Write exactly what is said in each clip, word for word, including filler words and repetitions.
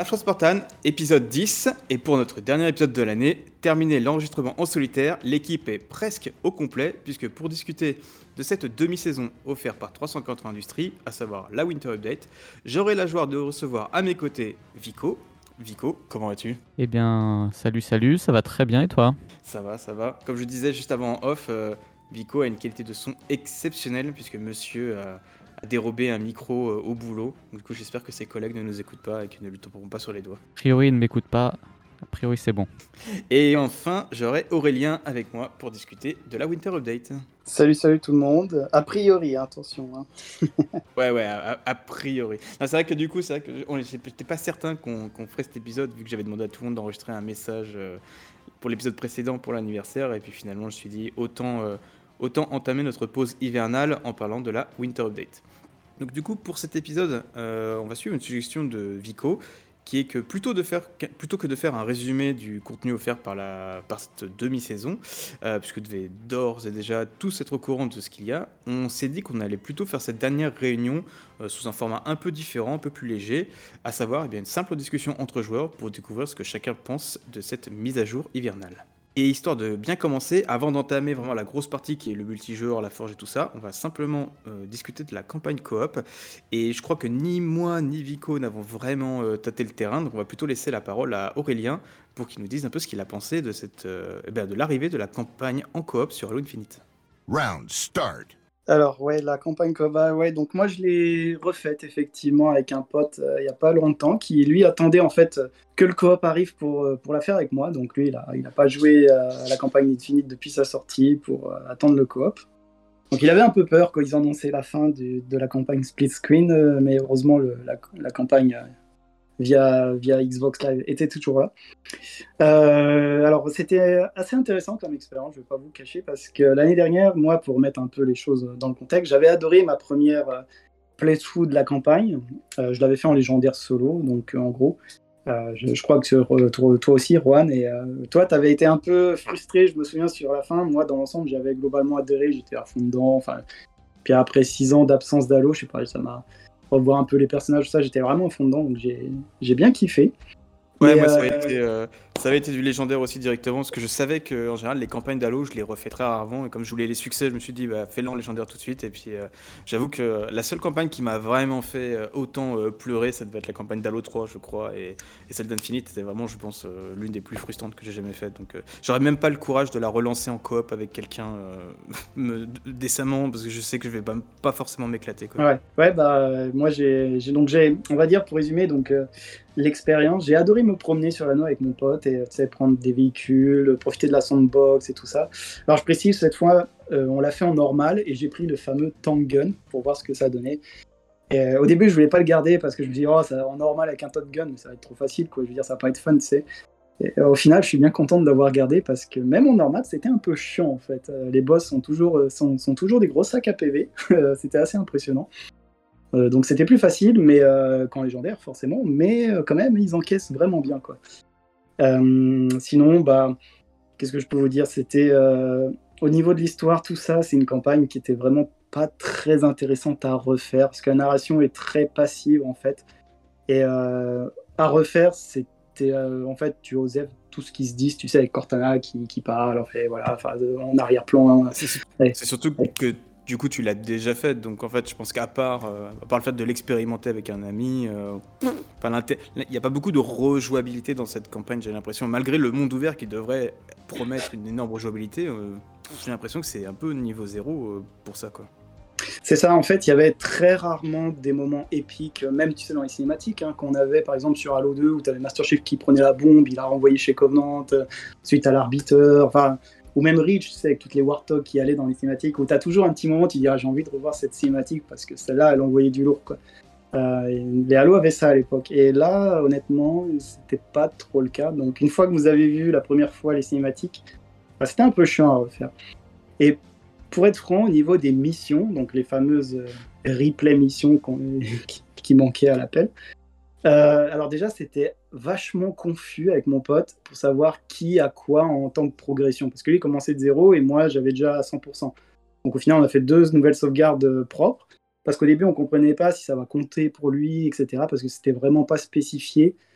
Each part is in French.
Afro Spartan, épisode dix, et pour notre dernier épisode de l'année, terminé l'enregistrement en solitaire, l'équipe est presque au complet, puisque pour discuter de cette demi-saison offerte par trois cent quatre-vingts Industries, à savoir la Winter Update, j'aurai la joie de recevoir à mes côtés Vico. Vico, comment vas-tu ? Eh bien, salut, salut, ça va très bien et toi ? Ça va, ça va. Comme je disais juste avant en off, euh, Vico a une qualité de son exceptionnelle, puisque monsieur a, a dérobé un micro euh, au boulot. Du coup, j'espère que ses collègues ne nous écoutent pas et qu'ils ne lui tomberont pas sur les doigts. A priori, il ne m'écoute pas. A priori, c'est bon. Et enfin, j'aurai Aurélien avec moi pour discuter de la Winter Update. Salut, salut tout le monde. A priori, attention. Hein. Ouais, ouais, a, a priori. Non, c'est vrai que du coup, c'est vrai que on- j'étais pas certain qu'on qu'on ferait cet épisode, vu que j'avais demandé à tout le monde d'enregistrer un message euh, pour l'épisode précédent pour l'anniversaire. Et puis finalement, je me suis dit, autant, euh, autant entamer notre pause hivernale en parlant de la Winter Update. Donc du coup, pour cet épisode, euh, on va suivre une suggestion de Vico, qui est que plutôt, de faire, plutôt que de faire un résumé du contenu offert par, la, par cette demi-saison, euh, puisque vous devez d'ores et déjà tous être au courant de ce qu'il y a, on s'est dit qu'on allait plutôt faire cette dernière réunion euh, sous un format un peu différent, un peu plus léger, à savoir eh bien, une simple discussion entre joueurs pour découvrir ce que chacun pense de cette mise à jour hivernale. Et histoire de bien commencer, avant d'entamer vraiment la grosse partie qui est le multijoueur, la forge et tout ça, on va simplement euh, discuter de la campagne coop. Et je crois que ni moi ni Vico n'avons vraiment euh, tâté le terrain, donc on va plutôt laisser la parole à Aurélien pour qu'il nous dise un peu ce qu'il a pensé de, cette, euh, eh ben, de l'arrivée de la campagne en coop sur Halo Infinite. Round start. Alors, ouais, la campagne Koba, ouais, donc moi je l'ai refaite effectivement avec un pote euh, il n'y a pas longtemps qui lui attendait en fait euh, que le coop arrive pour, euh, pour la faire avec moi. Donc lui, il n'a il a pas joué euh, à la campagne Infinite depuis sa sortie pour euh, attendre le coop. Donc il avait un peu peur quand ils annonçaient la fin du- de la campagne split screen, euh, mais heureusement le- la, la campagne euh, via, via Xbox Live était toujours là. Euh, alors, c'était assez intéressant comme expérience, je ne vais pas vous le cacher, parce que l'année dernière, moi, pour mettre un peu les choses dans le contexte, j'avais adoré ma première euh, playthrough de la campagne. Euh, je l'avais fait en légendaire solo, donc euh, en gros, euh, je, je crois que sur, euh, toi, toi aussi, Juan, et euh, toi, tu avais été un peu frustré, je me souviens, sur la fin. Moi, dans l'ensemble, j'avais globalement adhéré, j'étais à fond dedans. Enfin, puis après six ans d'absence d'Halo, je sais pas, ça m'a revoir un peu les personnages, tout ça, j'étais vraiment à fond dedans, donc j'ai, j'ai bien kiffé. Ouais, Mais, moi, ça euh, avait, été, euh, ça avait été du légendaire aussi directement, parce que je savais que en général, les campagnes d'Halo, je les refais très rarement, et comme je voulais les succès, je me suis dit, bah, fais-le en légendaire tout de suite. Et puis, euh, j'avoue que la seule campagne qui m'a vraiment fait euh, autant euh, pleurer, ça devait être la campagne d'Halo trois, je crois, et, et celle d'Infinite, c'était vraiment, je pense, euh, l'une des plus frustrantes que j'ai jamais faites. Donc, euh, j'aurais même pas le courage de la relancer en coop avec quelqu'un euh, me- décemment, parce que je sais que je vais pas, pas forcément m'éclater, quoi. Ouais, ouais, bah euh, moi j'ai, j'ai donc j'ai, on va dire pour résumer donc euh, l'expérience, j'ai adoré me promener sur l'anneau avec mon pote et euh, tu sais prendre des véhicules, profiter de la sandbox et tout ça. Alors je précise cette fois, euh, on l'a fait en normal et j'ai pris le fameux tank gun pour voir ce que ça donnait. Et, euh, au début je voulais pas le garder parce que je me dis oh ça en normal avec un top gun mais ça va être trop facile quoi, je veux dire ça va pas être fun tu sais. Et, euh, au final je suis bien content de l'avoir gardé parce que même en normal c'était un peu chiant en fait. Euh, les boss sont toujours euh, sont, sont toujours des gros sacs à P V, c'était assez impressionnant. Euh, donc c'était plus facile, mais euh, qu'en légendaire forcément, mais euh, quand même ils encaissent vraiment bien quoi. Euh, sinon, bah, qu'est-ce que je peux vous dire? C'était euh, au niveau de l'histoire, tout ça, c'est une campagne qui était vraiment pas très intéressante à refaire parce que la narration est très passive en fait, et euh, à refaire, c'était euh, en fait tu osais tout ce qui se dit, tu sais, avec Cortana qui, qui parle, en fait, voilà, enfin, en arrière-plan. Hein. C'est su- Ouais. c'est surtout que du coup tu l'as déjà fait, donc en fait je pense qu'à part, euh, à part le fait de l'expérimenter avec un ami, euh, enfin, l'inté- il n'y a pas beaucoup de rejouabilité dans cette campagne, j'ai l'impression, malgré le monde ouvert qui devrait promettre une énorme rejouabilité, euh, j'ai l'impression que c'est un peu niveau zéro euh, pour ça quoi. C'est ça, en fait, il y avait très rarement des moments épiques, même tu sais dans les cinématiques, hein, qu'on avait par exemple sur Halo deux où tu avais Master Chief qui prenait la bombe, il a renvoyé chez Covenant, euh, suite à l'arbiteur, enfin, ou même Reach, tu sais, avec toutes les Warthogs qui allaient dans les cinématiques, où tu as toujours un petit moment, tu dis ah, j'ai envie de revoir cette cinématique parce que celle-là, elle envoyait du lourd, quoi. Euh, et les Halo avaient ça à l'époque. Et là, honnêtement, c'était pas trop le cas. Donc, une fois que vous avez vu la première fois les cinématiques, bah, c'était un peu chiant à refaire. Et pour être franc, au niveau des missions, donc les fameuses euh, replay missions qu'on- qui, qui manquaient à l'appel, euh, alors déjà, c'était vachement confus avec mon pote pour savoir qui a quoi en tant que progression. Parce que lui, il commençait de zéro et moi, j'avais déjà à cent pour cent. Donc au final, on a fait deux nouvelles sauvegardes euh, propres. Parce qu'au début, on comprenait pas si ça va compter pour lui, et cetera. Parce que c'était vraiment pas spécifié.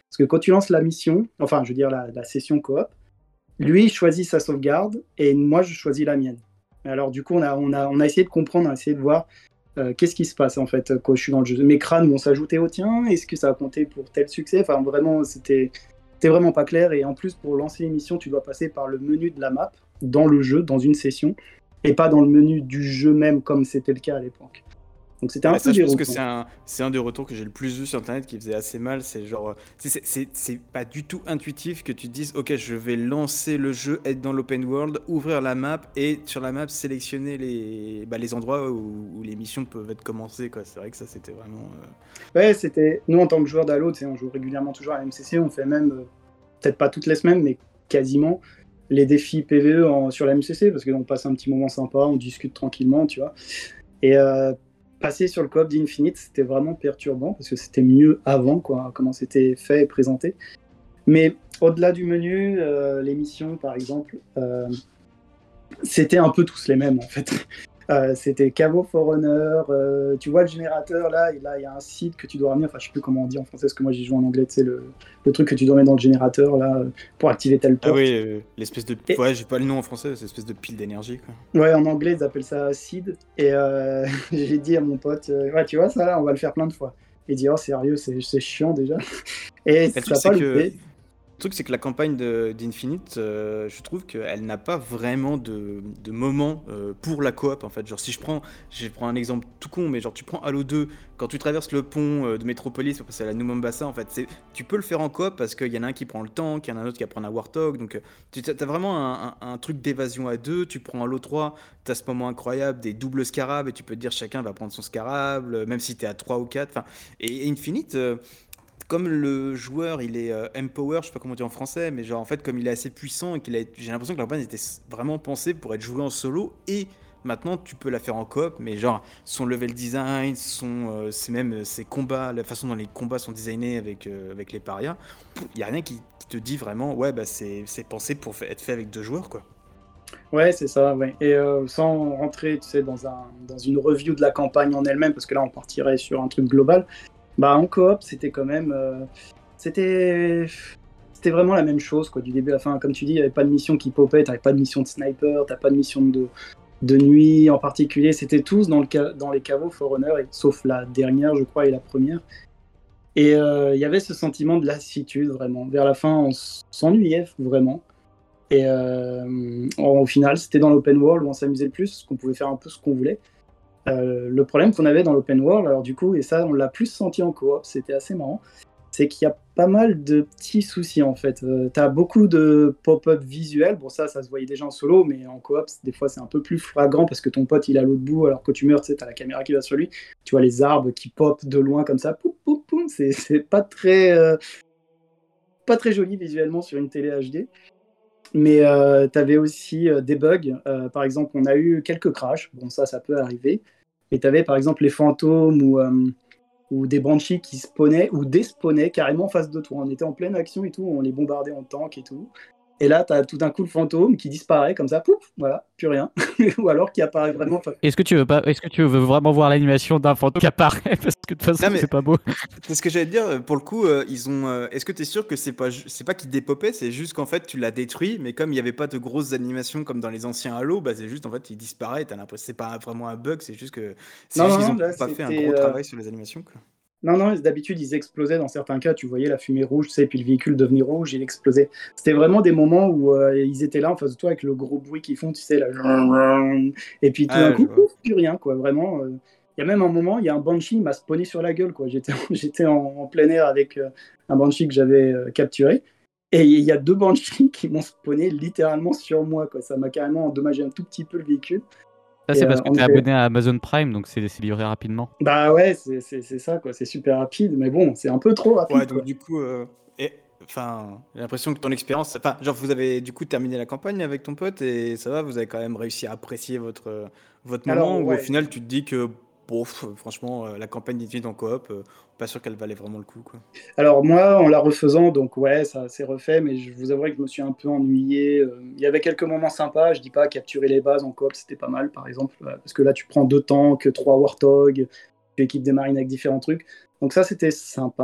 Parce que quand tu lances la mission, enfin, je veux dire la, la session coop, lui, il choisit sa sauvegarde et moi, je choisis la mienne. Et alors, du coup, on a, on a, on a essayé de comprendre, on a essayé de voir euh, qu'est-ce qui se passe en fait quand je suis dans le jeu. Mes crânes vont s'ajouter au tien, est-ce que ça a compté pour tel succès? Enfin, vraiment, c'était, c'était vraiment pas clair. Et en plus, pour lancer une mission, tu dois passer par le menu de la map dans le jeu, dans une session, et pas dans le menu du jeu même comme c'était le cas à l'époque. Donc c'était un Ouais, peu ça, je pense que déroutant. c'est un, c'est un des retours que j'ai le plus vu sur internet qui faisait assez mal. C'est genre, euh, c'est, c'est, c'est- c'est pas du tout intuitif que tu te dises, ok, je vais lancer le jeu, être dans l'open world, ouvrir la map et sur la map sélectionner les, bah, les endroits où, où les missions peuvent être commencées, quoi. C'est vrai que ça, c'était vraiment. euh, Ouais, c'était. Nous, en tant que joueurs d'Halo, tu sais, on joue régulièrement toujours à la M C C, on fait même, euh, peut-être pas toutes les semaines, mais quasiment, les défis P V E en- sur la M C C, parce qu'on passe un petit moment sympa, on discute tranquillement, tu vois. Et euh, passer sur le coop d'Infinite, c'était vraiment perturbant, parce que c'était mieux avant, quoi, comment c'était fait et présenté. Mais au-delà du menu, euh, les missions, par exemple, euh, c'était un peu tous les mêmes en fait. Euh, c'était Caveau Forerunner, euh, tu vois le générateur là, et là il y a un site que tu dois ramener, enfin je sais plus comment on dit en français, parce que moi j'ai joué en anglais, tu sais, le, le truc que tu dois mettre dans le générateur là, pour activer telle Ah porte. oui, euh, l'espèce de. Et, Ouais, j'ai pas le nom en français, c'est espèce de pile d'énergie, quoi. ouais, en anglais ils appellent ça seed, et euh, j'ai dit à mon pote, euh, ouais tu vois ça là, on va le faire plein de fois. Il dit oh sérieux, c'est, c'est chiant déjà. Et Mais le ça truc, n'a pas c'est que. loupé. Le truc, c'est que la campagne de- d'Infinite, euh, je trouve qu'elle n'a pas vraiment de, de moment euh, pour la coop, en fait. Genre, si je prends, je prends un exemple tout con, mais genre, tu prends Halo deux, quand tu traverses le pont euh, de Metropolis pour passer à la New Mombasa, en fait, c'est, tu peux le faire en coop parce qu'il y en a un qui prend le tank, il y en a un autre qui va prendre un Warthog. Donc, euh, tu as vraiment un, un- un truc d'évasion à deux. Tu prends Halo trois, tu as ce moment incroyable des doubles scarabs et tu peux te dire chacun va prendre son scarab, euh, même si tu es à trois ou quatre. Enfin, et, et Infinite. euh, comme le joueur il est euh, empower, je sais pas comment dire en français, mais genre en fait comme il est assez puissant et qu'il a, j'ai l'impression que la campagne était s- vraiment pensée pour être jouée en solo et maintenant tu peux la faire en coop, mais genre son level design, son, euh, c'est même euh, ses combats, la façon dont les combats sont designés avec, euh, avec les parias, il y a rien qui, qui te dit vraiment ouais bah c'est, c'est pensé pour fa- être fait avec deux joueurs quoi. Ouais, c'est ça, ouais. Et euh, sans rentrer, tu sais, dans, un, dans une review de la campagne en elle-même, parce que là, on partirait sur un truc global. Bah, en coop, c'était quand même. euh, c'était. C'était vraiment la même chose, quoi, du début à la fin. Comme tu dis, il n'y avait pas de mission qui popait, t'avais pas de mission de sniper, t'as pas de mission de, de nuit en particulier. C'était tous dans, le ca- dans les caveaux Forerunner, et- sauf la dernière, je crois, et la première. Et euh, il y avait ce sentiment de lassitude, vraiment. Vers la fin, on s- s'ennuyait vraiment. Et euh, au final, c'était dans l'open world où on s'amusait le plus, parce qu'on pouvait faire un peu ce qu'on voulait. Euh, le problème qu'on avait dans l'open world, alors du coup, et ça, on l'a plus senti en coop, c'était assez marrant, c'est qu'il y a pas mal de petits soucis en fait. Euh, tu as beaucoup de pop-up visuels, bon ça, ça se voyait déjà en solo, mais en coop, des fois c'est un peu plus flagrant parce que ton pote il est à l'autre bout, alors que tu meurs, tu sais, t'as la caméra qui va sur lui, tu vois les arbres qui pop de loin comme ça, poum, poum, poum, c'est, c'est pas très, euh, pas très joli visuellement sur une télé H D. Mais euh, tu avais aussi euh, des bugs. Euh, par exemple, on a eu quelques crashs. Bon, ça, ça peut arriver. Et tu avais par exemple les fantômes ou, euh, ou des banshees qui spawnaient ou despawnaient carrément en face de toi. On était en pleine action et tout, on les bombardait en tank et tout. Et là, tu as tout d'un coup le fantôme qui disparaît comme ça, pouf, voilà, plus rien. Ou alors qui apparaît vraiment. Enfin, Est-ce que tu veux pas, est-ce que tu veux vraiment voir l'animation d'un fantôme qui apparaît parce que de toute façon Non mais c'est pas beau. c'est ce que j'allais te dire, pour le coup, euh, ils ont. euh, Est-ce que tu es sûr que c'est pas, ju- c'est pas qu'ils dépopait, c'est juste qu'en fait tu l'as détruit, mais comme il n'y avait pas de grosses animations comme dans les anciens Halo, bah c'est juste en fait il disparaît, t'as l'impression c'est pas vraiment un bug, c'est juste que c'est non, juste non, qu'ils non, ont là, pas fait un c'était. gros euh, travail sur les animations quoi. Non, non, d'habitude, ils explosaient dans certains cas. Tu voyais la fumée rouge, tu sais, puis le véhicule devenait rouge, il explosait. C'était vraiment des moments où euh, ils étaient là en face de toi avec le gros bruit qu'ils font, tu sais, là. Et puis tout d'un Ah je coup, vois. pouf, plus rien, quoi. Vraiment. euh. Il y a même un moment, il y a un Banshee, il m'a spawné sur la gueule, quoi. J'étais, j'étais en, en plein air avec euh, un Banshee que j'avais euh, capturé. Et il y a deux Banshees qui m'ont spawné littéralement sur moi, quoi. Ça m'a carrément endommagé un tout petit peu le véhicule. Ça Et c'est euh, parce que on tu es était. abonné à Amazon Prime, donc c'est c'est livré rapidement. Bah ouais, c'est c'est- c'est ça, quoi. C'est super rapide, mais bon, c'est un peu trop Ouais rapide, donc quoi. du coup, euh, et, enfin j'ai l'impression que ton expérience, enfin genre vous avez du coup terminé la campagne avec ton pote et ça va, vous avez quand même réussi à apprécier votre, euh, votre moment Alors, ou au ouais. final tu te dis que bon, pff, franchement euh, la campagne d'études en coop, euh, pas sûr qu'elle valait vraiment le coup quoi. Alors moi, en la refaisant, donc ouais, ça s'est refait, mais je vous avouerai que je me suis un peu ennuyé. Euh, Il y avait quelques moments sympas, je dis pas capturer les bases en coop, c'était pas mal, par exemple, euh, parce que là, tu prends deux tanks, trois Warthog, tu équipes des marines avec différents trucs. Donc ça, c'était sympa.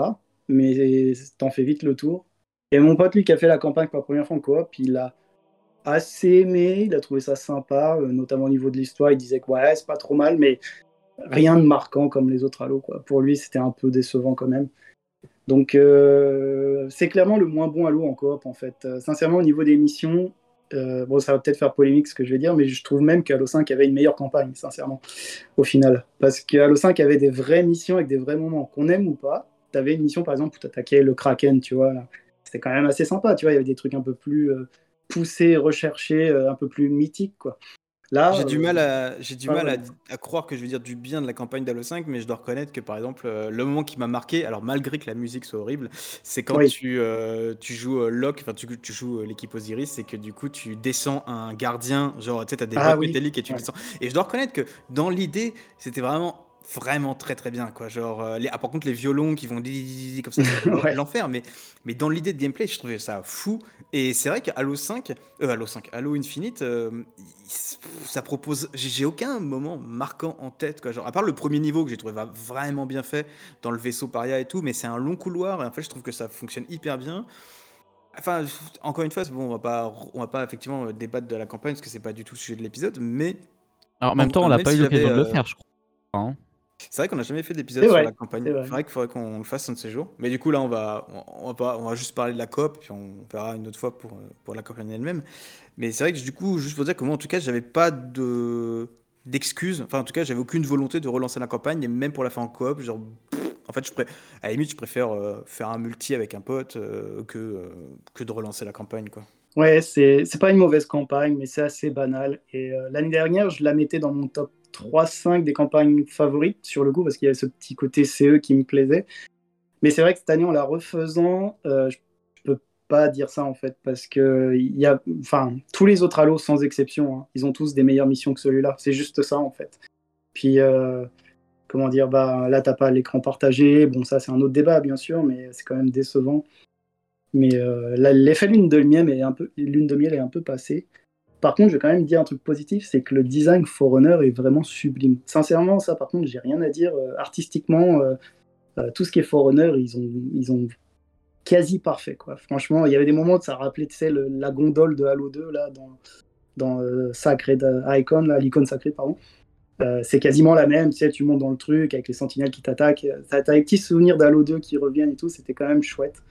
mais t'en fais vite le tour. Et mon pote, lui, qui a fait la campagne pour la première fois en coop, il a assez aimé, il a trouvé ça sympa, euh, notamment au niveau de l'histoire. Il disait que ouais, c'est pas trop mal, mais rien de marquant comme les autres Halo, quoi. Pour lui, c'était un peu décevant quand même. Donc, euh, c'est clairement le moins bon Halo en coop, en fait. Euh, sincèrement, au niveau des missions, euh, bon, ça va peut-être faire polémique ce que je vais dire, mais je trouve même que Halo cinq avait une meilleure campagne, sincèrement, au final. Parce que Halo cinq avait des vraies missions avec des vrais moments, qu'on aime ou pas. T'avais une mission, par exemple, où t'attaquais le Kraken, tu vois, là. C'était quand même assez sympa, tu vois. Il y avait des trucs un peu plus euh, poussés, recherchés, euh, un peu plus mythiques, quoi. Là, J'ai du euh, mal, à, j'ai du pas mal à, vraiment. à croire que je vais dire du bien de la campagne d'Halo cinq, mais je dois reconnaître que par exemple, euh, le moment qui m'a marqué, alors malgré que la musique soit horrible, c'est quand Oui. tu, euh, tu joues euh, Locke, enfin tu, tu joues euh, l'équipe Osiris, et que du coup tu descends un gardien, genre tu sais, t'as des Ah bottes oui. métalliques et tu Ouais. descends. Et je dois reconnaître que dans l'idée, c'était vraiment vraiment très très bien quoi, genre euh, les... ah, par contre les violons qui vont di- di- di- di- comme ça c'était l'en- Ouais. l'enfer, mais mais dans l'idée de gameplay je trouvais ça fou. Et c'est vrai que Halo cinq euh, Halo cinq Halo Infinite euh, il- ça propose, j'ai j'ai aucun moment marquant en tête quoi, genre à part le premier niveau que j'ai trouvé va- vraiment bien fait dans le vaisseau Paria et tout, mais c'est un long couloir et en fait je trouve que ça fonctionne hyper bien. Enfin, encore une fois, bon, on va pas, on va pas effectivement euh, débattre de la campagne parce que c'est pas du tout le sujet de l'épisode, mais Alors, en en- même temps, on euh, n'a même pas eu si j'avais, l'occasion de le euh, faire, je crois. Hein. c'est vrai qu'on n'a jamais fait d'épisode C'est sur la vrai. campagne. C'est Il vrai. faudrait qu'il faudrait qu'on le fasse un de ces jours. Mais du coup, là, on va, on, on va pas, on va juste parler de la coop, puis on verra une autre fois pour, euh, pour la campagne elle-même. Mais c'est vrai que du coup, juste pour dire que moi, en tout cas, j'avais pas de d'excuses. Enfin, en tout cas, j'avais aucune volonté de relancer la campagne, et même pour la faire en coop, genre, pff, en fait, je pré... à la limite, je préfère euh, faire un multi avec un pote euh, que, euh, que de relancer la campagne, quoi. Ouais, c'est c'est pas une mauvaise campagne, mais c'est assez banal. Et euh, l'année dernière, je la mettais dans mon top trois cinq des campagnes favorites sur le coup, parce qu'il y avait ce petit côté C E qui me plaisait. Mais c'est vrai que cette année, en la refaisant, euh, je je peux pas dire ça en fait, parce que il y a, enfin, tous les autres Halo, sans exception, hein, ils ont tous des meilleures missions que celui-là. C'est juste ça en fait. Puis, euh, comment dire, bah là, t'as pas l'écran partagé. Bon, ça, c'est un autre débat, bien sûr, mais c'est quand même décevant. Mais euh, là, l'effet lune de miel est un peu, lune de miel est un peu passé. Par contre, je vais quand même dire un truc positif, c'est que le design Forerunner est vraiment sublime. Sincèrement, ça, par contre, j'ai rien à dire. Euh, artistiquement, euh, euh, tout ce qui est Forerunner, ils ont, ils ont quasi parfait, quoi. Franchement, il y avait des moments où ça rappelait, tu sais, le- la gondole de Halo deux, là, dans, dans euh, Sacred Icon, là, l'icône sacrée, pardon. Euh, c'est quasiment la même, tu sais, tu montes dans le truc avec les sentinelles qui t'attaquent. T'as, t'as des petits souvenirs d'Halo deux qui reviennent et tout, c'était quand même chouette.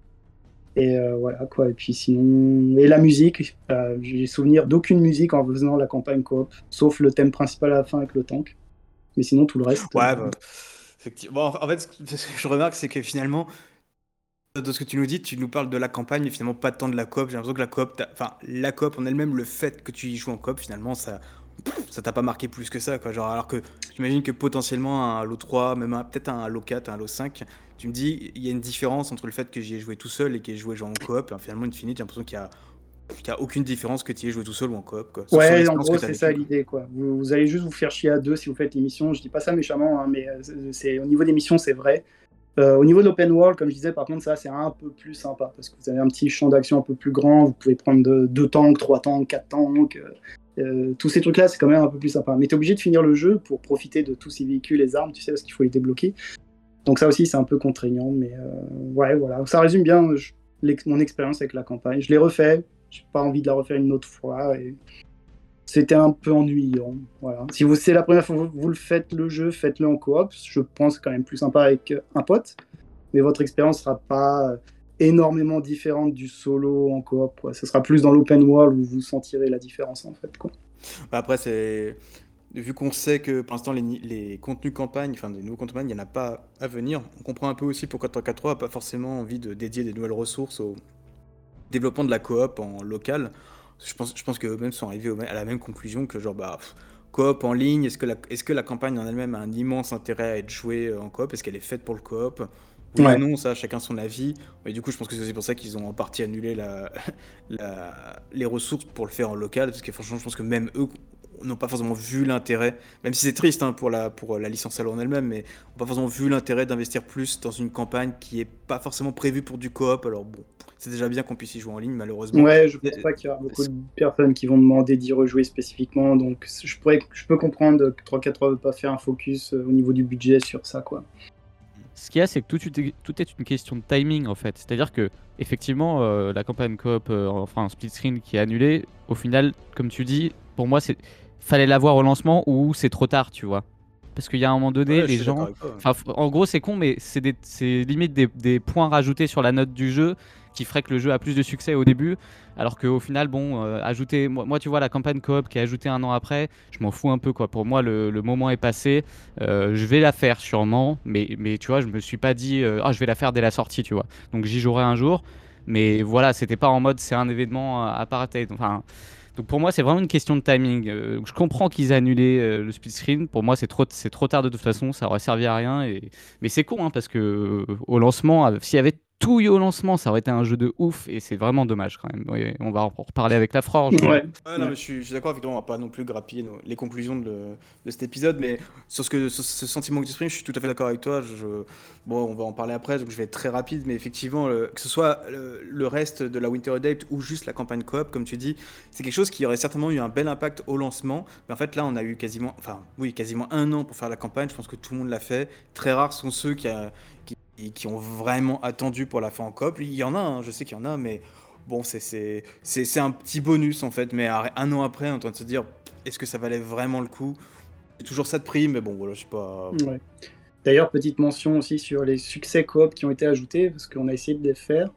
Et euh, voilà quoi. Et puis sinon, et la musique, euh, j'ai souvenir d'aucune musique en faisant la campagne coop, sauf le thème principal à la fin avec le tank. Mais sinon tout le reste. Ouais, euh, bah, effectivement. Bon, en fait, ce que ce que je remarque, c'est que finalement, de ce que tu nous dis, tu nous parles de la campagne, mais finalement pas tant de la coop. J'ai l'impression que la coop, t'as- enfin, la coop en elle-même, le fait que tu y joues en coop, finalement, ça, ça t'a pas marqué plus que ça, quoi. Genre, alors que j'imagine que potentiellement un Halo trois, même un- peut-être un Halo quatre, un Halo cinq, tu me dis, il y a une différence entre le fait que j'y ai joué tout seul et que j'ai joué genre en coop. Et finalement, Infinite, j'ai l'impression qu'il y a, qu'il y a aucune différence que tu y aies joué tout seul ou en coop, quoi. Sauf sur Ouais, en l'expérience que gros tu as c'est ça vécue, quoi. l'idée quoi. Vous, vous allez juste vous faire chier à deux si vous faites l'émission. Je dis pas ça méchamment, hein, mais euh, c'est, c'est- au niveau des missions c'est vrai. Euh, au niveau de l'open world, comme je disais, par contre ça c'est un peu plus sympa parce que vous avez un petit champ d'action un peu plus grand. Vous pouvez prendre de- deux tanks, trois tanks, quatre tanks. euh, euh, tous ces trucs-là c'est quand même un peu plus sympa. Mais t'es obligé de finir le jeu pour profiter de tous ces véhicules, les armes, tu sais, parce qu'il faut les débloquer. Donc ça aussi, c'est un peu contraignant, mais euh, ouais, voilà. Ça résume bien je- l'ex- mon expérience avec la campagne. Je l'ai refait, j'ai pas envie de la refaire une autre fois, et c'était un peu ennuyant. Voilà. Si vous, c'est la première fois que vous, vous le faites le jeu, faites-le en coop. Je pense que c'est quand même plus sympa avec euh, un pote, mais votre expérience sera pas euh, énormément différente du solo en coop, quoi. Ce sera plus dans l'open world où vous sentirez la différence, en fait, quoi. Bah, après, c'est. Vu qu'on sait que pour l'instant, les, ni- les contenus campagne, enfin des nouveaux contenus campagne, il n'y en a pas à venir, on comprend un peu aussi pourquoi trois quatre trois n'a pas forcément envie de dédier des nouvelles ressources au développement de la coop en local. Je pense, je pense qu'eux-mêmes sont arrivés au mê- à la même conclusion que genre, bah, pff, coop en ligne, est-ce que, la, est-ce que la campagne en elle-même a un immense intérêt à être jouée euh, en coop? Est-ce qu'elle est faite pour le coop? Oui ou Ouais. non, ça, chacun son avis. Mais du coup, je pense que c'est aussi pour ça qu'ils ont en partie annulé la, la- les ressources pour le faire en local, parce que franchement, je pense que même eux n'ont pas forcément vu l'intérêt, même si c'est triste hein, pour, la, pour la licence Halo en elle-même, mais n'ont pas forcément vu l'intérêt d'investir plus dans une campagne qui est pas forcément prévue pour du coop. Alors bon, c'est déjà bien qu'on puisse y jouer en ligne, malheureusement. Ouais, je pense Euh, pas qu'il y aura beaucoup de personnes qui vont demander d'y rejouer spécifiquement, donc je pourrais, je peux comprendre que trois quatre trois ne veut pas faire un focus euh, au niveau du budget sur ça, quoi. ce qu'il y a, c'est que tout, est- tout est une question de timing en fait. C'est-à-dire que effectivement, euh, la campagne coop, euh, enfin split screen qui est annulée, au final, comme tu dis, pour moi, c'est fallait l'avoir au lancement ou c'est trop tard, tu vois. Parce qu'il y a un moment donné, Ouais, je les suis d'accord gens, avec toi. Ouais. enfin, f- en gros, c'est con, mais c'est des- c'est limite des, des points rajoutés sur la note du jeu qui ferait que le jeu a plus de succès au début, alors qu'au final, bon, euh, ajouter, moi, moi, tu vois, la campagne coop qui est ajoutée un an après, je m'en fous un peu, quoi. Pour moi, le, le moment est passé. Euh, je vais la faire sûrement, mais, mais tu vois, je me suis pas dit, euh, ah, je vais la faire dès la sortie, tu vois. Donc j'y jouerai un jour, mais voilà, c'était pas en mode c'est un événement euh, apartheid. Enfin, donc pour moi, c'est vraiment une question de timing. Euh, je comprends qu'ils aient annulé euh, le split screen. Pour moi, c'est trop, c'est trop tard de toute façon. Ça aurait servi à rien. Et... Mais c'est con, hein, parce que euh, au lancement, euh, s'il y avait tout eu au lancement, ça aurait été un jeu de ouf. Et c'est vraiment dommage quand même. Oui, on va en reparler avec la Forge. Mais... Ouais. Ouais, non, Ouais. mais je suis, je suis d'accord avec toi, on va pas non plus grappiller nos- les conclusions de, le- de cet épisode, mais sur ce, que, sur ce sentiment que tu exprimes, je suis tout à fait d'accord avec toi. Je, bon, on va en parler après, donc je vais être très rapide, mais effectivement, le- que ce soit le, le reste de la Winter Update ou juste la campagne coop, comme tu dis, c'est quelque chose qui aurait certainement eu un bel impact au lancement. Mais en fait, là, on a eu quasiment, enfin, oui, quasiment un an pour faire la campagne. Je pense que tout le monde l'a fait. Très rares sont ceux qui, a- qui, qui ont vraiment attendu pour la fin en coop. Il y en a, hein, je sais qu'il y en a, mais bon, c'est c'est- c'est- c'est un petit bonus en fait. Mais ar- un an après, on est en train de se dire, est-ce que ça valait vraiment le coup? C'est toujours ça de prix, mais bon, voilà, je sais pas. Ouais. D'ailleurs, petite mention aussi sur les succès coop qui ont été ajoutés, parce qu'on a essayé de les faire.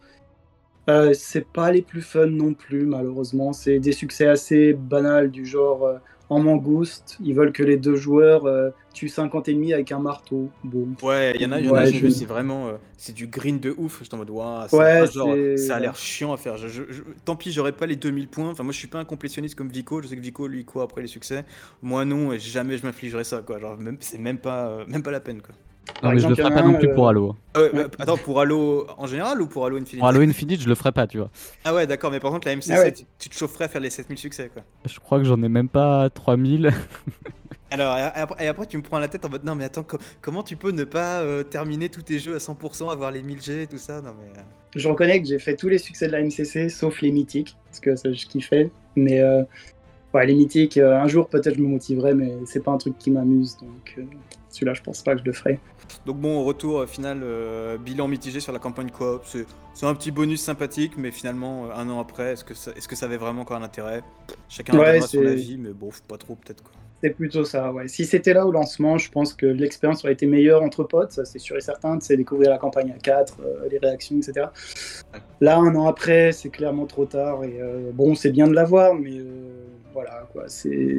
Euh, c'est pas les plus fun non plus, malheureusement. C'est des succès assez banals, du genre euh, en mangouste, ils veulent que les deux joueurs euh, tuent cinquante ennemis avec un marteau. Bon, Ouais, il y en a, il y en a, ouais, j'ai je... vu, c'est vraiment, euh, c'est du green de ouf. J'étais en mode, waouh, ça, ouais, enfin, genre, c'est. ça a Ouais. l'air chiant à faire. Je, je- je- tant pis, j'aurais pas les deux mille points. Enfin, moi, je suis pas un complétionniste comme Vico. Je sais que Vico, lui, quoi, après les succès. Moi, non, et jamais je m'infligerais ça, quoi. Genre, même, c'est même pas, euh, même pas la peine, quoi. Non, Par mais je le exemple, il y en ferai a pas non un. plus pour euh, Halo. Ah ouais, Ouais. bah, attends, pour Halo en général ou pour Halo Pour Infinite? Halo Infinite, je le ferai pas, tu vois. Ah ouais, d'accord, mais par contre, la Ah ouais. M C sept, tu te chaufferais à faire les sept mille succès, quoi. Je crois que j'en ai même pas trois mille. Alors, et après, et après, tu me prends la tête en mode, non, mais attends, co- comment tu peux ne pas euh, terminer tous tes jeux à cent pour cent, avoir les mille G et tout ça? Non, mais. euh, Je reconnais que j'ai fait tous les succès de la M C C, sauf les mythiques, parce que ça, je kiffais. Mais euh, ouais, les mythiques, euh, un jour peut-être je me motiverai, mais c'est pas un truc qui m'amuse, donc euh, celui-là, je pense pas que je le ferai. Donc bon, au retour euh, final, euh, bilan mitigé sur la campagne coop. C'est c'est un petit bonus sympathique, mais finalement, euh, un an après, est-ce que ça, est-ce que ça avait vraiment encore un intérêt? Chacun Ouais, donnera son c'est avis, mais bon, pas trop peut-être, quoi. c'est plutôt ça, ouais. Si c'était là au lancement, je pense que l'expérience aurait été meilleure entre potes, ça c'est sûr et certain, tu sais, découvrir la campagne à quatre, euh, les réactions, et cetera. Là, un an après, c'est clairement trop tard, et euh, bon, c'est bien de l'avoir, mais euh, voilà, quoi, c'est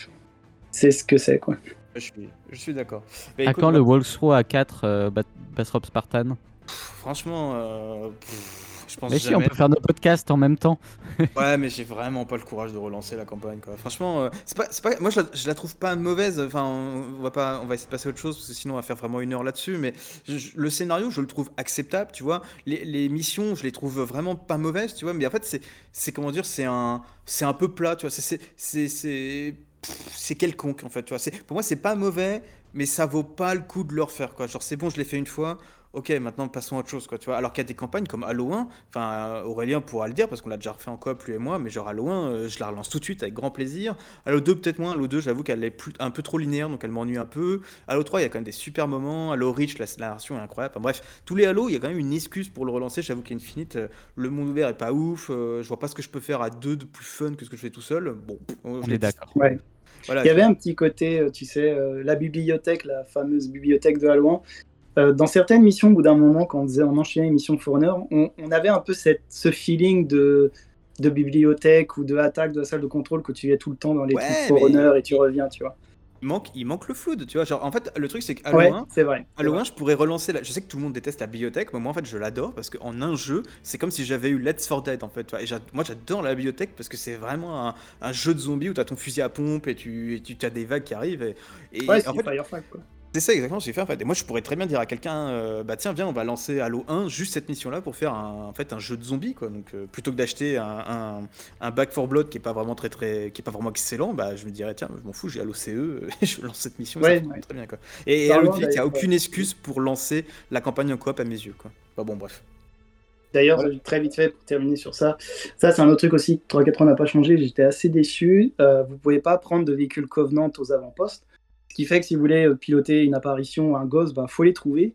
c'est ce que c'est, quoi. Je suis, je suis d'accord. Mais À écoute, quand on le va- walkthrough à quatre euh, Bat- Bastrop Spartan? pff, franchement, euh, pff, je pense Mais si, on jamais. peut faire nos podcasts en même temps. Ouais, mais j'ai vraiment pas le courage de relancer la campagne, quoi. Franchement, euh, c'est pas, c'est pas, moi je la, je la trouve pas mauvaise. Enfin, on va pas, on va essayer de passer à autre chose parce que sinon on va faire vraiment une heure là-dessus. Mais je- je- le scénario, je le trouve acceptable, tu vois. Les, les missions, je les trouve vraiment pas mauvaises, tu vois. Mais en fait, c'est, c'est comment dire, c'est un, c'est un peu plat, tu vois. C'est, c'est, c'est, c'est, pff, c'est quelconque, en fait, tu vois. C'est, pour moi, c'est pas mauvais, mais ça vaut pas le coup de le refaire, quoi. Genre, c'est bon, je l'ai fait une fois. Ok, maintenant passons à autre chose, quoi, tu vois. Alors qu'il y a des campagnes comme Halo un, enfin euh, Aurélien pourra le dire parce qu'on l'a déjà refait en coop lui et moi, mais genre Halo un, euh, je la relance tout de suite avec grand plaisir. Halo deux peut-être moins, Halo deux j'avoue qu'elle est plus, un peu trop linéaire donc elle m'ennuie un peu. Halo trois il y a quand même des super moments, Halo Reach la, la version est incroyable. Enfin, bref, tous les Halo il y a quand même une excuse pour le relancer, j'avoue qu'Infinite, euh, le monde ouvert est pas ouf, euh, je vois pas ce que je peux faire à deux de plus fun que ce que je fais tout seul. Bon, pff, On je est l'ai- d'accord. Ouais. voilà, Il y je- avait un petit côté, euh, tu sais, euh, la bibliothèque, la fameuse bibliothèque de Halo un. Euh, dans certaines missions, au bout d'un moment, quand on faisait on enchaînait les missions Forerunner, on, on avait un peu cette, ce feeling de, de bibliothèque ou de attaque de la salle de contrôle que tu y as tout le temps dans les trucs ouais, Forerunner mais et tu reviens, tu vois. il manque, il manque le flood, tu vois. Genre, en fait, le truc c'est que Halo Ouais, un, c'est vrai. c'est Halo vrai. un, je pourrais relancer la... Je sais que tout le monde déteste la bibliothèque, mais moi en fait je l'adore parce qu'en un jeu, c'est comme si j'avais eu Let's for Dead en fait. Tu vois. Et j'a- moi j'adore la bibliothèque parce que c'est vraiment un, un jeu de zombies où tu as ton fusil à pompe et tu, et tu as des vagues qui arrivent. Et, et Ouais, c'est en du fait, Firefly, quoi. c'est ça exactement ce que j'ai fait en fait. Et moi je pourrais très bien dire à quelqu'un, euh, bah tiens, viens, on va lancer Halo un, juste cette mission là pour faire un, en fait, un jeu de zombies quoi. Donc euh, plutôt que d'acheter un, un, un Back for Blood qui est pas vraiment très très, qui est pas vraiment excellent, bah je me dirais tiens, je m'en fous, j'ai Halo C E, et je lance cette mission, et ça Ouais, fonctionne ouais. très bien quoi. Et, et Parlant Halo Infinite, il n'y a d'ailleurs, aucune excuse pour lancer la campagne en coop à mes yeux quoi. Bah bon bref. D'ailleurs, Voilà. très vite fait pour terminer sur ça, ça c'est un autre truc aussi que trois quatre n'a pas changé, j'étais assez déçu. Euh, vous pouvez pas prendre de véhicules Covenant aux avant-postes, ce qui fait que si vous voulez euh, piloter une apparition ou un ghost, ben faut les trouver.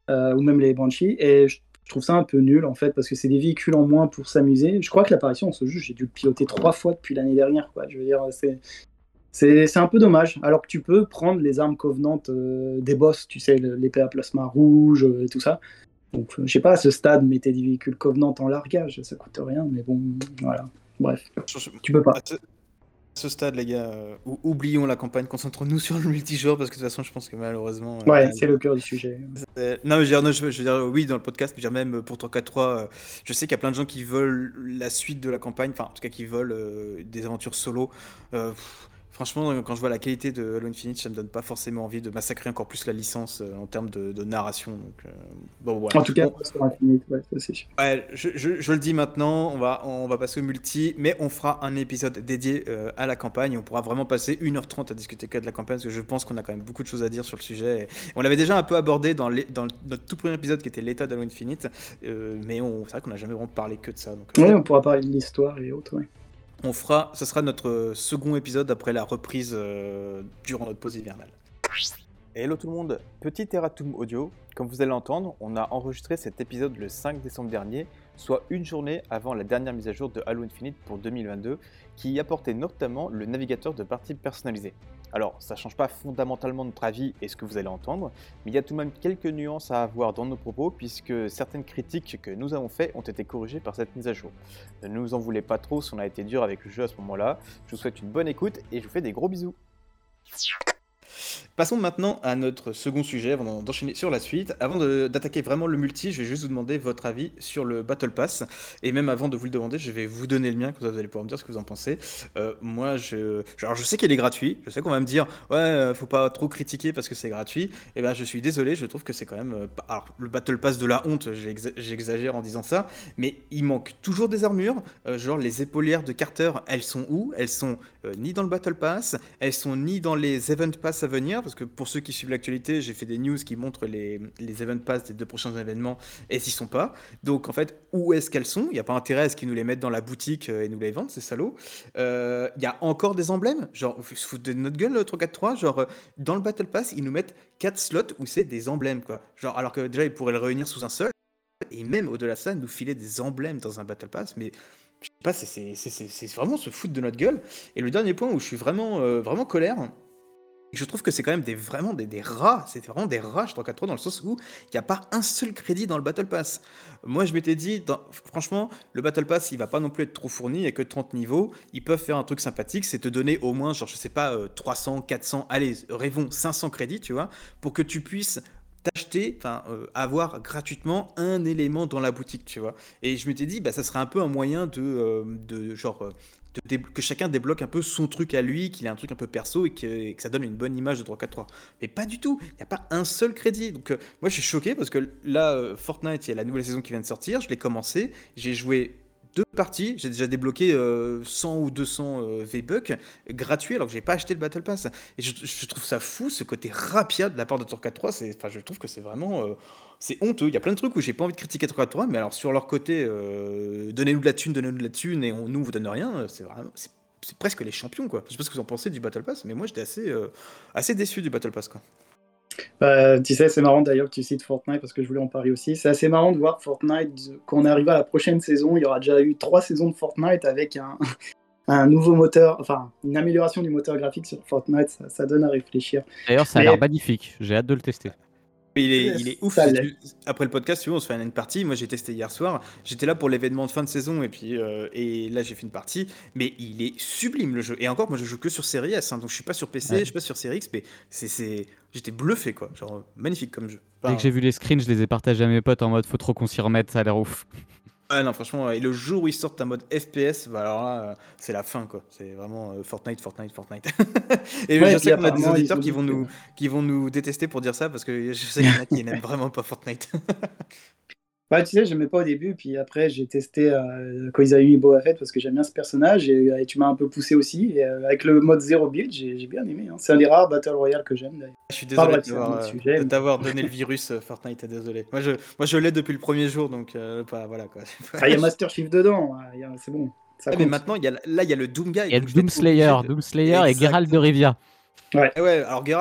euh, ou même les Banshee, et je, je trouve ça un peu nul en fait, parce que c'est des véhicules en moins pour s'amuser. Je crois que l'apparition dans ce jeu, j'ai dû le piloter trois fois depuis l'année dernière, quoi. Je veux dire, c'est, c'est, c'est un peu dommage, alors que tu peux prendre les armes Covenant euh, des boss, tu sais, le- l'épée à plasma rouge euh, et tout ça. Donc, euh, je sais pas, à ce stade, mettez des véhicules Covenant en largage, ça coûte rien, mais bon, voilà. Bref, Je- je- tu peux pas. À ce, à ce stade, les gars, euh, ou- oublions la campagne, concentrons-nous sur le multijoueur parce que de toute façon, je pense que malheureusement. euh, Ouais, là, c'est le cœur du sujet. c'est- non, mais je veux dire, non, je veux- je veux dire, oui, dans le podcast, mais je veux dire, même euh, pour trois quatre trois, euh, je sais qu'il y a plein de gens qui veulent la suite de la campagne, enfin, en tout cas, qui veulent euh, des aventures solo. Euh, pff, franchement, euh, quand je vois la qualité de Halo Infinite, ça me donne pas forcément envie de massacrer encore plus la licence euh, en termes de, de narration. Donc, euh, bon, voilà. En tout cas, Bon, sur Infinite, ouais, ça c'est sûr. ouais, je, je- je le dis maintenant, on va, on va passer au multi, mais on fera un épisode dédié euh, à la campagne. On pourra vraiment passer une heure trente à discuter que de la campagne, parce que je pense qu'on a quand même beaucoup de choses à dire sur le sujet. Et on l'avait déjà un peu abordé dans, les- dans le- notre tout premier épisode qui était l'état d'Halo Infinite, euh, mais on- c'est vrai qu'on n'a jamais vraiment parlé que de ça. Donc, euh, Ouais, on pourra parler de l'histoire et autres, ouais. on fera, ce sera notre euh, second épisode après la reprise euh, durant notre pause hivernale. Hello tout le monde, petit erratum audio. Comme vous allez l'entendre, on a enregistré cet épisode le cinq décembre dernier, soit une journée avant la dernière mise à jour de Halo Infinite pour deux mille vingt-deux, qui y apportait notamment le navigateur de partie personnalisé. Alors, ça change pas fondamentalement notre avis et ce que vous allez entendre, mais il y a tout de même quelques nuances à avoir dans nos propos, puisque certaines critiques que nous avons faites ont été corrigées par cette mise à jour. Ne nous en voulez pas trop si on a été dur avec le jeu à ce moment-là. Je vous souhaite une bonne écoute et je vous fais des gros bisous. Passons maintenant à notre second sujet avant d'en- d'enchaîner sur la suite. Avant de- d'attaquer vraiment le multi, je vais juste vous demander votre avis sur le Battle Pass. Et même avant de vous le demander, je vais vous donner le mien, comme ça vous allez pouvoir me dire ce que vous en pensez. Euh, moi, je, alors je sais qu'il est gratuit. Je sais qu'on va me dire, ouais, euh, faut pas trop critiquer parce que c'est gratuit. Et ben, je suis désolé, je trouve que c'est quand même. euh, pas- Alors, le Battle Pass de la honte, j'exa- j'exagère en disant ça, mais il manque toujours des armures. Euh, genre, les épaulières de Carter, elles sont où? Elles sont euh, ni dans le Battle Pass, elles sont ni dans les Event Pass à venir, parce que pour ceux qui suivent l'actualité, j'ai fait des news qui montrent les, les Event Pass des deux prochains événements, et elles y sont pas. Donc en fait, où est-ce qu'elles sont? Il n'y a pas intérêt à ce qu'ils nous les mettent dans la boutique euh, et nous les vendent, c'est salaud. Euh, Il y a encore des emblèmes, genre, vous se foutez de notre gueule, le trois quatre trois, genre, euh, dans le Battle Pass, ils nous mettent quatre slots où c'est des emblèmes, quoi. Genre, alors que déjà, ils pourraient le réunir sous un seul, et même au-delà de ça, nous filer des emblèmes dans un Battle Pass, mais je sais pas, c'est c'est- c'est- c'est- c'est vraiment se foutre de notre gueule. Et le dernier point où je suis vraiment, euh, vraiment colère, je trouve que c'est quand même des, vraiment des, des rats, c'est vraiment des rats, je trois quatre trois, dans le sens où il n'y a pas un seul crédit dans le Battle Pass. Moi, je m'étais dit, dans- franchement, le Battle Pass, il va pas non plus être trop fourni, il n'y a que trente niveaux. Ils peuvent faire un truc sympathique, c'est te donner au moins, genre, je sais pas, euh, trois cents, quatre cents, allez, rêvons, cinq cents crédits, tu vois, pour que tu puisses t'acheter, enfin, euh, avoir gratuitement un élément dans la boutique, tu vois. Et je m'étais dit, bah, ça serait un peu un moyen de, euh, de genre, euh, de dé- que chacun débloque un peu son truc à lui, qu'il ait un truc un peu perso et que, et que ça donne une bonne image de trois quatre trois. Mais pas du tout, il n'y a pas un seul crédit. Donc euh, moi je suis choqué parce que là, euh, Fortnite, il y a la nouvelle saison qui vient de sortir, je l'ai commencé, j'ai joué deux parties, j'ai déjà débloqué euh, cent ou deux cents euh, V-Bucks gratuits alors que j'ai pas acheté le Battle Pass. Et je, je trouve ça fou, ce côté rapia de la part de trois quatre trois, c'est, enfin, je trouve que c'est vraiment... euh, c'est honteux. Il y a plein de trucs où j'ai pas envie de critiquer trois quatre trois, mais alors sur leur côté, euh, donnez-nous de la thune, donnez-nous de la thune, et on, nous, on vous donne rien, euh, c'est vraiment... C'est, c'est presque les champions, quoi. Je sais pas ce que vous en pensez du Battle Pass, mais moi, j'étais assez, euh, assez déçu du Battle Pass, quoi. Euh, tu sais, c'est marrant d'ailleurs que tu cites Fortnite parce que je voulais en parler aussi. C'est assez marrant de voir Fortnite, quand on arrive à la prochaine saison, il y aura déjà eu trois saisons de Fortnite avec un, un nouveau moteur, enfin une amélioration du moteur graphique sur Fortnite, ça, ça donne à réfléchir. D'ailleurs, ça a Mais- l'air magnifique. J'ai hâte de le tester. Mais il est, il est ouf. Ça si l'est. tu- Après le podcast, tu vois, on se fait une partie. Moi, j'ai testé hier soir. J'étais là pour l'événement de fin de saison et puis euh, et là, j'ai fait une partie. Mais il est sublime le jeu. Et encore, moi, je joue que sur Series S, hein, donc je suis pas sur P C, Ouais. je suis pas sur Series X. Mais c'est, c'est... j'étais bluffé, quoi. Genre magnifique comme jeu. Dès Enfin, que j'ai vu les screens, je les ai partagés à mes potes en mode faut trop qu'on s'y remette, ça a l'air ouf. ouais, non, franchement. Et le jour où ils sortent un mode F P S, bah alors là, euh, c'est la fin, quoi. C'est vraiment euh, Fortnite, Fortnite, Fortnite. Et Ouais, je et sais puis qu'on a des apparemment, ils auditeurs ont qui dit vont que- nous qui vont nous détester pour dire ça parce que je sais qu'il y en a qui n'aiment vraiment pas Fortnite. Ouais, tu sais, j'aimais pas au début, puis après j'ai testé euh, quand ils avaient mis Boba Fett parce que j'aime bien ce personnage et, et tu m'as un peu poussé aussi. Et, euh, avec le mode zéro build, j'ai j'ai bien aimé. hein. C'est un des rares Battle Royale que j'aime d'ailleurs. Je suis Pas désolé vrai, de c'est un t'avoir, autre euh, sujet, de mais- t'avoir donné le virus euh, Fortnite, désolé. Moi je, moi je l'ai depuis le premier jour, donc euh, pas, voilà quoi. Ah, il y a Master Chief dedans, hein, il y a- c'est bon. Ça Ah, mais compte. maintenant, il y a, là il y a le Doom Guy. Il y a donc je vais Doom être Slayer, obligé de- Doom Slayer et Geralt de Exactement. Rivia. Ah ouais, alors Geralt,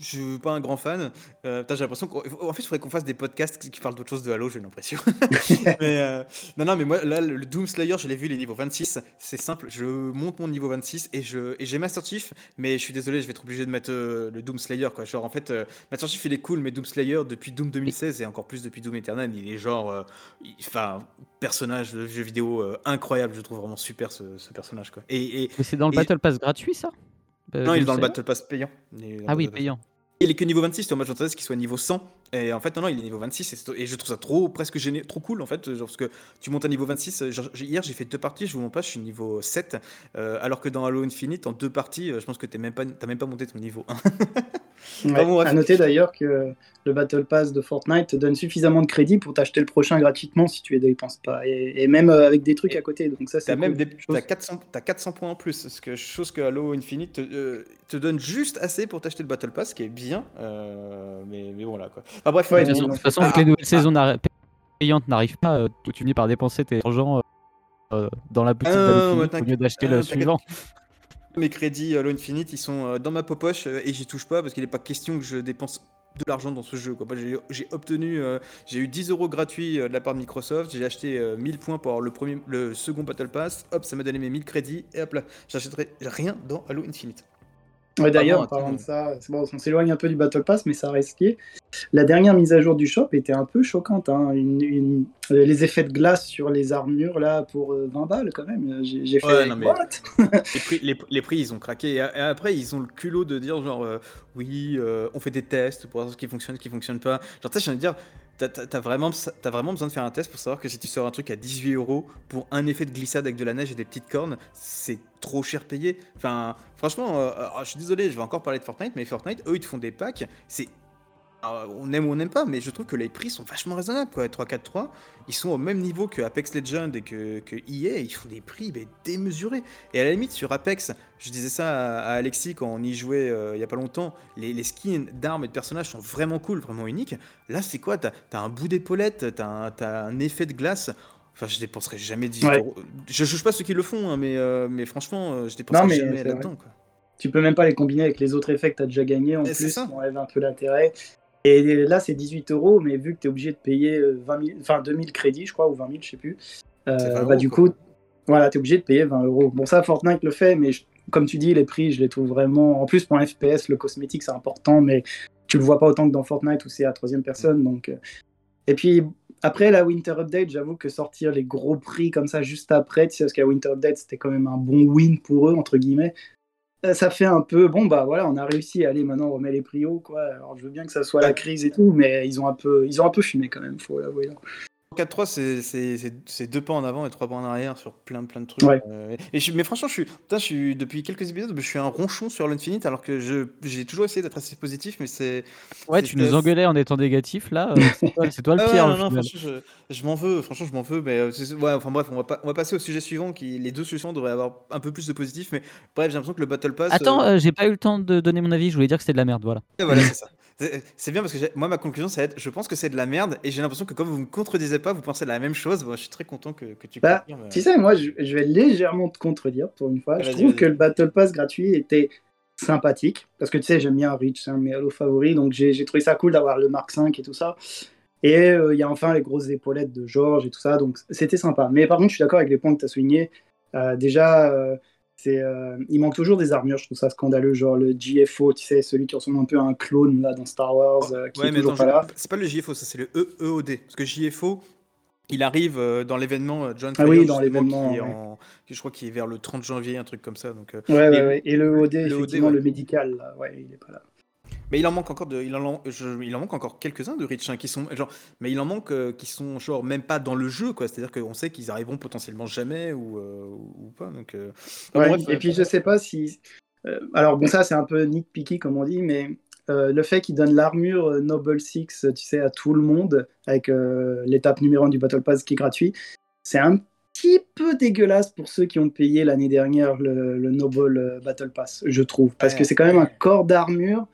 je suis pas un grand fan. Euh, putain, j'ai l'impression qu'en en fait, il faudrait qu'on fasse des podcasts qui qui parlent d'autre chose de Halo, j'ai l'impression. Mais euh, non, non, mais moi, là, le le Doom Slayer, je l'ai vu, les niveaux vingt-six. C'est simple, je monte mon niveau vingt-six et je et j'ai Master Chief, mais je suis désolé, je vais être obligé de mettre euh, le Doom Slayer, quoi. Genre, en fait, euh, Master Chief, il est cool, mais Doom Slayer, depuis Doom deux mille seize et encore plus depuis Doom Eternal, il est genre, euh, il- enfin, personnage de jeu vidéo euh, incroyable. Je trouve vraiment super ce, ce personnage, quoi. Et, et, Mais c'est dans le et Battle Pass gratuit, ça euh, non, il est Doom dans le Slayer Battle Pass payant. Il est dans le Ah oui, Battle Pass. payant. Il est que niveau vingt-six, moi j'entendais ce qu'il soit niveau cent. Et en fait, non, non, il est niveau vingt-six. Et, c'est- et je trouve ça trop, presque gêné, trop cool en fait. Genre, parce que tu montes à niveau vingt-six. euh, genre, j'ai- hier, j'ai fait deux parties, je vous mens pas, je suis niveau sept. euh, alors que dans Halo Infinite, en deux parties, euh, je pense que t'es même pas, t'as même pas monté ton niveau un. Enfin Ouais. bon, À bref. noter d'ailleurs que le Battle Pass de Fortnite te donne suffisamment de crédits pour t'acheter le prochain gratuitement si tu les dépenses pas. Et, et même euh, avec des trucs Et à côté. Donc ça, t'as c'est même cool. des, t'as Chose- quatre cents, t'as quatre cents points en plus. Ce que, chose que Halo Infinite te, euh, te donne juste assez pour t'acheter le Battle Pass, ce qui est bien. euh, mais, mais voilà quoi. Enfin bref. Ouais, De toute mais façon, ils de l'ont toute fait façon, pour. vu que les Ah, nouvelles ah, saisons n'arri- payantes n'arrivent pas, euh, tu finis par dépenser tes argent euh, euh, dans la ah, boutique non, non, non, d'Infinite au lieu t'inquiète, d'acheter le ah, t'inquiète. suivant. Mes crédits Halo Infinite, ils sont euh, dans ma poche euh, et j'y touche pas parce qu'il n'est pas question que je dépense de l'argent dans ce jeu, quoi. Moi, J'ai j'ai obtenu, euh, j'ai eu dix euros gratuits euh, de la part de Microsoft, j'ai acheté euh, mille points pour avoir le, premier, le second Battle Pass, hop, ça m'a donné mes mille crédits et hop là, j'achèterai rien dans Halo Infinite. Ouais, d'ailleurs, Vraiment, en parlant attends. de ça, c'est bon, on s'éloigne un peu du Battle Pass, mais ça reste lié. La dernière mise à jour du shop était un peu choquante, hein. Une- une- euh, Les effets de glace sur les armures, là, pour euh, vingt balles, quand même. J'ai j'ai Ouais, fait non mais what? les prix, les, les prix, ils ont craqué. Et, a- et après, ils ont le culot de dire genre, euh, oui, euh, on fait des tests pour voir ce qui fonctionne, ce qui fonctionne pas. Genre, tu sais, j'ai envie de dire, t'as, t'as- t'as vraiment, t'as vraiment besoin de faire un test pour savoir que si tu sors un truc à dix-huit euros pour un effet de glissade avec de la neige et des petites cornes, c'est trop cher payé. Enfin, franchement, euh, alors, je suis désolé, je vais encore parler de Fortnite, mais Fortnite, eux, ils te font des packs. C'est alors, on aime ou on n'aime pas, mais je trouve que les prix sont vachement raisonnables, quoi. trois quatre trois, ils sont au même niveau que Apex Legends et que, que E A, ils font des prix mais, démesurés. Et à la limite, sur Apex, je disais ça à, à Alexis quand on y jouait euh, il y a pas longtemps, les, les skins d'armes et de personnages sont vraiment cool, vraiment uniques. Là, c'est quoi? T'as, t'as un bout d'épaulette, t'as un, t'as un effet de glace. Enfin, je dépenserai jamais dix-huit Ouais. euros. Je juge pas ceux qui le font, hein, mais, euh, mais franchement, euh, je Non, dépenserai mais jamais c'est vrai. là-dedans, quoi. Tu peux même pas les combiner avec les autres effets que tu as déjà gagnés en Et c'est plus, ça. ça enlève un peu l'intérêt. Et là, c'est dix-huit euros, mais vu que tu es obligé de payer euh, vingt mille, enfin deux mille crédits, je crois, ou vingt mille, je sais plus, C'est euh, vingt bah euros, du quoi. coup, voilà, tu es obligé de payer vingt euros. Bon, ça, Fortnite le fait, mais je- comme tu dis, les prix, je les trouve vraiment. En plus, pour un F P S, le cosmétique, c'est important, mais tu le vois pas autant que dans Fortnite où c'est à troisième personne. Donc, euh. Et puis, après la Winter Update, j'avoue que sortir les gros prix comme ça juste après, tu sais, parce qu'à Winter Update, c'était quand même un bon win pour eux, entre guillemets. Euh, Ça fait un peu, bon bah voilà, on a réussi, allez maintenant on remet les prix haut quoi. Alors je veux bien que ça soit la Ouais. crise et tout, mais ils ont un peu, ils ont un peu fumé quand même, faut l'avouer là. quatre trois, c'est c'est- c'est- c'est deux pas en avant et trois pas en arrière sur plein plein de trucs. Ouais. euh, et je, mais franchement, je suis, putain, je suis depuis quelques épisodes, je suis un ronchon sur l'Infinite alors que je j'ai toujours essayé d'être assez positif, mais c'est Ouais, c'est tu c'est nous assez- engueulais en étant négatif, là, euh, c'est toi, c'est toi le Ah ouais, pire au non, non, final. franchement, je, je m'en veux, franchement, je m'en veux, mais euh, c'est- ouais, enfin bref, on va, pas, on va passer au sujet suivant, qui les deux solutions devraient avoir un peu plus de positif, mais bref, j'ai l'impression que le Battle Pass, Attends, euh, euh, j'ai pas eu le temps de donner mon avis, je voulais dire que c'était de la merde, voilà. et voilà, c'est ça. C'est c'est bien parce que j'ai- moi, ma conclusion, ça va être, je pense que c'est de la merde, et j'ai l'impression que comme vous me contredisez pas, vous pensez la même chose. Bon, je suis très content que, que tu Bah, confirmes. tu sais, moi je, je vais légèrement te contredire pour une fois. Ah, Je vas-y, trouve vas-y. que le Battle Pass gratuit était sympathique, parce que tu sais, j'aime bien Reach, c'est un de mes Halo favoris, donc j'ai j'ai trouvé ça cool d'avoir le Mark cinq et tout ça. Et euh, il y a enfin les grosses épaulettes de George et tout ça, donc c'était sympa. Mais par contre, je suis d'accord avec les points que tu as soulignés. Euh, déjà, euh, c'est, euh, il manque toujours des armures, je trouve ça scandaleux, genre le G F O, tu sais, celui qui ressemble un peu à un clone là dans Star Wars, Oh, euh, qui ouais, est mais toujours attends, pas je- là. c'est pas le J F O, ça c'est le E- EOD. Parce que J F O, il arrive euh, dans l'événement euh, John Ah Fire, oui, dans justement, qui l'événement, est ouais. en. Qui, je crois qu'il est vers le trente janvier, un truc comme ça. Donc, euh, Ouais, mais ouais, ouais. Et le O D, le O D, effectivement, ouais. le médical, là, ouais, il est pas là. Mais il en manque encore de, il en, je- il en manque encore quelques-uns de Rich, hein, qui sont genre, mais il en manque euh, qui sont genre même pas dans le jeu, quoi. C'est-à-dire qu'on sait qu'ils arriveront potentiellement jamais ou, euh, ou pas. Donc, euh, enfin, bon, Ouais, bref, et euh, puis je sais pas si. euh, alors bon, ça c'est un peu nitpicky comme on dit, mais euh, le fait qu'il donne l'armure euh, Noble Six, tu sais, à tout le monde, avec euh, l'étape numéro un du Battle Pass qui est gratuit, c'est un petit peu dégueulasse pour ceux qui ont payé l'année dernière le, le Noble euh, Battle Pass, je trouve. Parce que ouais, c'est quand même un corps d'armure.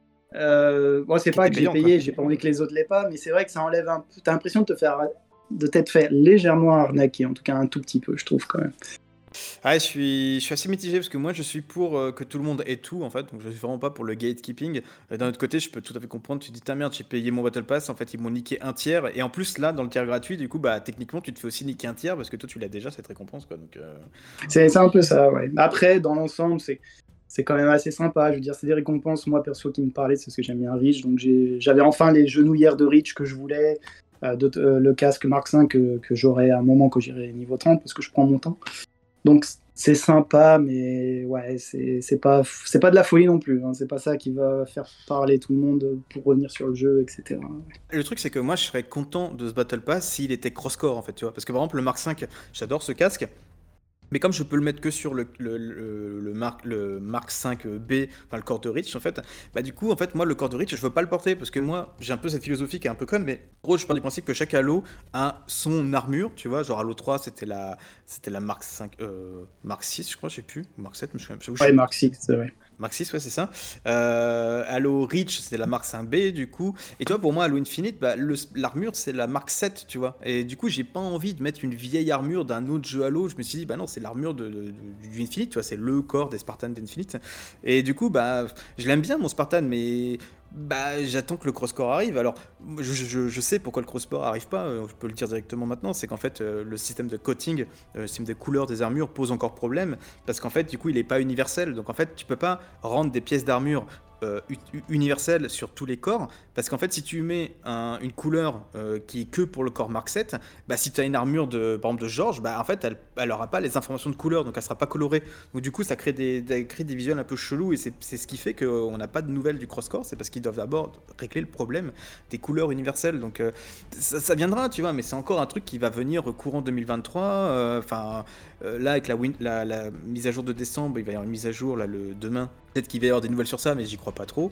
Euh, bon, c'est qui pas était que j'ai payant, quoi. payé, j'ai pas envie que les autres l'aient pas, mais c'est vrai que ça enlève un peu. T'as l'impression de te faire de t'être fait légèrement arnaquer, en tout cas un tout petit peu, je trouve quand même. Ah, je suis, je suis assez mitigé parce que moi je suis pour euh, que tout le monde ait tout en fait, donc je suis vraiment pas pour le gatekeeping. Euh, D'un autre côté, je peux tout à fait comprendre, tu te dis, ta merde, j'ai payé mon Battle Pass, en fait ils m'ont niqué un tiers, et en plus là, dans le tiers gratuit, du coup, bah techniquement tu te fais aussi niquer un tiers parce que toi tu l'as déjà cette récompense quoi. Donc, euh, C'est c'est un peu ça, ouais. Après, dans l'ensemble, c'est c'est quand même assez sympa. Je veux dire, c'est des récompenses, moi perso, qui me parlaient, c'est parce que j'aime bien Reach. Donc j'ai- j'avais enfin les genouillères de Reach que je voulais, euh, d'autres- euh, le casque Mark cinq que, que j'aurai à un moment quand j'irai niveau trente, parce que je prends mon temps. Donc c'est sympa, mais ouais, c'est c'est pas, c'est pas de la folie non plus, hein. C'est pas ça qui va faire parler tout le monde pour revenir sur le jeu, et cetera. Le truc, c'est que moi, je serais content de ce Battle Pass s'il était cross-core, en fait, tu vois. Parce que, par exemple, le Mark cinq, j'adore ce casque, mais comme je peux le mettre que sur le, le, le, le Mark, le Mark cinq B, enfin le corps de Reach, en fait, bah du coup, en fait, moi, le corps de Reach, je veux pas le porter, parce que moi, j'ai un peu cette philosophie qui est un peu conne, mais en gros, je pars du principe que chaque Halo a son armure, tu vois. Genre, Halo trois, c'était la, c'était la Mark cinq, euh, Mark six, je crois, je sais plus, ou Mark sept, mais je sais plus. Ouais, Mark six, c'est vrai. Mark six, ouais, c'est ça. Euh, Halo Reach, c'est la Mark cinq B, du coup. Et tu vois, pour moi, Halo Infinite, bah, le- l'armure, c'est la Mark sept, tu vois. Et du coup, j'ai pas envie de mettre une vieille armure d'un autre jeu Halo. Je me suis dit, bah non, c'est l'armure de, de- du Infinite, tu vois, c'est le corps des Spartans d'Infinite. Et du coup, bah, je l'aime bien, mon Spartan, mais bah, j'attends que le crosscore arrive. Alors, je, je- je sais pourquoi le crosscore arrive pas, euh, je peux le dire directement maintenant, c'est qu'en fait, euh, le système de coating, euh, le système de couleur des armures pose encore problème. Parce qu'en fait, du coup, il est pas universel. Donc en fait, tu peux pas rendre des pièces d'armure euh, u- universelles sur tous les corps. Parce qu'en fait, si tu mets un- une couleur euh, qui est que pour le corps Mark sept, bah, si tu as une armure de, par exemple, de George, bah, en fait, elle, elle aura pas les informations de couleur, donc elle sera pas colorée. Donc du coup, ça crée des, des- crée des visuels un peu chelous, et c'est c'est ce qui fait qu'on n'a pas de nouvelles du cross-core. C'est parce qu'ils doivent d'abord régler le problème des couleurs universelles. Donc euh, ça, ça viendra, tu vois, mais c'est encore un truc qui va venir courant deux mille vingt-trois. euh, Enfin, euh, là, avec la, win- la, la mise à jour de décembre, il va y avoir une mise à jour là, le demain. Peut-être qu'il va y avoir des nouvelles sur ça, mais j'y crois pas trop.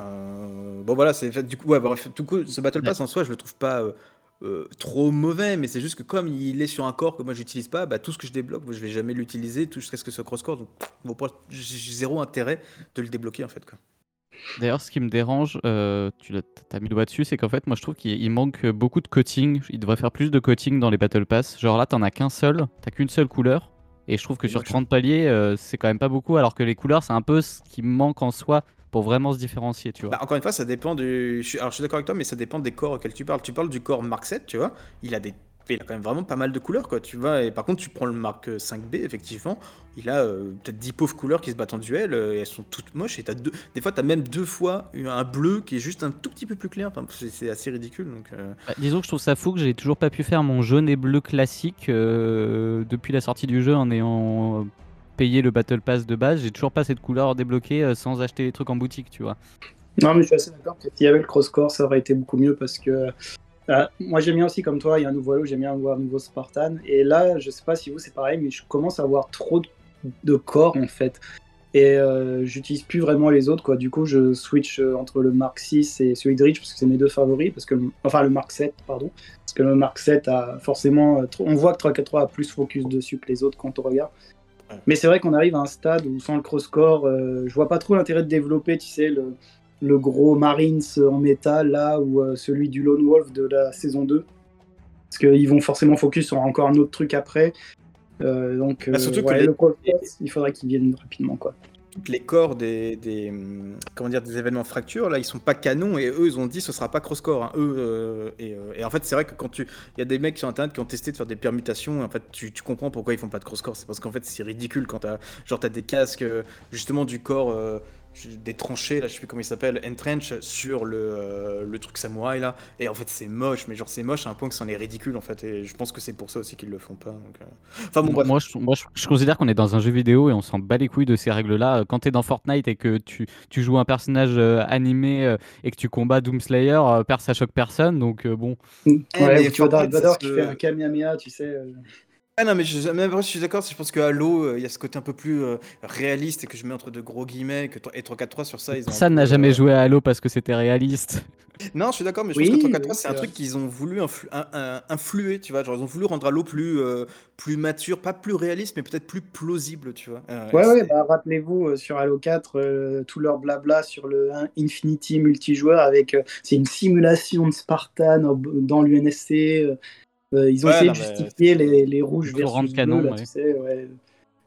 Euh, bon, voilà, c'est du coup, ouais, bref, du coup, ce Battle Ouais. Pass en soi, je le trouve pas euh, euh, trop mauvais, mais c'est juste que comme il est sur un corps que moi j'utilise pas, bah, tout ce que je débloque, moi, je vais jamais l'utiliser, tout jusqu'à ce que ce cross-core. Donc, bon, pour- j'ai zéro intérêt de le débloquer en fait, quoi. D'ailleurs, ce qui me dérange, euh, tu l'as, t'as mis le doigt dessus, c'est qu'en fait, moi je trouve qu'il il manque beaucoup de coating. Il devrait faire plus de coating dans les Battle Pass. Genre là, t'en as qu'un seul, t'as qu'une seule couleur. Et je trouve que C'est sur moche. trente paliers, euh, c'est quand même pas beaucoup, alors que les couleurs, c'est un peu ce qui manque en soi pour vraiment se différencier, tu vois. Bah, encore une fois, ça dépend du. Je suis... Alors, je suis d'accord avec toi, mais ça dépend des corps auxquels tu parles. Tu parles du corps Mark sept, tu vois. Il a des. Il a quand même vraiment pas mal de couleurs, quoi. Tu vois. Et par contre, tu prends le Mark cinq B, effectivement. Il a euh, peut-être dix pauvres couleurs qui se battent en duel. euh, et elles sont toutes moches. Et t'as deux... des fois, t'as même deux fois un bleu qui est juste un tout petit peu plus clair. Enfin, c'est c'est assez ridicule. Donc, euh, Bah, disons que je trouve ça fou que j'ai toujours pas pu faire mon jaune et bleu classique euh, depuis la sortie du jeu en ayant euh, payé le Battle Pass de base. J'ai toujours pas cette couleur débloquée euh, sans acheter les trucs en boutique, tu vois. Non, mais je suis assez d'accord que s'il y avait le cross-core, ça aurait été beaucoup mieux parce que euh, moi j'aime bien aussi, comme toi, il y a un nouveau Halo, j'aime bien voir un nouveau Spartan. Et là, je sais pas si vous c'est pareil, mais je commence à avoir trop de, de corps en fait. Et euh, j'utilise plus vraiment les autres, quoi. Du coup, je switch euh, entre le Mark six et celui de Reach parce que c'est mes deux favoris. Parce que, enfin, le Mark sept, pardon. Parce que le Mark sept a forcément. euh, trop- On voit que trois quatre trois a plus focus dessus que les autres quand on regarde. Ouais. Mais c'est vrai qu'on arrive à un stade où sans le cross-core, euh, je vois pas trop l'intérêt de développer, tu sais, le, le gros Marines en métal, là, ou euh, celui du Lone Wolf de la saison deux. Parce qu'ils vont forcément focus sur encore un autre truc après. Euh, donc, bah, euh, surtout que ouais, les, le cross-core, il faudrait qu'il vienne rapidement, quoi. toutes les corps des, des, hum, comment dire, des événements fractures, là, ils sont pas canons, et eux, ils ont dit ce sera pas cross-core, hein, eux, euh, et, euh, et en fait, c'est vrai que quand tu. Il y a des mecs sur internet qui ont testé de faire des permutations, et en fait, tu, tu comprends pourquoi ils font pas de cross-core. C'est parce qu'en fait, c'est ridicule quand t'as. Genre, t'as des casques, euh, justement, du corps. euh, des tranchées, là, je sais plus comment il s'appelle, Entrench, sur le, euh, le truc samouraï, là. Et en fait, c'est moche, mais genre, c'est moche à un point que c'en est ridicule, en fait. Et je pense que c'est pour ça aussi qu'ils le font pas. Donc, euh. Enfin, bon, Mo- bref. Moi, je, moi, je, je considère qu'on est dans un jeu vidéo et on s'en bat les couilles de ces règles-là. Quand t'es dans Fortnite et que tu, tu joues un personnage euh, animé euh, et que tu combats Doomslayer, euh, per- ça choque personne. Donc euh, bon, Mm. Eh, Ouais, mais ou tu vois Dark Fortnite, ça Vador qui fait un se. Kamehameha, tu sais. euh. Ah non, mais je, même après, je suis d'accord, je pense que Halo, euh, il y a ce côté un peu plus euh, réaliste et que je mets entre de gros guillemets, que et trois quatre trois sur ça, ils ont un personne peu. n'a jamais euh, joué à Halo parce que c'était réaliste. Non, je suis d'accord, mais je pense que Oui, trois quatre trois, oui, c'est c'est un vrai. truc qu'ils ont voulu influ- un- un- influer, tu vois. Genre, ils ont voulu rendre Halo plus, euh, plus mature, pas plus réaliste, mais peut-être plus plausible, tu vois. Euh, et Ouais, ouais, c'est. bah, rappelez-vous euh, sur Halo quatre, euh, tout leur blabla sur le un Infinity multijoueur avec. euh, c'est une simulation de Spartan au- dans l'U N S C. euh, euh, ils ont Ouais, essayé non, de mais justifier c'est. les, les rouges Le torrent de versus bleus, canon, là, tu ouais. sais. Ouais.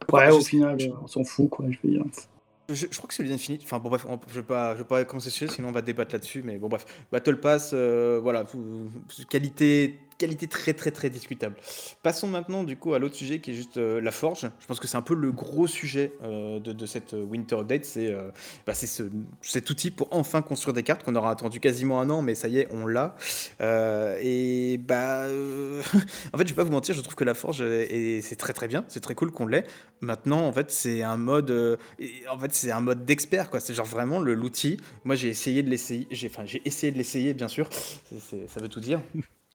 Ouais, je au sais- final, je- euh, on s'en fout, quoi, je veux dire. Je, je crois que c'est le Infinite. Enfin bon bref, on- je vais pas, je vais pas commencer ce sujet, sinon on va débattre là-dessus. Mais bon bref, Battle Pass, euh, voilà, tout- qualité, qualité très très très discutable. Passons maintenant du coup à l'autre sujet qui est juste euh, la forge. Je pense que c'est un peu le gros sujet euh, de, de cette Winter Update, c'est euh, bah, c'est ce- cet outil pour enfin construire des cartes qu'on aura attendu quasiment un an, mais ça y est, on l'a. Euh, et bah, euh, en fait, je vais pas vous mentir, je trouve que la forge euh, est- c'est très très bien, c'est très cool qu'on l'ait. Maintenant, en fait, c'est un mode, euh, et en fait, c'est un mode d'expert, quoi. C'est genre vraiment le l'outil. Moi, j'ai essayé de l'essayer. J'ai, enfin, j'ai essayé de l'essayer, bien sûr. C'est- c'est- ça veut tout dire.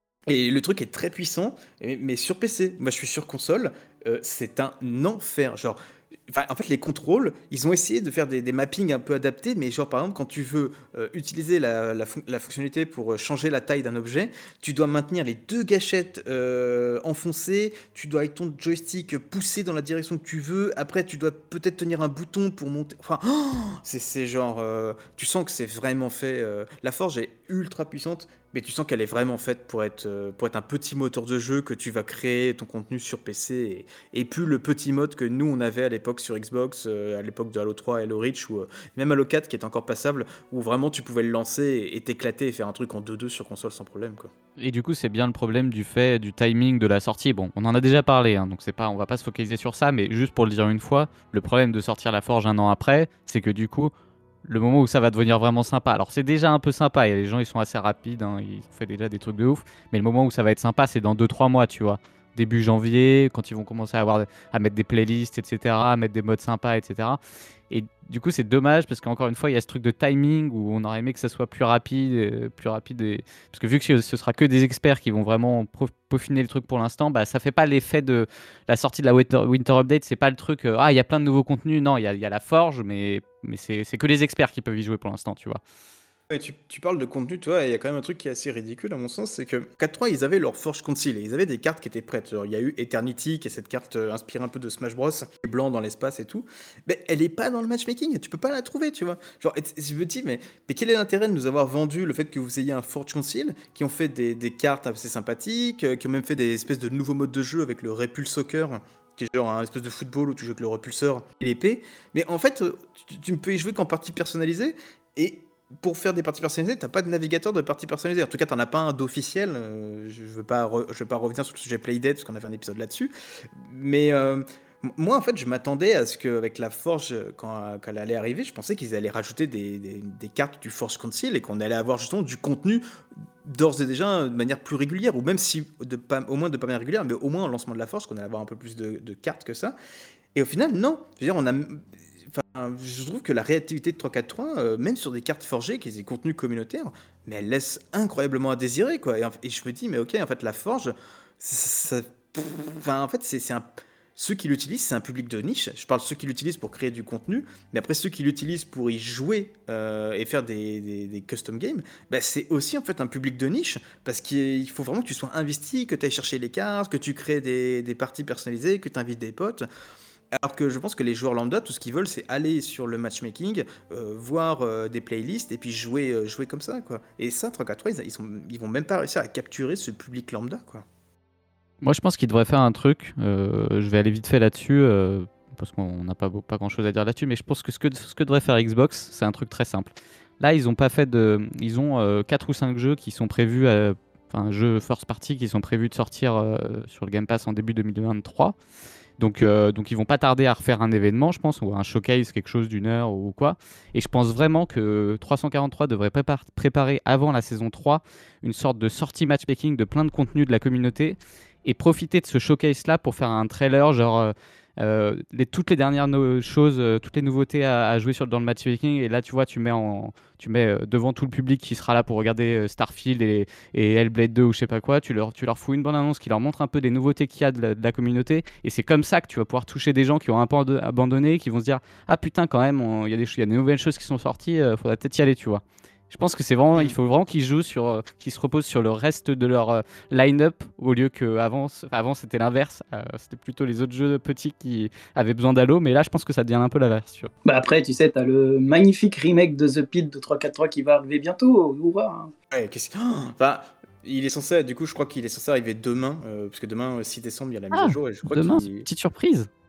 Et le truc est très puissant, et- mais sur P C. Moi, je suis sur console. Euh, c'est un enfer. Genre, enfin, en fait, les contrôles, ils ont essayé de faire des, des mappings un peu adaptés, mais genre, par exemple, quand tu veux euh, utiliser la, la, fon- la fonctionnalité pour euh, changer la taille d'un objet, tu dois maintenir les deux gâchettes euh, enfoncées, tu dois avec ton joystick pousser dans la direction que tu veux, après, tu dois peut-être tenir un bouton pour monter. Enfin, c'est c'est genre, euh, tu sens que c'est vraiment fait. euh, La forge est ultra puissante, mais tu sens qu'elle est vraiment faite pour être, euh, pour être un petit moteur de jeu que tu vas créer ton contenu sur P C et, et plus le petit mode que nous on avait à l'époque sur Xbox, euh, à l'époque de Halo trois, Halo Reach ou euh, même Halo quatre qui est encore passable, où vraiment tu pouvais le lancer et t'éclater et faire un truc en deux deux sur console sans problème, quoi. Et du coup, c'est bien le problème du fait du timing de la sortie. Bon, on en a déjà parlé, hein, donc c'est pas, on va pas se focaliser sur ça, mais juste pour le dire une fois, le problème de sortir la Forge un an après, c'est que du coup, le moment où ça va devenir vraiment sympa, alors c'est déjà un peu sympa, et les gens ils sont assez rapides, hein, ils font déjà des trucs de ouf, mais le moment où ça va être sympa, c'est dans deux trois mois, tu vois. Début janvier, quand ils vont commencer à, avoir, à mettre des playlists, et cetera, à mettre des modes sympas, et cetera. Et du coup, c'est dommage parce qu'encore une fois, il y a ce truc de timing où on aurait aimé que ça soit plus rapide, euh, plus rapide. Et... Parce que vu que ce ce sera que des experts qui vont vraiment pro- peaufiner le truc pour l'instant, bah, ça fait pas l'effet de la sortie de la Winter, Winter Update. C'est pas le truc, euh, ah, il y a plein de nouveaux contenus. Non, il y a, il y a la forge, mais, mais c'est c'est que les experts qui peuvent y jouer pour l'instant, tu vois. Ouais, tu, tu parles de contenu, toi, et il y a quand même un truc qui est assez ridicule à mon sens, c'est que quatre trois, ils avaient leur Forge Council, et ils avaient des cartes qui étaient prêtes. Genre, il y a eu Eternity, qui est cette carte euh, inspirée un peu de Smash Bros, blanc dans l'espace et tout. Mais elle est pas dans le matchmaking, tu peux pas la trouver, tu vois. Genre, et t- je me dis, mais, mais quel est l'intérêt de nous avoir vendu le fait que vous ayez un Forge Council, qui ont fait des, des cartes assez sympathiques, euh, qui ont même fait des espèces de nouveaux modes de jeu avec le Repulse Soccer, qui est genre un espèce de football où tu joues avec le repulseur et l'épée. Mais en fait, euh, tu, tu ne peux y jouer qu'en partie personnalisée. Et pour faire des parties personnalisées, t'as pas de navigateur de parties personnalisées. En tout cas, t'en as pas un d'officiel. Euh, je veux pas, re- je veux pas revenir sur le sujet Playdead parce qu'on a fait un épisode là-dessus. Mais euh, m- moi, en fait, je m'attendais à ce qu'avec la Forge, quand, quand elle allait arriver, je pensais qu'ils allaient rajouter des, des- des cartes du Forge Council et qu'on allait avoir justement du contenu d'ores et déjà de manière plus régulière, ou même si de pas, au moins de pas manière régulière, mais au moins au lancement de la Forge, qu'on allait avoir un peu plus de, de cartes que ça. Et au final, non. Je veux dire, on a. Enfin, je trouve que la réactivité de trois quatre trois, euh, même sur des cartes forgées, qui ont des contenus communautaires, mais elle laisse incroyablement à désirer, quoi. Et, en- et je me dis, mais ok, en fait, la forge, ça, ça- enfin, en fait, c'est c'est un. Ceux qui l'utilisent, c'est un public de niche. Je parle de ceux qui l'utilisent pour créer du contenu, mais après ceux qui l'utilisent pour y jouer euh, et faire des, des- des custom games, bah, c'est aussi en fait un public de niche parce qu'il faut vraiment que tu sois investi, que tu ailles chercher les cartes, que tu crées des, des parties personnalisées, que tu invites des potes. Alors que je pense que les joueurs lambda, tout ce qu'ils veulent, c'est aller sur le matchmaking, euh, voir euh, des playlists et puis jouer, euh, jouer comme ça, quoi. Et ça, trois quatre trois, ils, ils, sont, ils vont même pas réussir à capturer ce public lambda, quoi. Moi, je pense qu'ils devraient faire un truc. Euh, je vais aller vite fait là-dessus. Euh, parce qu'on n'a pas, beau- pas grand chose à dire là-dessus, mais je pense que ce que, ce que devrait faire Xbox, c'est un truc très simple. Là, ils ont pas fait de. Ils ont euh, quatre ou cinq jeux qui sont prévus, à- enfin, jeux first party qui sont prévus de sortir euh, sur le Game Pass en début deux mille vingt-trois. Donc, euh, donc ils vont pas tarder à refaire un événement, je pense, ou un showcase, quelque chose d'une heure ou quoi. Et je pense vraiment que trois cent quarante-trois devrait prépar- préparer avant la saison trois une sorte de sortie matchmaking de plein de contenus de la communauté et profiter de ce showcase-là pour faire un trailer, genre euh, euh, les, toutes les dernières no- choses, euh, toutes les nouveautés à, à jouer sur, dans le matchmaking. Et là, tu vois, tu mets, en, tu mets euh, devant tout le public qui sera là pour regarder euh, Starfield et, et Hellblade deux ou je sais pas quoi, tu leur, tu leur fous une bonne annonce qui leur montre un peu des nouveautés qu'il y a de la, de la communauté. Et c'est comme ça que tu vas pouvoir toucher des gens qui ont un peu ando- abandonné, qui vont se dire ah putain, quand même, on- il y, a des ch- il y a des nouvelles choses qui sont sorties, euh, faudrait peut-être y aller, tu vois. Je pense que c'est vraiment, il Mm. faut vraiment qu'ils jouent sur, euh, qu'ils se reposent sur le reste de leur euh, line-up au lieu que avant, avant c'était l'inverse. Euh, c'était plutôt les autres jeux petits qui avaient besoin d'Halo, mais là je pense que ça devient un peu l'inverse. Tu vois. Bah après, tu sais, t'as le magnifique remake de The Pit de trois quatre trois qui va arriver bientôt. Hurrah. Ouais, qu'est-ce que- Oh, enfin, il est censé, du coup, je crois qu'il est censé arriver demain, euh, parce que demain, euh, six décembre, il y a la mise à Ah, jour, et je crois demain, qu'il. petite surprise.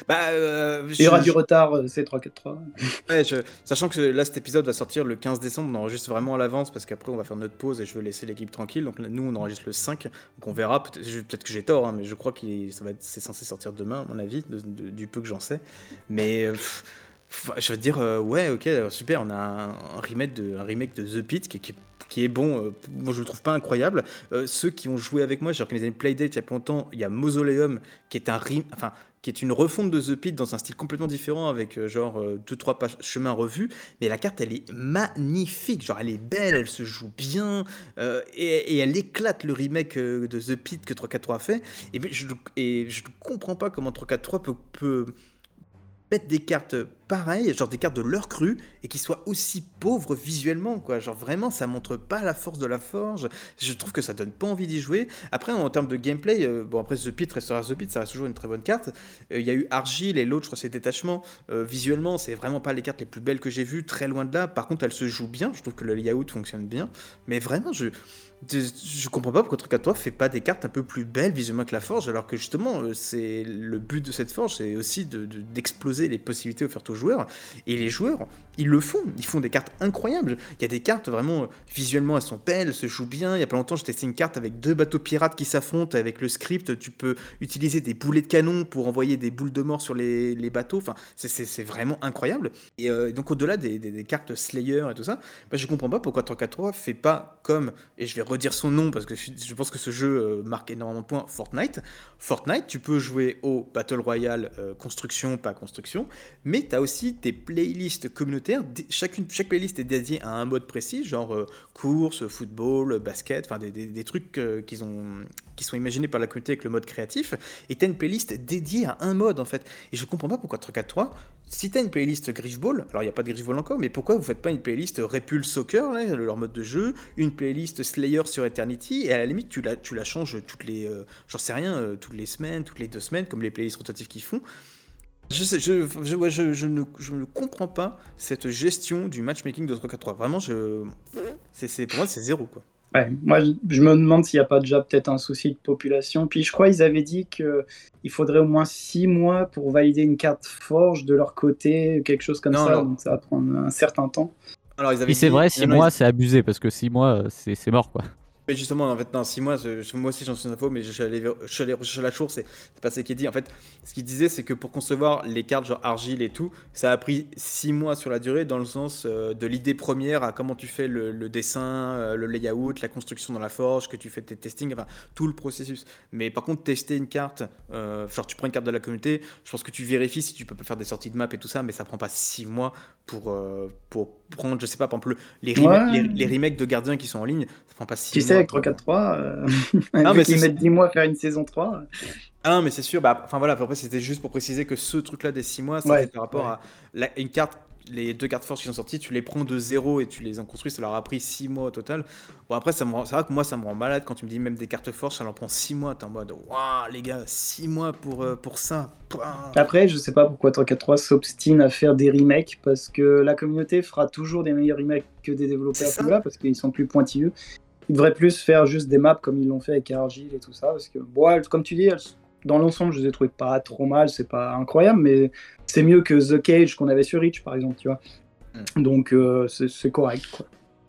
Bah, euh, Il y aura je- du retard, euh, c'est trois quatre trois. Ouais, je- sachant que là, cet épisode va sortir le quinze décembre, on enregistre vraiment à l'avance parce qu'après, on va faire notre pause et je veux laisser l'équipe tranquille. Donc là, nous, on enregistre le cinq, donc on verra. Peut-être je- peut-être que j'ai tort, hein, mais je crois que ça va être, c'est censé sortir demain, à mon avis, de- de- du peu que j'en sais. Mais euh, pff, pff, je veux dire, euh, ouais, ok, alors, super, on a un, un remake de, un remake de The Pit qui, qui, qui est bon. Euh, moi, je le trouve pas incroyable. Euh, ceux qui ont joué avec moi, j'ai organisé une playdate il y a pas longtemps. Il y a Mausoleum qui est un rem- enfin, qui est une refonte de The Pit dans un style complètement différent avec euh, genre euh, deux trois pages chemins revus, mais la carte elle est magnifique, genre elle est belle, elle se joue bien euh, et, et elle éclate le remake euh, de The Pit que trois quatre trois a fait et, puis, je, et je ne comprends pas comment trois quatre trois peut, peut mettre des cartes pareilles, genre des cartes de leur cru, et qui soient aussi pauvres visuellement, quoi. Genre vraiment, ça montre pas la force de la forge. Je trouve que ça donne pas envie d'y jouer. Après, en termes de gameplay, euh, bon, après The Pit restera The Pit, ça reste toujours une très bonne carte. Euh, Il y a eu Argile et l'autre, je crois, c'est Détachement. Euh, visuellement, c'est vraiment pas les cartes les plus belles que j'ai vues, très loin de là. Par contre, elles se jouent bien. Je trouve que le layout fonctionne bien. Mais vraiment, je. Je, je comprends pas pourquoi trois quatre trois fait pas des cartes un peu plus belles visuellement que la forge, alors que justement, euh, c'est le but de cette forge, c'est aussi de- de- d'exploser les possibilités offertes aux joueurs. Et les joueurs, ils le font, ils font des cartes incroyables. Il y a des cartes vraiment, euh, visuellement, elles sont belles, elles se jouent bien. Il y a pas longtemps, j'ai testé une carte avec deux bateaux pirates qui s'affrontent. Avec le script, tu peux utiliser des boulets de canon pour envoyer des boules de mort sur les, les bateaux. Enfin, c'est- c'est c'est vraiment incroyable. Et euh, donc, au-delà des, des- des cartes Slayer et tout ça, bah, je comprends pas pourquoi trois quatre trois fait pas comme, et je vais redire son nom parce que je, je pense que ce jeu euh, marque énormément de points, Fortnite. Fortnite, tu peux jouer au Battle Royale euh, construction, pas construction, mais tu as aussi des playlists communautaires. Dé- Chacune, chaque playlist est dédiée à un mode précis, genre euh, course, football, basket, enfin des, des- des trucs euh, qu'ils ont, qui sont imaginés par la communauté avec le mode créatif. Et tu as une playlist dédiée à un mode en fait. Et je comprends pas pourquoi trois quatre trois, si tu as une playlist Griffball, alors il n'y a pas de Griffball encore, mais pourquoi vous faites pas une playlist Repulse Soccer, là, leur mode de jeu, une playlist Slayer sur Eternity, et à la limite tu la, tu la changes toutes les, euh, j'en sais rien, euh, toutes les semaines, toutes les deux semaines, comme les playlists rotatives qu'ils font. Je, sais- je, je, ouais, je, je ne, je ne comprends pas cette gestion du matchmaking de trois quatre trois. Vraiment, je, c'est, c'est, pour moi, c'est zéro, quoi. Ouais, moi, je, je me demande s'il n'y a pas déjà peut-être un souci de population. Puis je crois qu'ils avaient dit qu'il faudrait au moins six mois pour valider une carte forge de leur côté, quelque chose comme Non, ça. alors, Donc ça va prendre un certain temps. alors ils avaient Si c'est dit, vrai, non, six non, mois, ils- c'est abusé parce que six mois, euh, c'est c'est mort quoi. Mais justement, en fait, dans six mois, je- je- moi aussi j'en suis une info, mais je suis allé, ver- je suis allé rechercher la source, c'est c'est pas ce qui est dit. En fait, ce qu'il disait, c'est que pour concevoir les cartes genre argile et tout, ça a pris six mois sur la durée, dans le sens euh, de l'idée première à comment tu fais le, le dessin, euh, le layout, la construction dans la forge, que tu fais tes testings, enfin tout le processus. Mais par contre, tester une carte, euh, genre tu prends une carte de la communauté, je pense que tu vérifies si tu peux pas faire des sorties de map et tout ça, mais ça prend pas six mois pour, euh, pour prendre, je sais pas, par exemple, les, remake- Ouais, les, les remakes de gardiens qui sont en ligne, ça prend pas six tu sais, mois avec pour. trois quatre trois, euh, Ah, vu mais qu'ils c'est mettent dix mois à faire une saison trois. ah, mais c'est sûr, bah, enfin voilà, après c'était juste pour préciser que ce truc-là des six mois, c'était Ouais, par rapport ouais. à la- une carte, les deux cartes forces qui sont sorties, tu les prends de zéro et tu les en construis, ça leur a pris six mois au total. Bon, après, ça me rend- c'est vrai que moi, ça me rend malade quand tu me dis même des cartes forces, ça leur prend six mois, t'es en mode, waouh, les gars, six mois pour, euh, pour ça. Pouah. Après, je sais pas pourquoi trois quatre trois s'obstine à faire des remakes, parce que la communauté fera toujours des meilleurs remakes que des C'est développeurs à ce ça? niveau-là, parce qu'ils sont plus pointilleux. Ils devraient plus faire juste des maps comme ils l'ont fait avec Argyle et tout ça, parce que, bon, elles- comme tu dis, elles- dans l'ensemble, je les ai trouvées pas trop mal, c'est pas incroyable, mais c'est mieux que The Cage qu'on avait sur Reach, par exemple, tu vois. Hmm. Donc, euh, c'est c'est correct, quoi.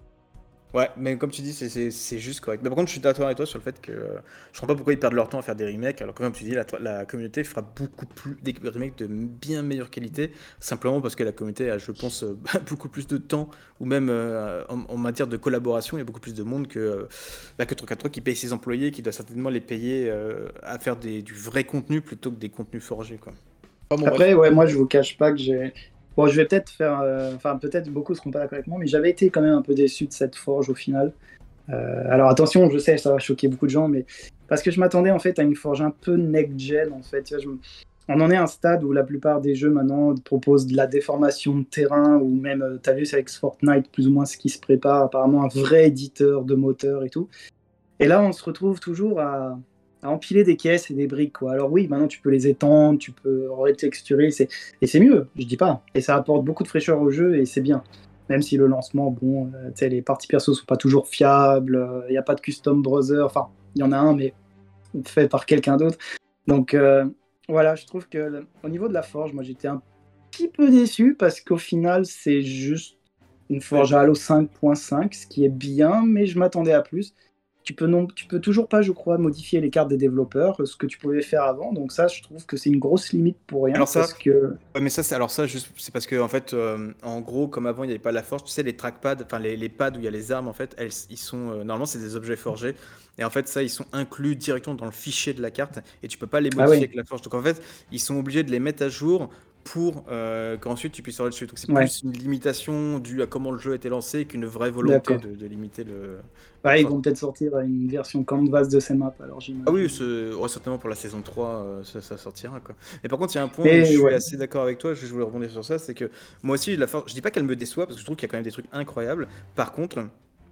Ouais, mais comme tu dis, c'est- c'est c'est juste correct. Mais par contre, je suis d'accord avec toi sur le fait que euh, je comprends pas pourquoi ils perdent leur temps à faire des remakes, alors que comme tu dis, la, la communauté fera beaucoup plus des remakes de bien meilleure qualité, simplement parce que la communauté a, je pense, euh, beaucoup plus de temps, ou même euh, en, en matière de collaboration, il y a beaucoup plus de monde que, euh, bah, que trois quatre trois qui paye ses employés, qui doit certainement les payer euh, à faire des, du vrai contenu plutôt que des contenus forgés, quoi. Enfin, bon, bref. Après, ouais, moi, je vous cache pas que j'ai. Bon, je vais peut-être faire. euh, Enfin, peut-être beaucoup seront pas d'accord avec moi, mais j'avais été quand même un peu déçu de cette forge au final. Euh, alors attention, je sais, ça va choquer beaucoup de gens, mais parce que je m'attendais en fait à une forge un peu next-gen en fait. Tu vois, je me- On en est à un stade où la plupart des jeux maintenant proposent de la déformation de terrain, ou même, euh, t'as vu, c'est avec Fortnite plus ou moins ce qui se prépare, apparemment un vrai éditeur de moteur et tout. Et là, on se retrouve toujours à, à empiler des caisses et des briques, quoi. Alors oui, maintenant tu peux les étendre, tu peux retexturer, c'est... et c'est mieux, je dis pas. Et ça apporte beaucoup de fraîcheur au jeu et c'est bien. Même si le lancement, bon, euh, tu sais, les parties perso sont pas toujours fiables, il n'y a pas de custom browser, enfin, il y en a un, mais fait par quelqu'un d'autre. Donc, euh, voilà, je trouve que le- au niveau de la forge, moi j'étais un petit peu déçu parce qu'au final, c'est juste une forge à Halo cinq point cinq, ce qui est bien, mais je m'attendais à plus. Tu peux, non, tu peux toujours pas, je crois, modifier les cartes des développeurs, ce que tu pouvais faire avant. Donc ça, je trouve que c'est une grosse limite pour rien Alors ça, parce que... ouais, mais ça, c'est alors ça, juste, c'est parce que en fait, euh, en gros, comme avant, il n'y avait pas la forge. Tu sais, les trackpads, enfin les, les pads où il y a les armes, en fait, elles, ils sont euh, normalement c'est des objets forgés. Et en fait, ça, ils sont inclus directement dans le fichier de la carte et tu peux pas les Ah modifier oui, avec la forge. Donc en fait, ils sont obligés de les mettre à jour pour euh, qu'ensuite tu puisses faire dessus. Donc c'est ouais, plus une limitation due à comment le jeu a été lancé qu'une vraie volonté d'accord. de, de limiter le, la Ouais, ils forge. vont peut-être sortir une version canvas de ces maps, alors Ah oui, j'imagine. c'est- ouais, certainement pour la saison trois, euh, ça, ça sortira, quoi. Mais par contre, il y a un point où je Mais suis ouais, assez d'accord avec toi, je voulais rebondir sur ça, c'est que moi aussi, la force, je dis pas qu'elle me déçoit, parce que je trouve qu'il y a quand même des trucs incroyables. Par contre,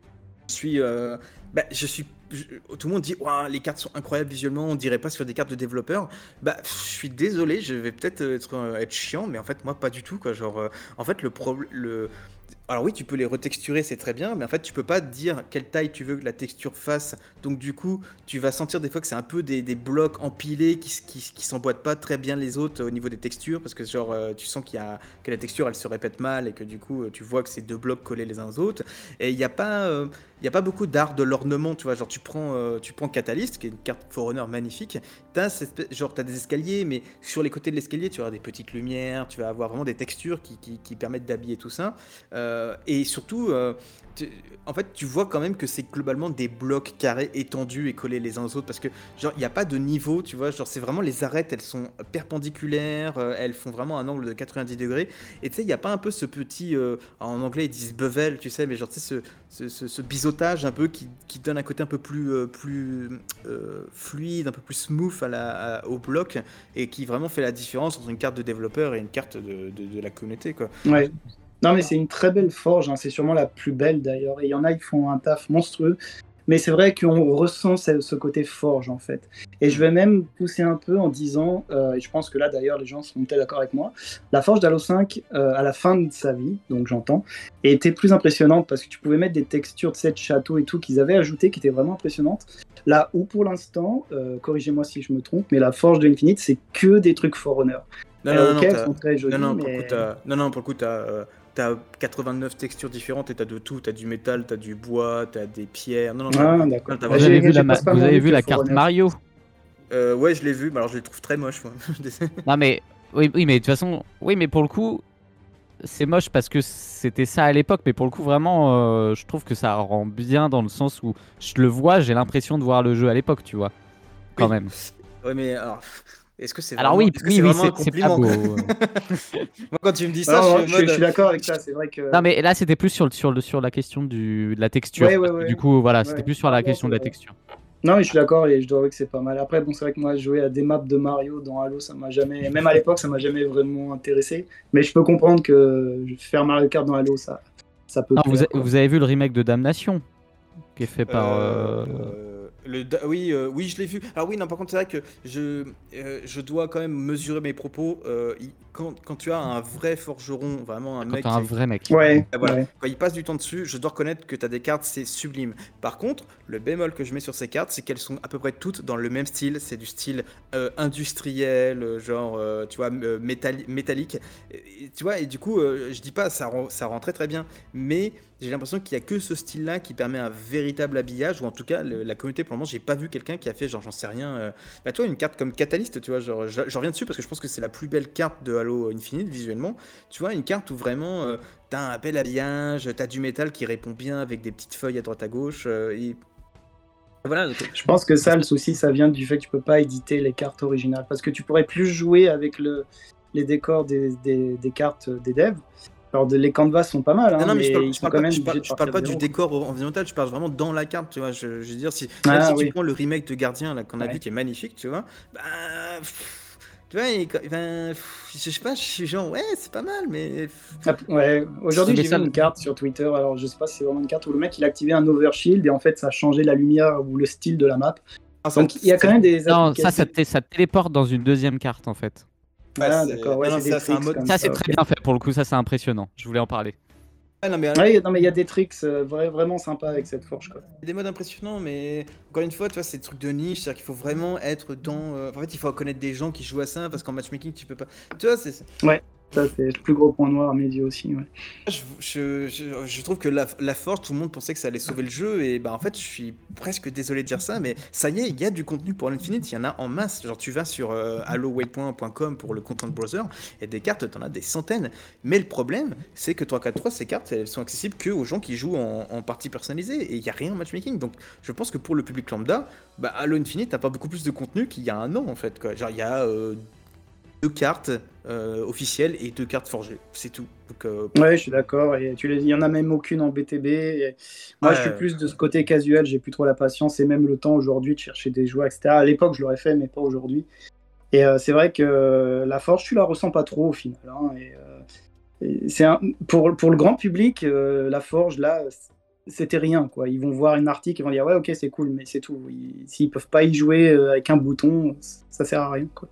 je suis, euh, bah, je suis, je- tout le monde dit, ouah, les cartes sont incroyables visuellement, on dirait pas sur des cartes de développeurs. Bah, je suis désolé, je vais peut-être euh, être, euh, être chiant, mais en fait, moi, pas du tout, quoi. Genre, euh, en fait, le problème, le, alors oui, tu peux les retexturer, c'est très bien, mais en fait, tu peux pas dire quelle taille tu veux que la texture fasse. Donc du coup, tu vas sentir des fois que c'est un peu des, des blocs empilés qui, s- qui, s- qui s'emboîtent pas très bien les autres au niveau des textures, parce que genre, euh, tu sens qu'il y a, que la texture, elle se répète mal, et que du coup, euh, tu vois que c'est deux blocs collés les uns aux autres. Et il n'y a pas, euh, il y a pas beaucoup d'art de l'ornement, tu vois. Genre, tu prends, euh, tu prends Catalyst, qui est une carte Forerunner magnifique. T'as cette espèce- genre, t'as des escaliers, mais sur les côtés de l'escalier, tu vas avoir des petites lumières, tu vas avoir vraiment des textures qui, qui, qui permettent d'habiller tout ça. Euh, et surtout, euh, tu- en fait, tu vois quand même que c'est globalement des blocs carrés étendus et collés les uns aux autres parce que, genre, il n'y a pas de niveau, tu vois. Genre, c'est vraiment les arêtes, elles sont perpendiculaires, euh, elles font vraiment un angle de quatre-vingt-dix degrés. Et tu sais, il n'y a pas un peu ce petit, euh, en anglais, ils disent bevel, tu sais, mais genre, tu sais, ce, ce, ce- ce biseautage un peu qui, qui donne un côté un peu plus, euh, plus euh, fluide, un peu plus smooth à la, à- au bloc et qui vraiment fait la différence entre une carte de développeur et une carte de, de, de la communauté, quoi. ouais. Non, mais c'est une très belle forge, hein. C'est sûrement la plus belle d'ailleurs. Et il y en a qui font un taf monstrueux. Mais c'est vrai qu'on ressent ce, ce côté forge en fait. Et je Mm. vais même pousser un peu en disant, euh, et je pense que là d'ailleurs les gens seront peut-être d'accord avec moi, la forge d'Halo cinq euh, à la fin de sa vie, donc j'entends, était plus impressionnante parce que tu pouvais mettre des textures de cette château et tout qu'ils avaient ajouté qui étaient vraiment impressionnantes. Là où pour l'instant, euh, corrigez-moi si je me trompe, mais la forge de Infinite c'est que des trucs Forerunner. Non, Euh, non, non, ok, non, elles t'as... sont très Non, jolies, non, pour le coup, mais t'as... Non, non, pour le coup, t'as, euh, t'as quatre-vingt-neuf textures différentes et t'as de tout. T'as du métal, t'as du bois, t'as des pierres. Non, non, t'as... ah Non, d'accord. t'as Bah, Vous vraiment... avez j'ai vu la, j'ai ma- pas vous moins avez lu vu que la carte Forerunner. Mario? Euh, ouais, je l'ai vu, mais alors je les trouve très moches, moi. Non mais oui, oui, mais de toute façon, oui, mais pour le coup, c'est moche parce que c'était ça à l'époque, mais pour le coup, vraiment, euh, je trouve que ça rend bien dans le sens où je le vois, j'ai l'impression de voir le jeu à l'époque, tu vois, quand Oui. même. Ouais, mais alors... Est-ce que c'est Alors vraiment... oui, Est-ce que oui, c'est oui, vraiment un c'est c'est pas compliment, quoi? beau. euh. Moi, quand tu me dis ça, je Non, suis non, en je, suis- je mode... suis d'accord avec ça. C'est vrai que. Non mais là, c'était plus sur, le- sur, le, sur la question du, de la texture. Ouais, ouais, Parce que ouais. du coup, voilà, c'était Ouais. plus sur Non, la non, question c'est de la vrai. texture. Non, mais je suis d'accord et je dois avouer que c'est pas mal. Après, bon, c'est vrai que moi, jouer à des maps de Mario dans Halo, ça m'a jamais, même à l'époque, ça m'a jamais vraiment intéressé. Mais je peux comprendre que faire Mario Kart dans Halo, ça, ça peut Non, vous, a- plaire, quoi. vous avez vu le remake de Damnation qui est fait par. euh, Euh, le, da- oui, euh, oui, je l'ai vu. Alors oui, non, par contre, c'est vrai que je, euh, je dois quand même mesurer mes propos. Euh, il- quand, quand tu as un vrai forgeron, vraiment un Quand mec t'as qui, un a- vrai mec. Ouais, ah, voilà, ouais. quand il passe du temps dessus, je dois reconnaître que tu as des cartes, c'est sublime. Par contre, le bémol que je mets sur ces cartes, c'est qu'elles sont à peu près toutes dans le même style. C'est du style euh, industriel, euh, genre, euh, tu vois, euh, métalli- métallique. Et- et tu vois, et du coup, euh, je dis pas, ça rend, ça rend très très bien, mais j'ai l'impression qu'il y a que ce style-là qui permet un véritable habillage, ou en tout cas, le- la communauté, pour le moment, j'ai pas vu quelqu'un qui a fait, genre, j'en sais rien. euh, Bah, toi, une carte comme Catalyst, tu vois, genre, je, je reviens dessus parce que je pense que c'est la plus belle carte de Halo Infinite visuellement. Tu vois, une carte où vraiment euh, t'as un bel habillage, t'as du métal qui répond bien avec des petites feuilles à droite à gauche. euh, et voilà. donc, Je pense que ça, le souci, ça vient du fait que tu peux pas éditer les cartes originales. Parce que tu pourrais plus jouer avec le, les décors des, des, des cartes des devs. Alors, de- les canvas sont pas mal, Non, hein, non, mais je mais parle, ils je sont parle quand pas, même je obligés parle, de je parle partir pas de du zéro. décor environnemental, je parle vraiment dans la carte, tu vois. Je, je veux dire, si, même Ah si tu oui, prends le remake de Gardien là qu'on a ouais. vu qui est magnifique, tu vois, bah, pff, tu vois, il- ben, pff, je sais pas, je suis genre, ouais, c'est pas mal, mais pff, Ah, ouais. Oui, Aujourd'hui, mais j'ai vu ça, une carte sur Twitter. Alors, je sais pas si c'est vraiment une carte où le mec il a activé un overshield et en fait, ça a changé la lumière ou le style de la map. ah, ça, Donc, il y a quand même des non, ça, ça, applications. té- ça téléporte dans une deuxième carte en fait. ouais, Ah, c'est, d'accord, ouais, non, non, c'est des ça, c'est un tricks mode. comme Ça, c'est ça, très ok. bien fait pour le coup, ça, c'est impressionnant. Je voulais en parler. Ah, non, mais Ouais, non, mais il y a des tricks euh, vra- vraiment sympas avec cette forge, quoi. il y a des modes impressionnants, mais encore une fois, tu vois, c'est des trucs de niche, c'est-à-dire qu'il faut vraiment être dans. euh, En fait, il faut connaître des gens qui jouent à ça, parce qu'en matchmaking, tu peux pas. Tu vois, c'est. Ouais, ça c'est le plus gros point noir à mes yeux aussi. Ouais. Je, je, je- je trouve que la, la Forge, tout le monde pensait que ça allait sauver le jeu, et bah en fait, je suis presque désolé de dire ça, mais ça y est, il y a du contenu pour Infinite, il y en a en masse. Genre, tu vas sur euh, allo waypoint point com pour le content browser, et des cartes, t'en as des centaines. Mais le problème, c'est que trois quatre trois, ces cartes, elles sont accessibles que aux gens qui jouent en, en partie personnalisée, et il n'y a rien en matchmaking. Donc, je pense que pour le public lambda, bah, Halo Infinite n'a pas beaucoup plus de contenu qu'il y a un an, en fait, quoi. Genre, il y a euh, deux cartes euh, officielles et deux cartes forgées, c'est tout. Donc, euh, Ouais, je suis d'accord. Et tu l'as dit, il y en a même aucune en B T B. Et moi, je suis ouais. plus de ce côté casual. J'ai plus trop la patience et même le temps aujourd'hui de chercher des joueurs, et cetera. À l'époque, je l'aurais fait, mais pas aujourd'hui. Et euh, c'est vrai que euh, la forge, tu la ressens pas trop au final. Hein, et, euh, et c'est un- pour, pour le grand public, euh, la forge, là, c'était rien, quoi. Ils vont voir une article, ils vont dire, ouais, ok, c'est cool, mais c'est tout. Ils- S'ils peuvent pas y jouer euh, avec un bouton, ça sert à rien, quoi.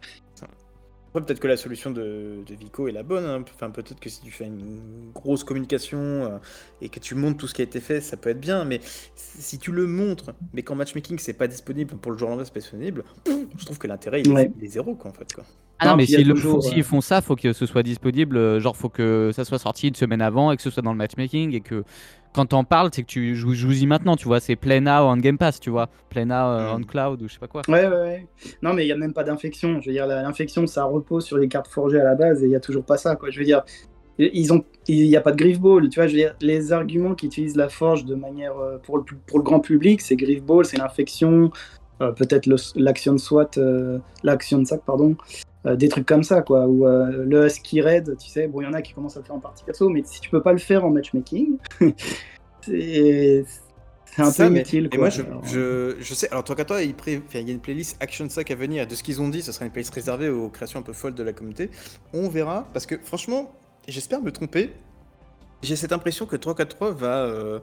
Après, peut-être que la solution de, de Vico est la bonne, hein. Enfin, peut-être que si tu fais une grosse communication euh, et que tu montres tout ce qui a été fait, ça peut être bien. Mais si tu le montres, mais qu'en matchmaking c'est pas disponible, pour le joueur lambda c'est pas disponible, je trouve que l'intérêt il, est- Ouais. il est zéro, quoi, en fait, quoi. Ah non, Non, mais puis il y a s'ils le font, toujours. s'ils euh, font ça, faut que ce soit disponible. euh, Genre, faut que ça soit sorti une semaine avant et que ce soit dans le matchmaking et que quand t'en parles, c'est que tu joues, joues-y maintenant, tu vois. C'est Play Now on Game Pass, tu vois. Play Now euh, on Mm. Cloud ou je sais pas quoi. Ouais, ouais, ouais. Non, mais il n'y a même pas d'infection. Je veux dire, la- l'infection, ça repose sur les cartes forgées à la base et il n'y a toujours pas ça, quoi. Je veux dire, ils ont, il n'y a pas de Griff Ball. Tu vois, je veux dire, les arguments qui utilisent la forge de manière euh, pour le, pu- pour le grand public, c'est Griff Ball, c'est l'infection, euh, peut-être le- l'action SWAT, euh, l'action sac, pardon, euh, des trucs comme ça, quoi. Ou euh, le Husky Raid, tu sais, bon, il y en a qui commencent à le faire en partie perso, mais si tu peux pas le faire en matchmaking, c'est c'est un peu Ça, mais, inutile, et quoi. moi je, Alors, je, je sais, alors trois quatre trois, il, pré- enfin, il y a une playlist Action Sack à venir, de ce qu'ils ont dit, ce sera une playlist réservée aux créations un peu folles de la communauté. On verra, parce que franchement, j'espère me tromper, j'ai cette impression que trois quatre trois va, euh,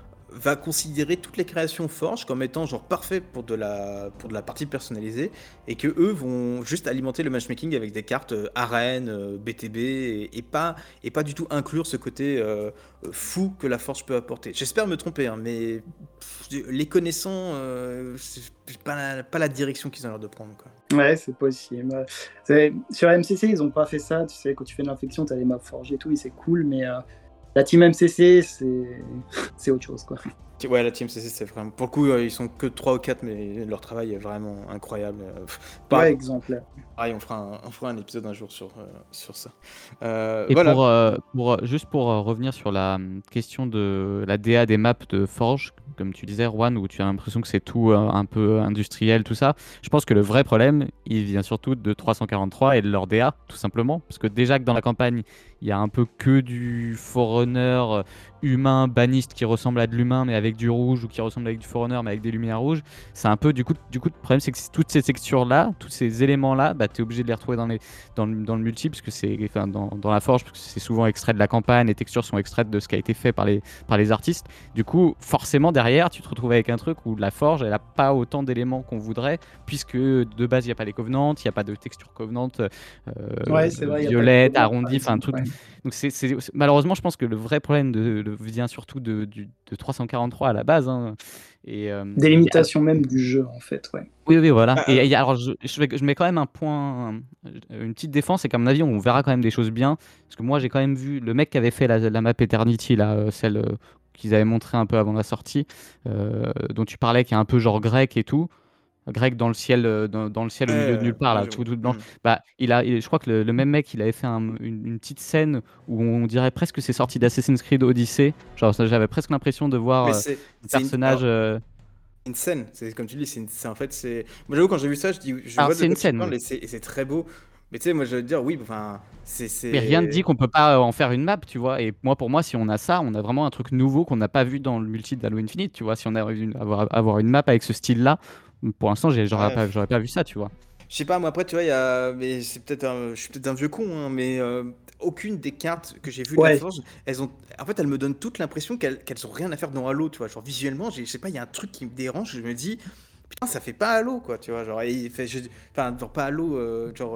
va considérer toutes les créations Forge comme étant genre parfait pour de la, pour de la partie personnalisée, et que eux vont juste alimenter le matchmaking avec des cartes euh, arène, euh, B T B, et, et pas, et pas du tout inclure ce côté euh, euh, fou que la Forge peut apporter. J'espère me tromper, hein, mais pff, les connaissants, euh, c'est pas la, pas la direction qu'ils ont l'air de prendre, quoi. ouais, c'est possible. C'est- Sur M C C, ils ont pas fait ça. Tu sais, quand tu fais de l'infection, tu as les maps forgées et tout, et c'est cool, mais euh, la team M C C, c'est c'est autre chose, quoi. Ouais, la Team C C, c'est vraiment. Pour le coup, euh, ils sont que trois ou quatre, mais leur travail est vraiment incroyable. Euh, pff, Ouais, pareil, exemplaire. pareil, on fera un, on fera un épisode un jour sur, euh, sur ça. Euh, Et voilà. pour, euh, pour, euh, juste pour euh, revenir sur la hum, question de la D A des maps de Forge, comme tu disais, Juan, où tu as l'impression que c'est tout euh, un peu industriel, tout ça, je pense que le vrai problème, il vient surtout de trois cent quarante-trois et de leur D A, tout simplement. Parce que déjà que dans la campagne, il y a un peu que du Forerunner euh, humain, baniste qui ressemble à de l'humain, mais avec du rouge, ou qui ressemble avec du Forerunner, mais avec des lumières rouges. C'est un peu, du coup, du coup, le problème, c'est que toutes ces textures-là, tous ces éléments-là, bah, tu es obligé de les retrouver dans les dans le, dans le multi, parce que c'est enfin, dans, dans la forge, parce que c'est souvent extrait de la campagne, les textures sont extraites de ce qui a été fait par les, par les artistes. Du coup, forcément, derrière, tu te retrouves avec un truc où la forge, elle n'a pas autant d'éléments qu'on voudrait, puisque de base, il n'y a pas les covenants, il n'y a pas de texture covenante euh, Ouais, c'est vrai, il y a pas de violette, Covenant, par arrondie, enfin exemple, tout. ouais. Donc c'est, c'est- c'est- malheureusement, je pense que le vrai problème de, de- vient surtout de, du- de trois cent quarante-trois à la base. Hein. Et, euh, Des il y a- limitations même du jeu, en fait, ouais. oui, oui, voilà. Ah, Et euh, il y a- alors, je, je, vais- je mets quand même un point, euh, une petite défense, c'est qu'à mon avis, on verra quand même des choses bien. Parce que moi, j'ai quand même vu le mec qui avait fait la, la map Eternity, là, euh, celle euh, qu'ils avaient montré un peu avant la sortie, euh, dont tu parlais, qui est un peu genre grec et tout. Grec dans le ciel, euh, dans, dans le ciel au ouais, milieu de ouais, nulle part, ouais, là, j'avoue. tout, tout blanc. Hmm. Bah, il a, il- je crois que le, le même mec, il avait fait un- une, une petite scène où on dirait presque que c'est sorti d'Assassin's Creed Odyssey. Genre, ça, j'avais presque l'impression de voir Mais euh, c'est un c'est une, personnage. alors, euh, une scène, c'est comme tu dis, c'est une- c'est en fait, c'est. Moi, j'avoue, quand j'ai vu ça, je dis, je Alors, vois de c'est quoi une tu scène, parles oui. et c'est et c'est très beau. Mais tu sais, moi, je veux te dire, oui, enfin, c'est. Mais rien ne dit c'est- qu'on peut pas euh, en faire une map, tu vois. Et moi, pour moi, si on a ça, on a vraiment un truc nouveau qu'on n'a pas vu dans le multi d'Halo Infinite, tu vois. Si on a une, avoir, avoir une map avec ce style-là, pour l'instant, j'ai- j'aurais Ouais, pas, j'aurais pas vu ça, tu vois. je sais pas, moi après, tu vois, il y a. Mais c'est peut-être un... je suis peut-être un vieux con, hein, mais euh, aucune des cartes que j'ai vues de la Ouais, Forge, elles ont. En fait, elles me donnent toute l'impression qu'elles qu'elles ont rien à faire dans Halo, tu vois. Genre, visuellement, j'ai- je sais pas, il y a un truc qui me dérange, je me dis, putain, ça fait pas Halo, quoi, tu vois. Genre, et il fait. je- Enfin, genre, pas Halo, euh, genre. euh,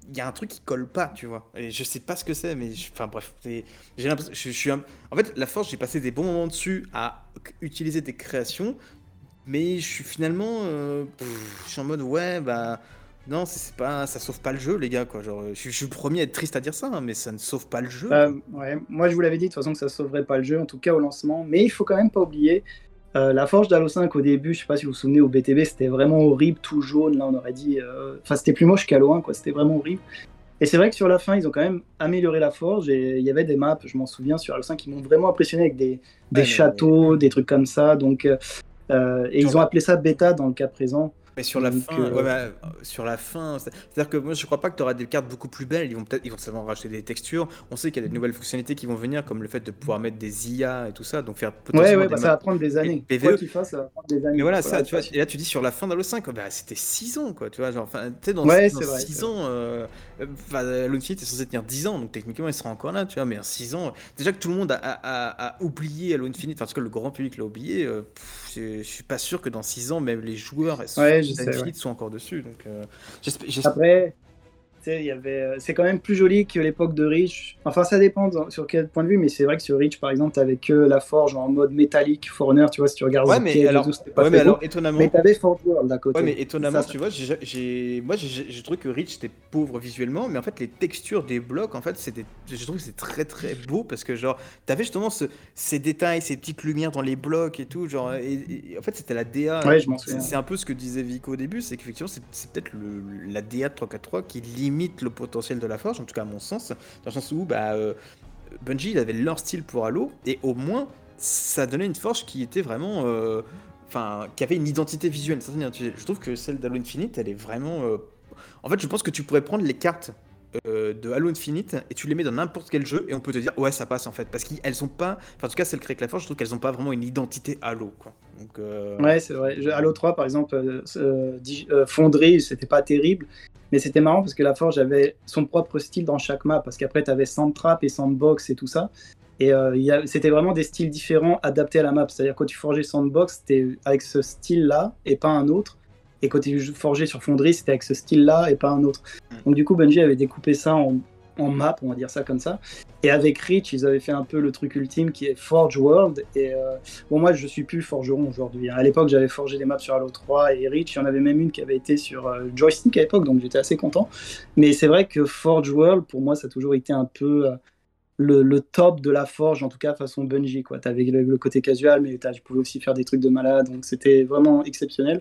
il y a un truc qui colle pas, tu vois. Et je sais pas ce que c'est, mais je- enfin bref, c'est- j'ai l'impression, je, je suis un- en fait, la force, j'ai passé des bons moments dessus à c- utiliser des créations, mais je suis finalement, euh, pff, je suis en mode ouais, bah non, c'est c'est pas, ça sauve pas le jeu, les gars, quoi. Genre, je, suis je suis le premier à être triste à dire ça, hein, mais ça ne sauve pas le jeu, Bah, quoi. ouais, moi, je vous l'avais dit de toute façon que ça sauverait pas le jeu, en tout cas au lancement. Mais il faut quand même pas oublier, euh, la forge d'Halo cinq au début, je sais pas si vous vous souvenez, au B T B, c'était vraiment horrible, tout jaune. Là, on aurait dit. euh, Enfin, c'était plus moche qu'Halo un, quoi. C'était vraiment horrible. Et c'est vrai que sur la fin, ils ont quand même amélioré la forge. Et il y avait des maps, je m'en souviens, sur Halo cinq, qui m'ont vraiment impressionné avec des, des Ouais, mais, châteaux, des trucs comme ça. Donc, euh, euh, et sur ils ont la, appelé ça bêta dans le cas présent. Mais sur la Donc, fin, ouais, euh, bah, euh, sur la fin, c'est- c'est-à-dire que moi je crois pas que tu auras des cartes beaucoup plus belles. Ils vont peut-être, ils vont seulement rajouter des textures. On sait qu'il y a des nouvelles fonctionnalités qui vont venir, comme le fait de pouvoir mettre des I A et tout ça, donc faire ouais, potentiellement ouais, des bah, ça maps va prendre des années. Quoi P V E. qu'il fasse, ça va prendre des Mais années. voilà, Voilà, ça, être tu vois, patient. et là tu dis sur la fin d'Halo cinq, bah, c'était six ans, quoi, tu vois, genre, enfin, tu sais, dans, Ouais, dans c'est vrai, c'est six vrai. ans, euh, euh, enfin, Halo Infinite est censé tenir dix ans, donc techniquement il sera encore là, tu vois, mais en six ans, déjà que tout le monde a, a- a- a oublié Halo Infinite, enfin, en tout cas le grand public l'a oublié, euh, pff, je je suis pas sûr que dans six ans, même les joueurs Ouais, je sais, ouais. d'Infinite soient encore dessus, donc euh, j'espère. Après, tu sais, il y avait, euh, c'est quand même plus joli que l'époque de Reach. Enfin, ça dépend dans- sur quel point de vue, mais c'est vrai que sur Reach, par exemple, t'avais que la forge en mode métallique, Forerunner, tu vois, si tu regardes Ouais, The mais Cave et tout, alors, c'était pas ouais, mais très beau. alors Mais étonnamment, t'avais Forge World à ouais, mais côté. Et ça, étonnamment, ça tu vois, j'ai, j'ai- moi, j'ai j'ai trouvé que Reach était pauvre visuellement, mais en fait, les textures des blocs, en fait, c'était, je trouve que c'est très très beau parce que genre, t'avais justement ce- ces détails, ces petites lumières dans les blocs et tout, genre, et, et en fait, c'était la D A. Ouais, je m'en C'est souviens. c'est un peu ce que disait Vico au début, c'est qu'effectivement, c'est c'est peut-être le- la D A de trois quatre trois qui limite le potentiel de la forge, en tout cas à mon sens, dans le sens où, bah. euh, Bungie, ils avaient leur style pour Halo, et au moins, ça donnait une forge qui était vraiment. euh, Enfin, qui avait une identité visuelle. Ça, c'est- Je trouve que celle d'Halo Infinite, elle est vraiment. euh, En fait, je pense que tu pourrais prendre les cartes euh, de Halo Infinite et tu les mets dans n'importe quel jeu, et on peut te dire, ouais, ça passe en fait. Parce qu'elles sont pas. Enfin, en tout cas, celle créée avec la forge, je trouve qu'elles ont pas vraiment une identité Halo, quoi. Donc. euh, Ouais, c'est vrai. Je- Halo trois, par exemple, euh, euh, Dig- euh, Foundry, c'était pas terrible. Mais c'était marrant parce que la Forge avait son propre style dans chaque map. Parce qu'après, tu avais Sandtrap et Sandbox et tout ça. Et euh, il y a- c'était vraiment des styles différents adaptés à la map. C'est-à-dire, quand tu forgeais Sandbox, c'était avec ce style-là et pas un autre. Et quand tu forgeais sur Foundry, c'était avec ce style-là et pas un autre. Donc, du coup, Bungie avait découpé ça en, en map, on va dire ça comme ça. Et avec Reach, ils avaient fait un peu le truc ultime qui est Forge World. Et euh, bon, moi, je suis plus forgeron aujourd'hui. À l'époque, j'avais forgé des maps sur Halo trois et Reach. Il y en avait même une qui avait été sur euh, Joystick à l'époque, donc j'étais assez content. Mais c'est vrai que Forge World, pour moi, ça a toujours été un peu euh, le, le top de la forge, en tout cas façon Bungie. Tu avais le, le côté casual, mais t'as- tu pouvais aussi faire des trucs de malade. Donc c'était vraiment exceptionnel.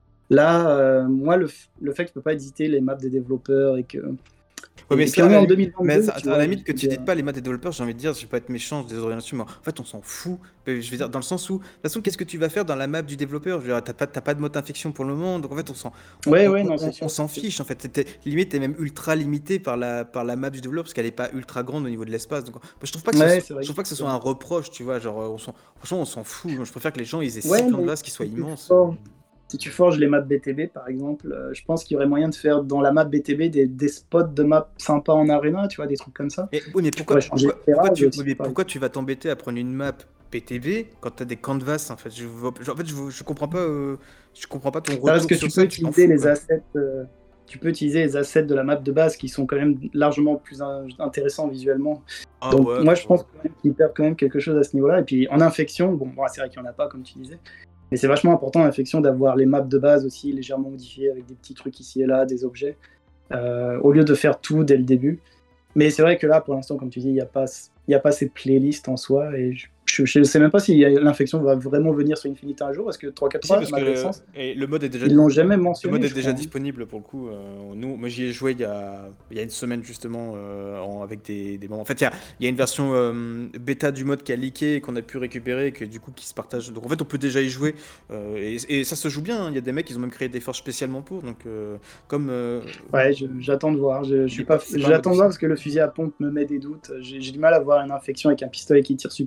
Là, euh, moi, le, f- le fait que je peux pas éditer les maps des développeurs et que. Ouais, Et, mais et puis ça, on à est la en limite, mais deux mille vingt-deux, ça, tu à la vois. limite que je tu veux dire, n'édites pas les maths des développeurs, j'ai envie de dire, je vais pas être méchant, je suis désolé là-dessus, mais en fait, on s'en fout. Euh, Je veux dire, dans le sens où, de toute façon, qu'est-ce que tu vas faire dans la map du développeur? Je veux dire, t'as pas, t'as pas de mode infection pour le moment, donc en fait, on s'en, on, Ouais, on- ouais, on- non, c'est on- on sûr. s'en c'est- fiche, en fait. T'es- limite, t'es même ultra limité par la, par la map du développeur, parce qu'elle est pas ultra grande au niveau de l'espace. Donc, je trouve pas que ce Ouais, soit, c'est je vrai. trouve pas que ce soit un reproche, tu vois, genre, euh, on s'en, franchement, on s'en fout. Je préfère que les gens, ils aient six Ouais, mais canvas qui soient si tu immenses. forges, si tu forges les maps B T B, par exemple, euh, je pense qu'il y aurait moyen de faire dans la map B T B des, des spots de map sympas en arena, tu vois, des trucs comme ça. Mais, oui, mais Tu pourquoi, pourrais changer pourquoi, pourquoi l'éclairage tu, aussi, oui, mais par pourquoi exemple. tu vas t'embêter à prendre une map P T B quand tu as des canvas en fait? Je, vois- je- en fait, je, je comprends pas, euh, je comprends pas ton Ah, parce retour que sur tu peux ça. Tu t'en utiliser fous les quoi. assets, euh, tu peux utiliser les assets de la map de base qui sont quand même largement plus in- intéressants visuellement. Ah Donc ouais. moi, je Bon. pense quand même qu'ils perdent quand même quelque chose à ce niveau-là. Et puis en infection, bon, bon, c'est vrai qu'il n'y en a pas, comme tu disais. Mais c'est vachement important en infection d'avoir les maps de base aussi légèrement modifiées avec des petits trucs ici et là, des objets, euh, au lieu de faire tout dès le début. Mais c'est vrai que là, pour l'instant, comme tu dis, il n'y a pas, il y a pas ces playlists en soi. Et je ne sais même pas si l'infection va vraiment venir sur Infinite un jour, parce que trois quatre Si, trois, parce que malgré le le, sens, et le mode est déjà, ils l'ont jamais le mentionné, mode est je déjà crois. disponible pour le coup. euh, nous, moi, j'y ai joué il y a, il y a une semaine justement euh, en- avec des, des moments. En fait, il y a, il y a une version euh, bêta du mode qui a leaké et qu'on a pu récupérer, et que du coup qui se partage. Donc en fait, on peut déjà y jouer euh, et, et ça se joue bien. hein. Il y a des mecs, ils ont même créé des forges spécialement pour. Donc euh, comme euh, Ouais, je- j'attends de voir. Je, je il suis est pas, pas, c'est pas un mode j'attends de voir difficile. parce que le fusil à pompe me met des doutes. J'ai j'ai du mal à voir une infection avec un pistolet qui tire super vite et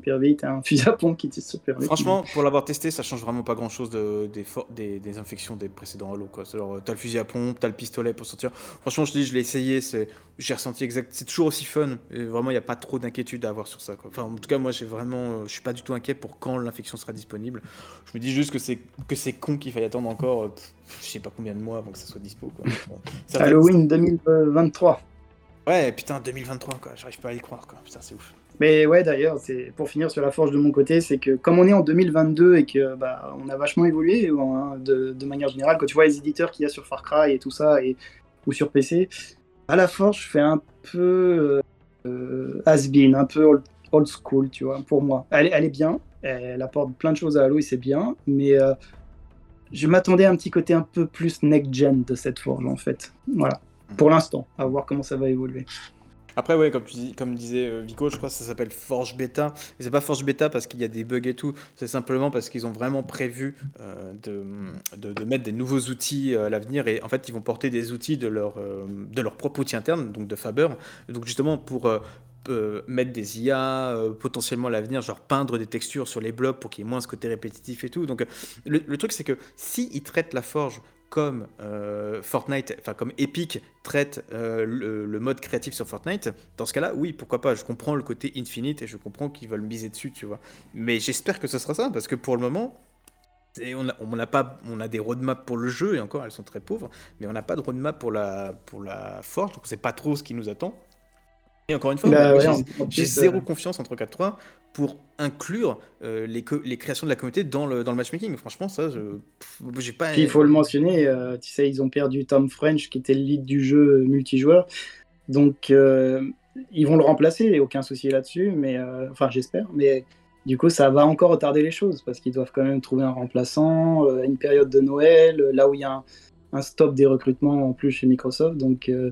un fusil à pompe qui tire super vite. Franchement, pour l'avoir testé, ça change vraiment pas grand chose de, des, for- des, des infections des précédents Halo, quoi. C'est genre, euh, t'as le fusil à pompe, t'as le pistolet pour sortir. Franchement, je te dis, je l'ai essayé, c'est, j'ai ressenti exact, c'est toujours aussi fun. Et vraiment, il n'y a pas trop d'inquiétude à avoir sur ça, quoi. Enfin, en tout cas, moi, j'ai vraiment, euh, je suis pas du tout inquiet pour quand l'infection sera disponible. Je me dis juste que c'est que c'est con qu'il faille attendre encore, euh, pff, je sais pas combien de mois avant que ça soit dispo, quoi. Bon, ça va- Halloween deux mille vingt-trois. Ouais, putain, deux mille vingt-trois, quoi. J'arrive pas à y croire, quoi. Putain, c'est ouf. Mais ouais, d'ailleurs, c'est pour finir sur la forge de mon côté, c'est que comme on est en deux mille vingt-deux et que bah, on a vachement évolué hein, de, de manière générale, quand tu vois les éditeurs qu'il y a sur Far Cry et tout ça, et, ou sur P C, à la forge fait un peu euh, has-been, un peu old, old school, tu vois, pour moi. Elle, est- elle est bien, elle apporte plein de choses à Halo et c'est bien, mais euh, je m'attendais à un petit côté un peu plus next-gen de cette forge, en fait. Voilà, pour l'instant, à voir comment ça va évoluer. Après, ouais, comme tu dis, comme disait euh, Vico, je crois que ça s'appelle Forge Beta. Et c'est pas Forge Beta parce qu'il y a des bugs et tout, c'est simplement parce qu'ils ont vraiment prévu euh, de, de, de mettre des nouveaux outils euh, à l'avenir. Et en fait, ils vont porter des outils de leur, euh, de leur propre outil interne, donc de Faber. Donc justement, pour euh, euh, mettre des I A euh, potentiellement à l'avenir, genre peindre des textures sur les blocs pour qu'il y ait moins ce côté répétitif et tout. Donc euh, le, le truc, c'est que si ils traitent la Forge comme euh, Fortnite, enfin comme Epic traite euh, le, le mode créatif sur Fortnite, dans ce cas-là, oui, pourquoi pas. Je comprends le côté Infinite et je comprends qu'ils veulent miser dessus, tu vois. Mais j'espère que ce sera ça, parce que pour le moment, c'est- on a, on a pas, on a des roadmaps pour le jeu et encore, elles sont très pauvres, mais on n'a pas de roadmap pour la, pour la Forge, donc on sait pas trop ce qui nous attend. Et encore une fois, Bah, moi, ouais, j'ai en- en j'ai plus, zéro euh, confiance en trois quatre trois pour inclure euh, les, co- les créations de la communauté dans le, dans le matchmaking. Franchement, ça, je, pff, j'ai pas. Puis il faut le mentionner, euh, tu sais, ils ont perdu Tom French qui était le lead du jeu multijoueur. Donc euh, ils vont le remplacer, aucun souci là-dessus, mais euh, enfin j'espère. Mais du coup, ça va encore retarder les choses parce qu'ils doivent quand même trouver un remplaçant euh, à une période de Noël, euh, là où il y a un, un stop des recrutements en plus chez Microsoft. Donc euh,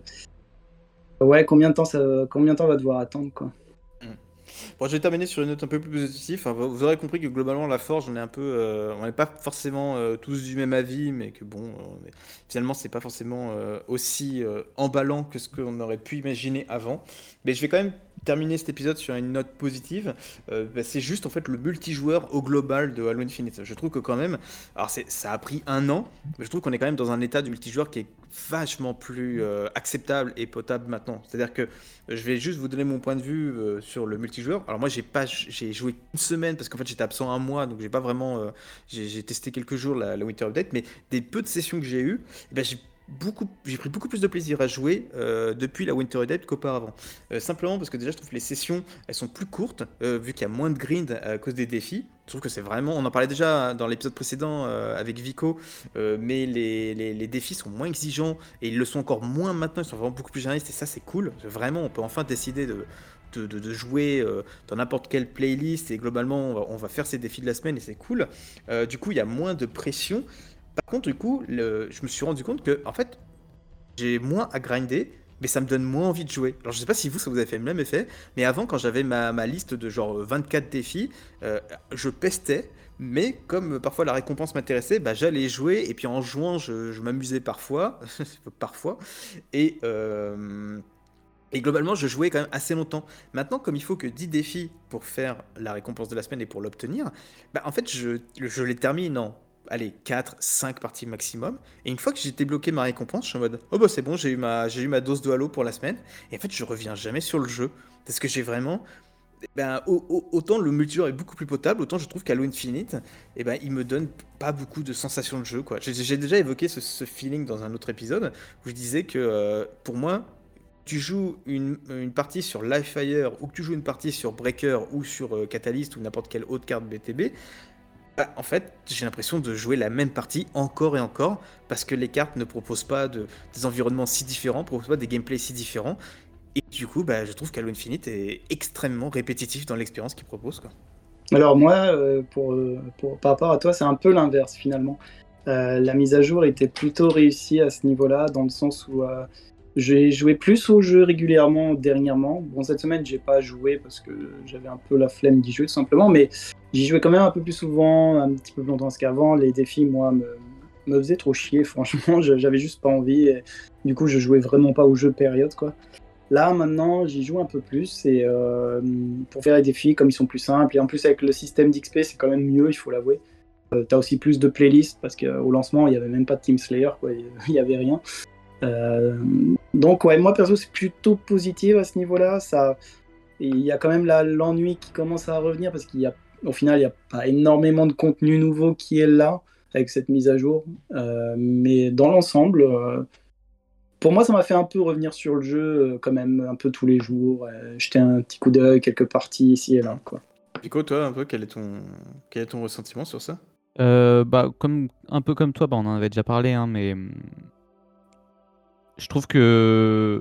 ouais, combien de temps ça, combien de temps on va devoir attendre quoi. Bon, je vais terminer sur une note un peu plus positive. Enfin, vous vous aurez compris que globalement, la Forge, on est un peu, euh, on n'est pas forcément euh, tous du même avis, mais que bon, euh, on est- finalement, c'est pas forcément euh, aussi euh, emballant que ce qu'on aurait pu imaginer avant. Mais je vais quand même terminer cet épisode sur une note positive. Euh, bah, c'est juste en fait le multijoueur au global de Halo Infinite. Je trouve que quand même, alors c'est, ça a pris un an, mais je trouve qu'on est quand même dans un état du multijoueur qui est vachement plus euh, acceptable et potable maintenant. C'est-à-dire que je vais juste vous donner mon point de vue euh, sur le multijoueur. Alors moi j'ai pas j'ai joué une semaine parce qu'en fait j'étais absent un mois donc j'ai pas vraiment euh, j'ai j'ai testé quelques jours la, la Winter Update mais des peu de sessions que j'ai eues, eh ben, j'ai beaucoup j'ai pris beaucoup plus de plaisir à jouer euh, depuis la Winter Update qu'auparavant. Euh, simplement parce que déjà je trouve que les sessions elles sont plus courtes euh, vu qu'il y a moins de grind à cause des défis. Je trouve que c'est vraiment, on en parlait déjà dans l'épisode précédent euh, avec Vico, euh, mais les, les, les défis sont moins exigeants et ils le sont encore moins maintenant, ils sont vraiment beaucoup plus généralistes et ça c'est cool. Vraiment, on peut enfin décider de, de, de- de jouer euh, dans n'importe quelle playlist et globalement on va, on va faire ces défis de la semaine et c'est cool. Euh, du coup, il y a moins de pression. Par contre, du coup, le- je me suis rendu compte que en fait, j'ai moins à grinder, mais ça me donne moins envie de jouer. Alors je sais pas si vous, ça vous a fait le même effet, mais avant, quand j'avais ma, ma liste de genre vingt-quatre défis, euh, je pestais, mais comme euh, parfois la récompense m'intéressait, bah, j'allais jouer, et puis en jouant, je, je m'amusais parfois, parfois, et... euh, et globalement, je jouais quand même assez longtemps. Maintenant, comme il faut que dix défis pour faire la récompense de la semaine et pour l'obtenir, bah en fait, je, je les termine en, allez, quatre, cinq parties maximum. Et une fois que j'ai débloqué ma récompense, je suis en mode, oh bah c'est bon, j'ai eu ma, j'ai eu ma dose de Halo pour la semaine. Et en fait, je reviens jamais sur le jeu. Parce que j'ai vraiment... eh Ben, au- au- autant le multijoueur est beaucoup plus potable, autant je trouve qu'Halo Infinite, eh ben, il me donne pas beaucoup de sensations de jeu, quoi. J'ai j'ai déjà évoqué ce, ce feeling dans un autre épisode, où je disais que, euh, pour moi, tu joues une, une partie sur Livefire ou que tu joues une partie sur Breaker ou sur euh, Catalyst ou n'importe quelle autre carte B T B, bah, en fait, j'ai l'impression de jouer la même partie encore et encore parce que les cartes ne proposent pas de, des environnements si différents, ne proposent pas des gameplays si différents. Et du coup, bah, je trouve qu'Halo Infinite est extrêmement répétitif dans l'expérience qu'il propose, quoi. Alors moi, euh, pour, euh, pour, par rapport à toi, c'est un peu l'inverse finalement. Euh, la mise à jour était plutôt réussie à ce niveau-là, dans le sens où euh, j'ai joué plus au jeu régulièrement dernièrement. Bon, cette semaine, j'ai pas joué parce que j'avais un peu la flemme d'y jouer tout simplement, mais j'y jouais quand même un peu plus souvent, un petit peu plus longtemps qu'avant. Les défis, moi, me, me faisaient trop chier, franchement. Je- J'avais juste pas envie. Et du coup, je jouais vraiment pas au jeu période, quoi. Là, maintenant, j'y joue un peu plus et euh, pour faire les défis, comme ils sont plus simples, et en plus avec le système d'X P, c'est quand même mieux, il faut l'avouer. Euh, t'as aussi plus de playlists parce qu'au lancement, il n'y avait même pas de Team Slayer, quoi, il n'y avait rien. Euh, donc, ouais, moi perso, c'est plutôt positif à ce niveau-là. Ça, il y a quand même là, l'ennui qui commence à revenir parce qu'il y a, au final, il n'y a pas énormément de contenu nouveau qui est là avec cette mise à jour. Euh, mais dans l'ensemble, euh, pour moi, ça m'a fait un peu revenir sur le jeu, euh, quand même, un peu tous les jours, euh, jeter un petit coup d'œil, quelques parties ici et là, quoi. Pico, toi, un peu, quel est ton, quel est ton ressentiment sur ça? Euh, bah, comme, un peu comme toi, bah, on en avait déjà parlé, hein, mais hum, je trouve que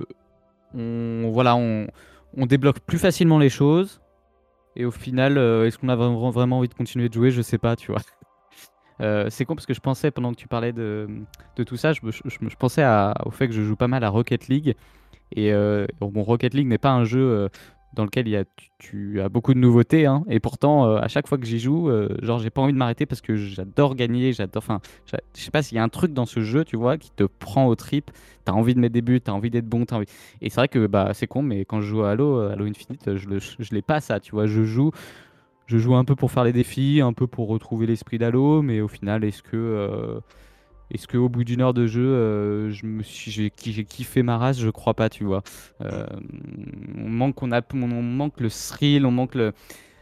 on, voilà, on, on débloque plus facilement les choses. Et au final, euh, est-ce qu'on a vraiment, vraiment envie de continuer de jouer? Je sais pas, tu vois. Euh, c'est con parce que je pensais, pendant que tu parlais de, de tout ça, je, me- je, me- je pensais à- au fait que je joue pas mal à Rocket League. Et euh, bon, Rocket League n'est pas un jeu euh, dans lequel il y a, tu, tu as beaucoup de nouveautés, hein, et pourtant, euh, à chaque fois que j'y joue, euh, genre, j'ai pas envie de m'arrêter parce que j'adore gagner, j'adore. Enfin, j'a- je sais pas s'il y a un truc dans ce jeu, tu vois, qui te prend au trip. T'as envie de mettre des buts, t'as envie d'être bon, t'as envie. Et c'est vrai que bah, c'est con, mais quand je joue à Halo, euh, Halo Infinite, euh, je, le, je l'ai pas ça, tu vois. Je joue, je joue un peu pour faire les défis, un peu pour retrouver l'esprit d'Halo, mais au final, est-ce que. euh, est-ce qu'au bout d'une heure de jeu, euh, je me suis, j'ai, ki- j'ai kiffé ma race? Je crois pas, tu vois. Euh, on manque, on a, on, on manque le thrill, on manque le,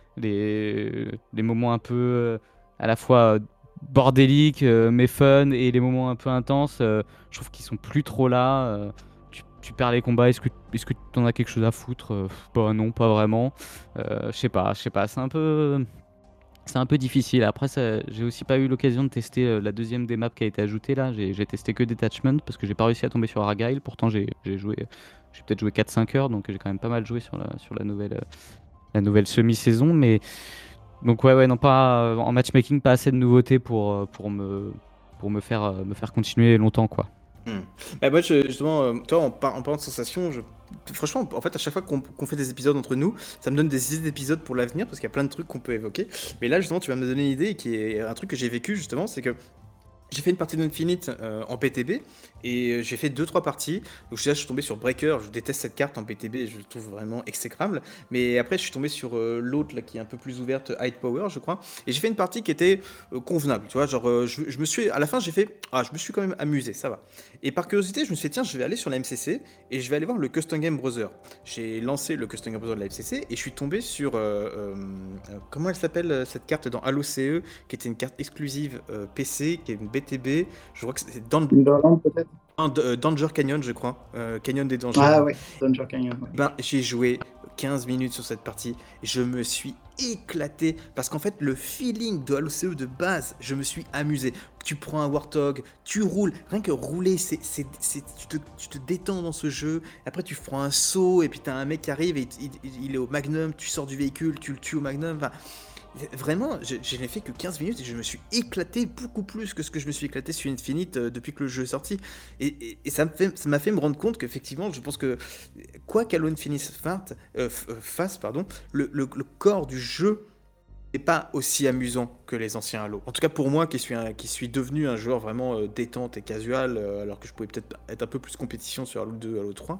les, les moments un peu euh, à la fois euh, bordéliques, euh, mais fun, et les moments un peu intenses. Euh, je trouve qu'ils sont plus trop là. Euh, tu, tu perds les combats. Est-ce que, est-ce que t'en as quelque chose à foutre? Euh, Bah non, pas vraiment. Euh, je sais pas, je sais pas. C'est un peu. C'est un peu difficile. Après, ça- j'ai aussi pas eu l'occasion de tester euh, la deuxième des maps qui a été ajoutée là. J'ai j'ai testé que Detachment parce que j'ai pas réussi à tomber sur Argyle. Pourtant, j'ai j'ai joué, j'ai peut-être joué quatre cinq heures, donc j'ai quand même pas mal joué sur la, sur la nouvelle, euh, la nouvelle semi-saison. Mais donc ouais, ouais, non pas euh, en matchmaking, pas assez de nouveautés pour, euh, pour me, pour me faire, euh, me faire continuer longtemps, quoi. Hmm. Bah, moi, je- justement, euh, toi, en, par- en parlant de sensations, je... franchement, en fait, à chaque fois qu'on qu'on fait des épisodes entre nous, ça me donne des idées d'épisodes pour l'avenir parce qu'il y a plein de trucs qu'on peut évoquer. Mais là, justement, tu vas me donner une idée qui est un truc que j'ai vécu, justement, c'est que j'ai fait une partie d'Infinite euh, en P T B et euh, j'ai fait deux trois parties. Donc là, je suis tombé sur Breaker. Je déteste cette carte en P T B, je le trouve vraiment exécrable. Mais après, je suis tombé sur euh, l'autre là qui est un peu plus ouverte, High Power, je crois. Et j'ai fait une partie qui était euh, convenable. Tu vois, genre, euh, je, je me suis à la fin, j'ai fait ah, je me suis quand même amusé, ça va. Et par curiosité, je me suis dit tiens, je vais aller sur la M C C et je vais aller voir le Custom Game Browser. J'ai lancé le Custom Game Browser de la M C C et je suis tombé sur euh, euh, euh, comment elle s'appelle euh, cette carte dans Halo C E qui était une carte exclusive euh, P C, qui est une B T B. Je crois que c'était Dan- Timberland, peut-être. Dan- euh, Danger Canyon, je crois. Euh, Canyon des dangers. Ah ouais, Danger Canyon. Ouais. Ben, j'ai joué quinze minutes sur cette partie. Je me suis éclaté. Parce qu'en fait, le feeling de Halo C E de base, je me suis amusé. Tu prends un Warthog, tu roules. Rien que rouler, c'est, c'est, c'est- tu, te, tu te détends dans ce jeu. Après, tu prends un saut et puis t'as un mec qui arrive et il, il- il est au Magnum. Tu sors du véhicule, tu le tues au Magnum. Enfin, vraiment, je, je n'ai fait que quinze minutes et je me suis éclaté beaucoup plus que ce que je me suis éclaté sur Infinite euh, depuis que le jeu est sorti. Et, et- et ça me fait, ça m'a fait me rendre compte qu'effectivement, je pense que quoi qu'Halo Infinite fasse, euh, f- euh, fasse, pardon, le, le- le corps du jeu n'est pas aussi amusant que les anciens Halo. En tout cas pour moi qui suis, un- qui suis devenu un joueur vraiment euh, détente et casual, euh, alors que je pouvais peut-être être un peu plus compétition sur Halo deux, Halo trois.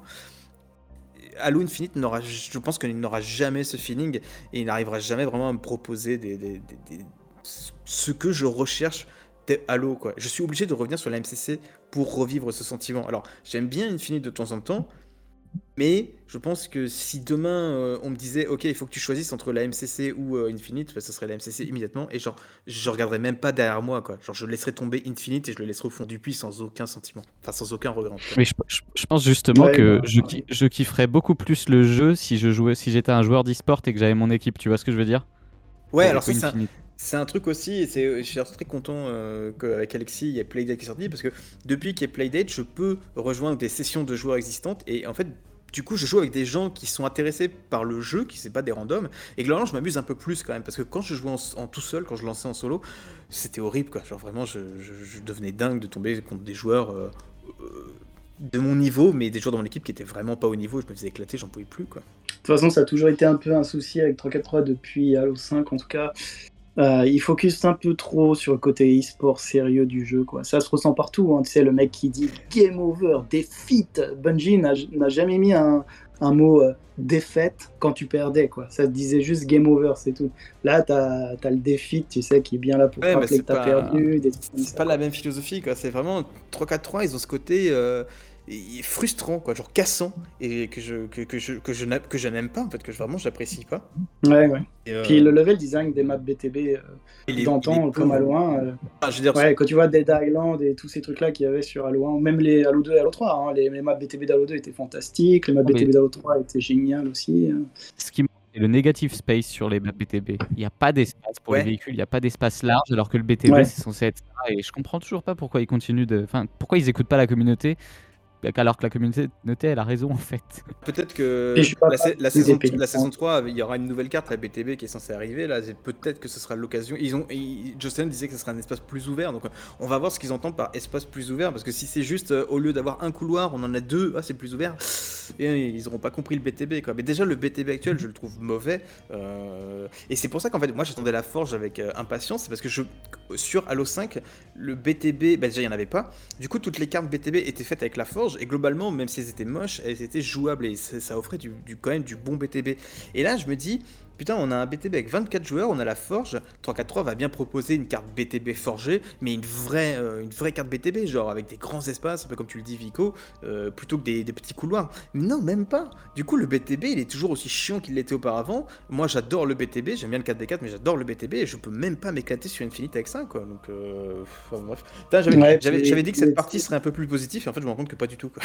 Halo Infinite n'aura, je pense qu'il n'aura jamais ce feeling et il n'arrivera jamais vraiment à me proposer des, des- des- des- ce que je recherche de Halo, quoi. Je suis obligé de revenir sur la M C C pour revivre ce sentiment. Alors, j'aime bien Infinite de temps en temps, mais je pense que si demain euh, on me disait ok, il faut que tu choisisses entre la M C C ou euh, Infinite, bah, ce serait la M C C immédiatement et genre je regarderais même pas derrière moi, quoi. Genre je laisserais tomber Infinite et je le laisserais au fond du puits sans aucun sentiment, enfin sans aucun regret en tout cas. Mais je, je- je pense justement Ouais, que bah, je, ki- je kifferais beaucoup plus le jeu si je jouais, si j'étais un joueur d'e-sport et que j'avais mon équipe. Tu vois ce que je veux dire? Ouais, Que, alors que ça c'est un, Infinite. c'est un truc aussi, et c'est, je suis très content euh, qu'avec Alexis, il y ait Playdate qui est sorti, parce que depuis qu'il y a Playdate, je peux rejoindre des sessions de joueurs existantes, et en fait, du coup, je joue avec des gens qui sont intéressés par le jeu, qui c'est pas des randoms, et globalement, je m'amuse un peu plus quand même, parce que quand je jouais en, en tout seul, quand je lançais en solo, c'était horrible, quoi. Genre vraiment, je, je- je devenais dingue de tomber contre des joueurs euh, euh, de mon niveau, mais des joueurs dans mon équipe qui étaient vraiment pas au niveau, je me faisais éclater, j'en pouvais plus, quoi. De toute façon, ça a toujours été un peu un souci avec trois quatre trois depuis Halo cinq en tout cas. Euh, il focus un peu trop sur le côté e-sport sérieux du jeu, quoi. Ça se ressent partout, hein. Tu sais, le mec qui dit game over, defeat. Bungie n'a n'a jamais mis un, un mot euh, défaite quand tu perdais, quoi. Ça te disait juste game over, c'est tout. Là, t'as as le défi, tu sais, qui est bien là pour te Ouais, mais rappeler c'est que t'as pas, perdu, des trucs comme c'est ça, pas la quoi. même philosophie, quoi. C'est vraiment trois quatre trois, ils ont ce côté euh, i- frustrant, quoi, genre cassant, et que je, que, que je, que je, n'a- que je n'aime pas, en fait, que je- vraiment j'apprécie pas. Ouais, ouais. Et, Puis euh, le level design des maps B T B euh, il est, il est d'antan, comme pauvre. Halo un, euh, Ah, je veux dire, ouais, quand tu vois Dead Island et tous ces trucs-là qu'il y avait sur Halo un, ou même les Halo deux et Halo trois, hein, les, les maps B T B d'Halo deux étaient fantastiques, les maps Non, mais B T B d'Halo trois étaient géniales aussi. euh. ce qui manque, c'est le negative space sur les maps B T B. Il n'y a pas d'espace pour les ouais. véhicules, il n'y a pas d'espace large, alors que le B T B, Ouais. c'est censé être ça. Et je comprends toujours pas pourquoi ils continuent de. Enfin, pourquoi ils écoutent pas la communauté, alors que la communauté, elle a raison en fait. Peut-être Et que je suis pas la, sa- fan la des saison, pélicans. la saison trois, il y aura une nouvelle carte, la B T B, qui est censée arriver. Là, c'est- peut-être que ce sera l'occasion. Ils ont, ils- Jocelyn disait que ce sera un espace plus ouvert. Donc, euh, on va voir ce qu'ils entendent par espace plus ouvert. Parce que si c'est juste, euh, au lieu d'avoir un couloir, on en a deux, ah, c'est plus ouvert. Et ils n'auront pas compris le B T B, quoi. Mais déjà, le B T B actuel, je le trouve mauvais. euh, Et c'est pour ça qu'en fait, moi, j'attendais la forge avec euh, impatience. C'est parce que je, sur Halo cinq, le B T B, bah, déjà, il n'y en avait pas. Du coup, toutes les cartes B T B étaient faites avec la forge. Et globalement, même si elles étaient moches, elles étaient jouables. Et ça, ça offrait du, du- quand même du bon B T B. Et là, je me dis, putain, on a un B T B avec vingt-quatre joueurs, on a la forge. trois quatre trois va bien proposer une carte B T B forgée, mais une vraie, euh, une vraie carte B T B, genre avec des grands espaces, un peu comme tu le dis, Vico, euh, plutôt que des, des petits couloirs. Mais non, même pas. Du coup, le B T B, il est toujours aussi chiant qu'il l'était auparavant. Moi, j'adore le B T B, j'aime bien le quatre v quatre, mais j'adore le B T B et je peux même pas m'éclater sur Infinite avec ça, quoi. Donc, euh, enfin, bref. Putain, J'avais Ouais, j'avais- puis- j'avais dit que cette puis- partie serait un peu plus positive, et en fait, je me rends compte que pas du tout, quoi.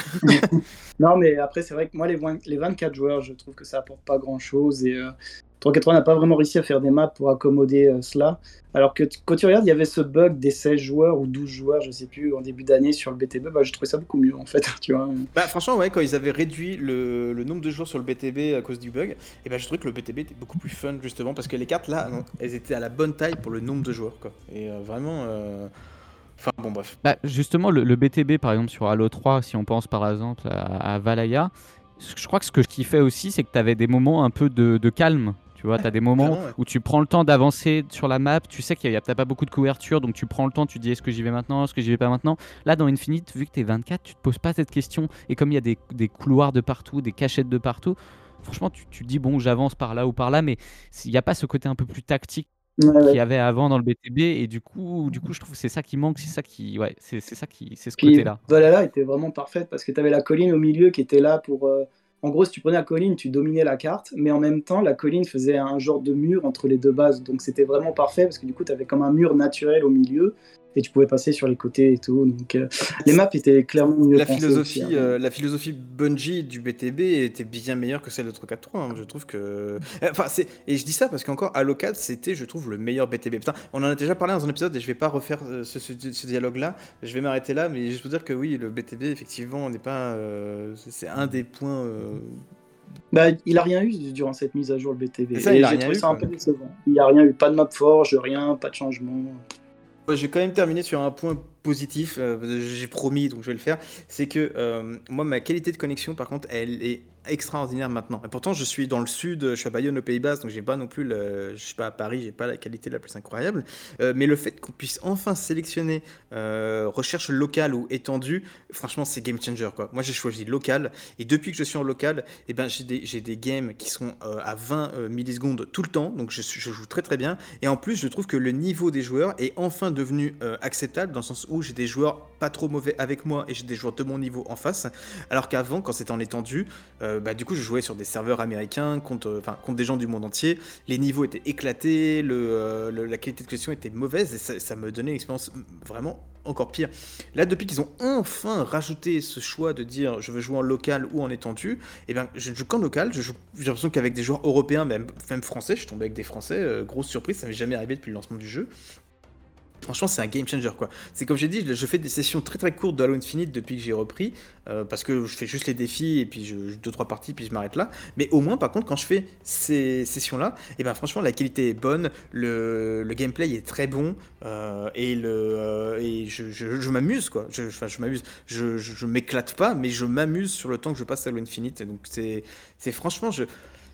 Non, mais après, c'est vrai que moi, les, vingt les vingt-quatre joueurs, je trouve que ça apporte pas grand-chose. Et euh, trois quatre trois n'a pas vraiment réussi à faire des maps pour accommoder euh, cela. Alors que t- quand tu regardes, il y avait ce bug des seize joueurs ou douze joueurs, je sais plus, en début d'année sur le B T B. Bah, je trouvais ça beaucoup mieux, en fait. Tu vois. Bah franchement ouais, quand ils avaient réduit le, le nombre de joueurs sur le B T B à cause du bug, et ben je trouvais que le B T B était beaucoup plus fun justement parce que les cartes là, non, elles étaient à la bonne taille pour le nombre de joueurs quoi. Et euh, vraiment, euh, enfin bon bref. Bah, justement, le, le B T B, par exemple, sur Halo trois, si on pense par exemple à, à Valhalla, ce- je crois que ce que je kiffais aussi, c'est que tu avais des moments un peu de, de calme. Tu vois, tu as des moments Clairement, ouais. où tu prends le temps d'avancer sur la map, tu sais qu'il n'y a, t'as pas beaucoup de couverture, donc tu prends le temps, tu dis est-ce que j'y vais maintenant, est-ce que j'y vais pas maintenant. Là, dans Infinite, vu que tu es vingt-quatre, tu te poses pas cette question. Et comme il y a des, des couloirs de partout, des cachettes de partout, franchement, tu, tu dis bon, j'avance par là ou par là, mais il n'y a pas ce côté un peu plus tactique Ouais, ouais. qu'il y avait avant dans le B T B, et du coup du coup je trouve que c'est ça qui manque, c'est ça qui ouais c'est c'est ça qui c'est ce Puis côté là. Valhalla était vraiment parfaite parce que tu avais la colline au milieu qui était là pour. euh, En gros, si tu prenais la colline, tu dominais la carte, mais en même temps, la colline faisait un genre de mur entre les deux bases. Donc c'était vraiment parfait parce que du coup, tu avais comme un mur naturel au milieu et tu pouvais passer sur les côtés et tout. Donc euh, les maps étaient clairement mieux La pensées philosophie, aussi, hein. euh, la philosophie Bungie du B T B était bien meilleure que celle de trois quatre trois. hein. Je trouve que, enfin, c'est et je dis ça parce qu'encore Halo quatre, c'était, je trouve, le meilleur B T B. Putain, on en a déjà parlé dans un épisode et je vais pas refaire euh, ce, ce- ce dialogue-là. Je vais m'arrêter là, mais je veux dire que oui, le B T B, effectivement, n'est pas, euh, c'est c'est un des points. euh, Bah, il a rien eu durant cette mise à jour, le B T B. C'est ça, Et il a j'ai rien trouvé eu, ça un quoi. peu décevant. Il n'y a rien eu, pas de map forge, rien, pas de changement. Ouais, je vais quand même terminer sur un point positif, euh, j'ai promis donc je vais le faire, c'est que euh, moi ma qualité de connexion par contre elle est extraordinaire maintenant. Et pourtant je suis dans le sud, je suis à Bayonne au Pays Basque donc j'ai pas non plus, le, je suis pas à Paris, j'ai pas la qualité la plus incroyable, Euh, mais le fait qu'on puisse enfin sélectionner euh, recherche locale ou étendue, franchement c'est game changer quoi. Moi j'ai choisi local et depuis que je suis en local, eh ben, j'ai des, j'ai des games qui sont euh, à vingt euh, millisecondes tout le temps donc je, suis- je joue très très bien et en plus je trouve que le niveau des joueurs est enfin devenu euh, acceptable dans le sens où j'ai des joueurs pas trop mauvais avec moi et j'ai des joueurs de mon niveau en face. Alors qu'avant, quand c'était en étendue, euh, bah, du coup, je jouais sur des serveurs américains contre, euh, enfin, contre des gens du monde entier. Les niveaux étaient éclatés, le, euh, le- la qualité de question était mauvaise et ça, ça me donnait une expérience vraiment encore pire. Là, depuis qu'ils ont enfin rajouté ce choix de dire je veux jouer en local ou en étendue, et ben, je ne joue qu'en local. Je joue, j'ai l'impression qu'avec des joueurs européens, même, même français, je suis tombé avec des français. euh, grosse surprise, ça m'est jamais arrivé depuis le lancement du jeu. Franchement, c'est un game changer quoi. C'est comme j'ai dit, je fais des sessions très très courtes de Halo Infinite depuis que j'ai repris, euh, parce que je fais juste les défis et puis je deux trois parties puis je m'arrête là. Mais au moins, par contre, quand je fais ces sessions là, et ben franchement, la qualité est bonne, le, le gameplay est très bon euh, et le euh, et je, je, je m'amuse quoi. Je, enfin, je m'amuse. Je, je, je m'éclate pas, mais je m'amuse sur le temps que je passe à Halo Infinite. Et donc c'est c'est franchement je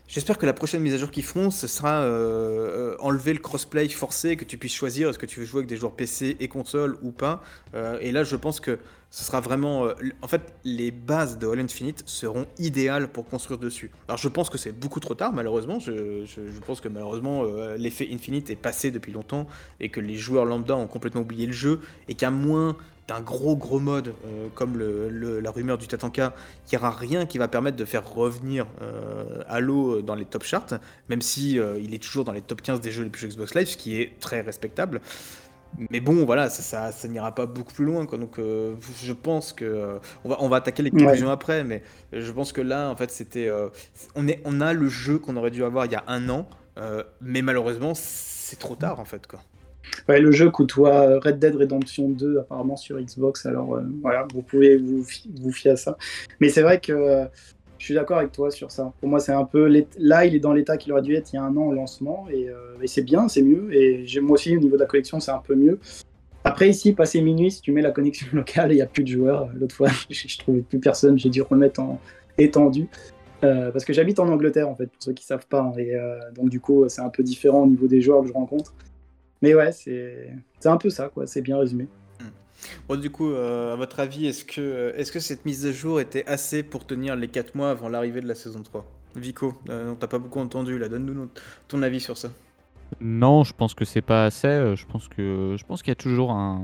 J'espère que la prochaine mise à jour qu'ils feront, ce sera euh, euh, enlever le crossplay forcé, que tu puisses choisir est-ce que tu veux jouer avec des joueurs P C et console ou pas. Euh, et là, je pense que ce sera vraiment. Euh, l- en fait, les bases de Halo Infinite seront idéales pour construire dessus. Alors, je pense que c'est beaucoup trop tard, malheureusement. Je, je- je pense que malheureusement, euh, l'effet Infinite est passé depuis longtemps et que les joueurs lambda ont complètement oublié le jeu et qu'à moins d'un gros gros mode euh, comme le- le- la rumeur du Tatanka, il n'y aura rien qui va permettre de faire revenir euh, Halo dans les top charts, même si euh, il est toujours dans les top quinze des jeux les plus joués Xbox Live, ce qui est très respectable. Mais bon, voilà, ça, ça, ça n'ira pas beaucoup plus loin, quoi. Donc, euh, je pense que euh, on va, on va attaquer les Ouais. conclusions après, mais je pense que là, en fait, c'était, euh, on est, on a le jeu qu'on aurait dû avoir il y a un an, euh, mais malheureusement, c'est trop tard, en fait, quoi. Ouais, le jeu coûtera Red Dead Redemption deux apparemment sur Xbox, alors euh, voilà, vous pouvez vous, fi- vous fier à ça. Mais c'est vrai que euh, je suis d'accord avec toi sur ça. Pour moi, c'est un peu l'ét- là, il est dans l'état qu'il aurait dû être il y a un an au lancement, et, euh, et c'est bien, c'est mieux. Et j'ai- moi aussi, au niveau de la collection, c'est un peu mieux. Après, ici, passé minuit, si tu mets la connexion locale, il n'y a plus de joueurs. L'autre fois, je, je trouvais plus personne, j'ai dû remettre en étendu. Euh, parce que j'habite en Angleterre, en fait, pour ceux qui savent pas. Hein, et euh, donc, du coup, c'est un peu différent au niveau des joueurs que je rencontre. Mais ouais, c'est c'est un peu ça, quoi. C'est bien résumé. Hmm. Bon, du coup, euh, à votre avis, est-ce que, est-ce que cette mise à jour était assez pour tenir les quatre mois avant l'arrivée de la saison trois? Vico, euh, on t'a pas beaucoup entendu là, donne-nous notre- ton avis sur ça. Non, je pense que c'est pas assez. euh, Je pense que je pense qu'il y a toujours un,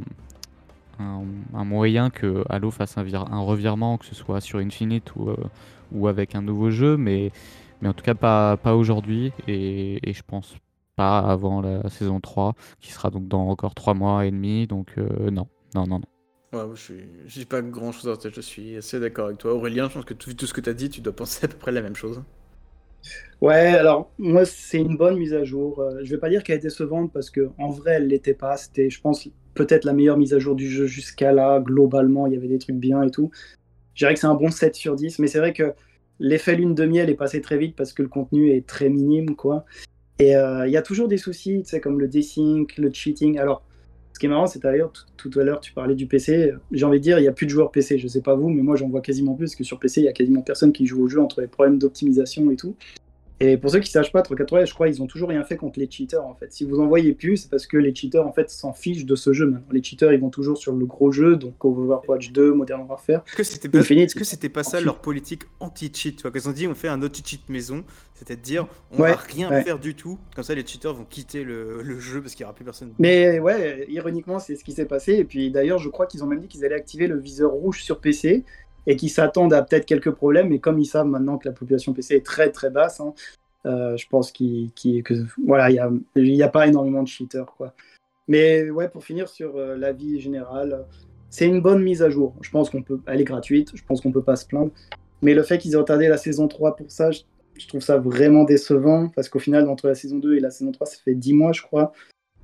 un, un moyen que Halo fasse un, vir- un revirement, que ce soit sur Infinite ou, euh, ou avec un nouveau jeu, mais, mais en tout cas pas, pas aujourd'hui et, et je pense pas avant la saison trois, qui sera donc dans encore trois mois et demi. Donc euh, non, non, non, non. Ouais, moi, je suis, j'ai pas grand chose en tête, je suis assez d'accord avec toi. Aurélien, je pense que tout, tout ce que tu as dit, tu dois penser à peu près la même chose. Ouais, alors moi, c'est une bonne mise à jour. Euh, je vais pas dire qu'elle est décevante parce que en vrai, elle l'était pas. C'était, je pense, peut-être la meilleure mise à jour du jeu jusqu'à là. Globalement, il y avait des trucs bien et tout. Je dirais que c'est un bon sept sur dix, mais c'est vrai que l'effet lune de miel est passé très vite parce que le contenu est très minime, quoi. Et euh, il y a toujours des soucis, tu sais, comme le desync, le cheating. Alors, ce qui est marrant, c'est d'ailleurs, tout, tout à l'heure, tu parlais du P C. J'ai envie de dire, il n'y a plus de joueurs P C. Je sais pas vous, mais moi, j'en vois quasiment plus parce que sur P C, il y a quasiment personne qui joue au jeu entre les problèmes d'optimisation et tout. Et pour ceux qui ne sachent pas, trois quatre je crois, ils ont toujours rien fait contre les cheaters, en fait. Si vous en voyez plus, c'est parce que les cheaters, en fait, s'en fichent de ce jeu maintenant. Les cheaters, ils vont toujours sur le gros jeu, donc Overwatch deux, Modern Warfare. Est-ce que c'était pas, Infinite, est-ce que c'était pas ils ça s'en leur politique anti-cheat? Tu vois, qu'ils ont dit on fait un anti-cheat maison, c'est à dire on Ouais, va rien ouais. faire du tout, comme ça les cheaters vont quitter le, le jeu parce qu'il n'y aura plus personne. Mais ouais, ironiquement, c'est ce qui s'est passé. Et puis d'ailleurs, je crois qu'ils ont même dit qu'ils allaient activer le viseur rouge sur P C et qu'ils s'attendent à peut-être quelques problèmes. Mais comme ils savent maintenant que la population P C est très très basse, hein, euh, je pense qu'il, qu'il- que voilà, il y a, il y a pas énormément de cheaters, quoi. Mais ouais, pour finir sur euh, l'avis général, c'est une bonne mise à jour. Je pense qu'on peut, elle est gratuite. Je pense qu'on peut pas se plaindre. Mais le fait qu'ils aient retardé la saison trois pour ça, je, je trouve ça vraiment décevant parce qu'au final, entre la saison deux et la saison trois, ça fait dix mois, je crois.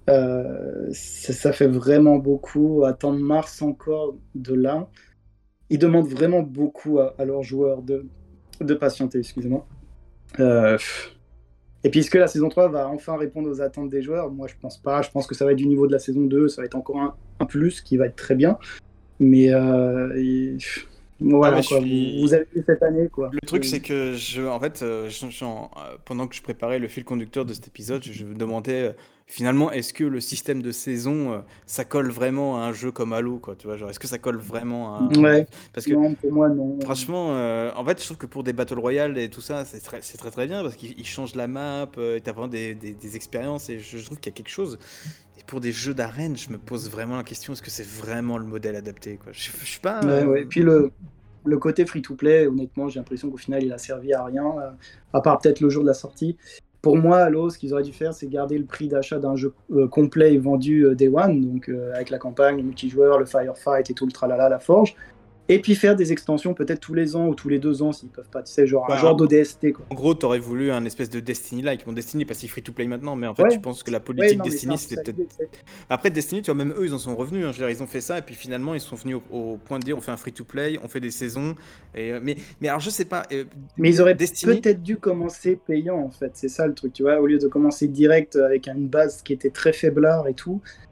Euh, ça, ça fait vraiment beaucoup. Attendre mars encore de là. Ils demandent vraiment beaucoup à, à leurs joueurs de, de patienter, excusez-moi. Euh, pff. Et puis, est-ce que la saison trois va enfin répondre aux attentes des joueurs? Moi, je pense pas. Je pense que ça va être du niveau de la saison deux. Ça va être encore un, un plus qui va être très bien. Mais euh, et, pff, Non, voilà, mais je quoi. suis. Vous, vous avez vu cette année, quoi. Le truc, Euh, c'est que je, en fait, euh, je- je- en- euh, pendant que je préparais le fil conducteur de cet épisode, je, je me demandais euh, finalement, est-ce que le système de saison, euh, ça colle vraiment à un jeu comme Halo, quoi, tu vois, genre, est-ce que ça colle vraiment à un... ouais. Parce que Non, pour moi, non. franchement, euh, en fait, je trouve que pour des Battle Royale et tout ça, c'est très, c'est très très bien parce qu'ils ils changent la map, euh, et t'as vraiment des, des, des expériences et je, je trouve qu'il y a quelque chose. Et pour des jeux d'arène, je me pose vraiment la question, est-ce que c'est vraiment le modèle adapté, quoi? Je, je suis pas... Ouais, euh, ouais. Et puis le, le côté free-to-play, honnêtement, j'ai l'impression qu'au final, il a servi à rien, euh, à part peut-être le jour de la sortie. Pour moi, Halo, ce qu'ils auraient dû faire, c'est garder le prix d'achat d'un jeu euh, complet et vendu euh, Day One, donc euh, avec la campagne, le multijoueur, le firefight et tout le tralala, la forge. Et puis faire des extensions peut-être tous les ans ou tous les deux ans s'ils peuvent pas, tu sais, genre un bah, genre d'O D S T, quoi. En gros, t'aurais voulu un espèce de Destiny-like. Bon, Destiny est pas si free-to-play maintenant, mais en fait, Ouais, je pense que la ouais, politique non, mais c'est Destiny, un peu c'était ça peut-être... l'idée, tu sais. Après, Destiny, tu vois, même eux, ils en sont revenus. Hein. Je veux dire, ils ont fait ça, et puis finalement, ils sont venus au, au point de dire, on fait un free-to-play, on fait des saisons. Et, euh, mais, mais alors, je sais pas, euh, Mais ils auraient Destiny... peut-être dû commencer payant, en fait. C'est ça le truc, tu vois, au lieu de commencer direct avec une base qui était très faiblard et tout.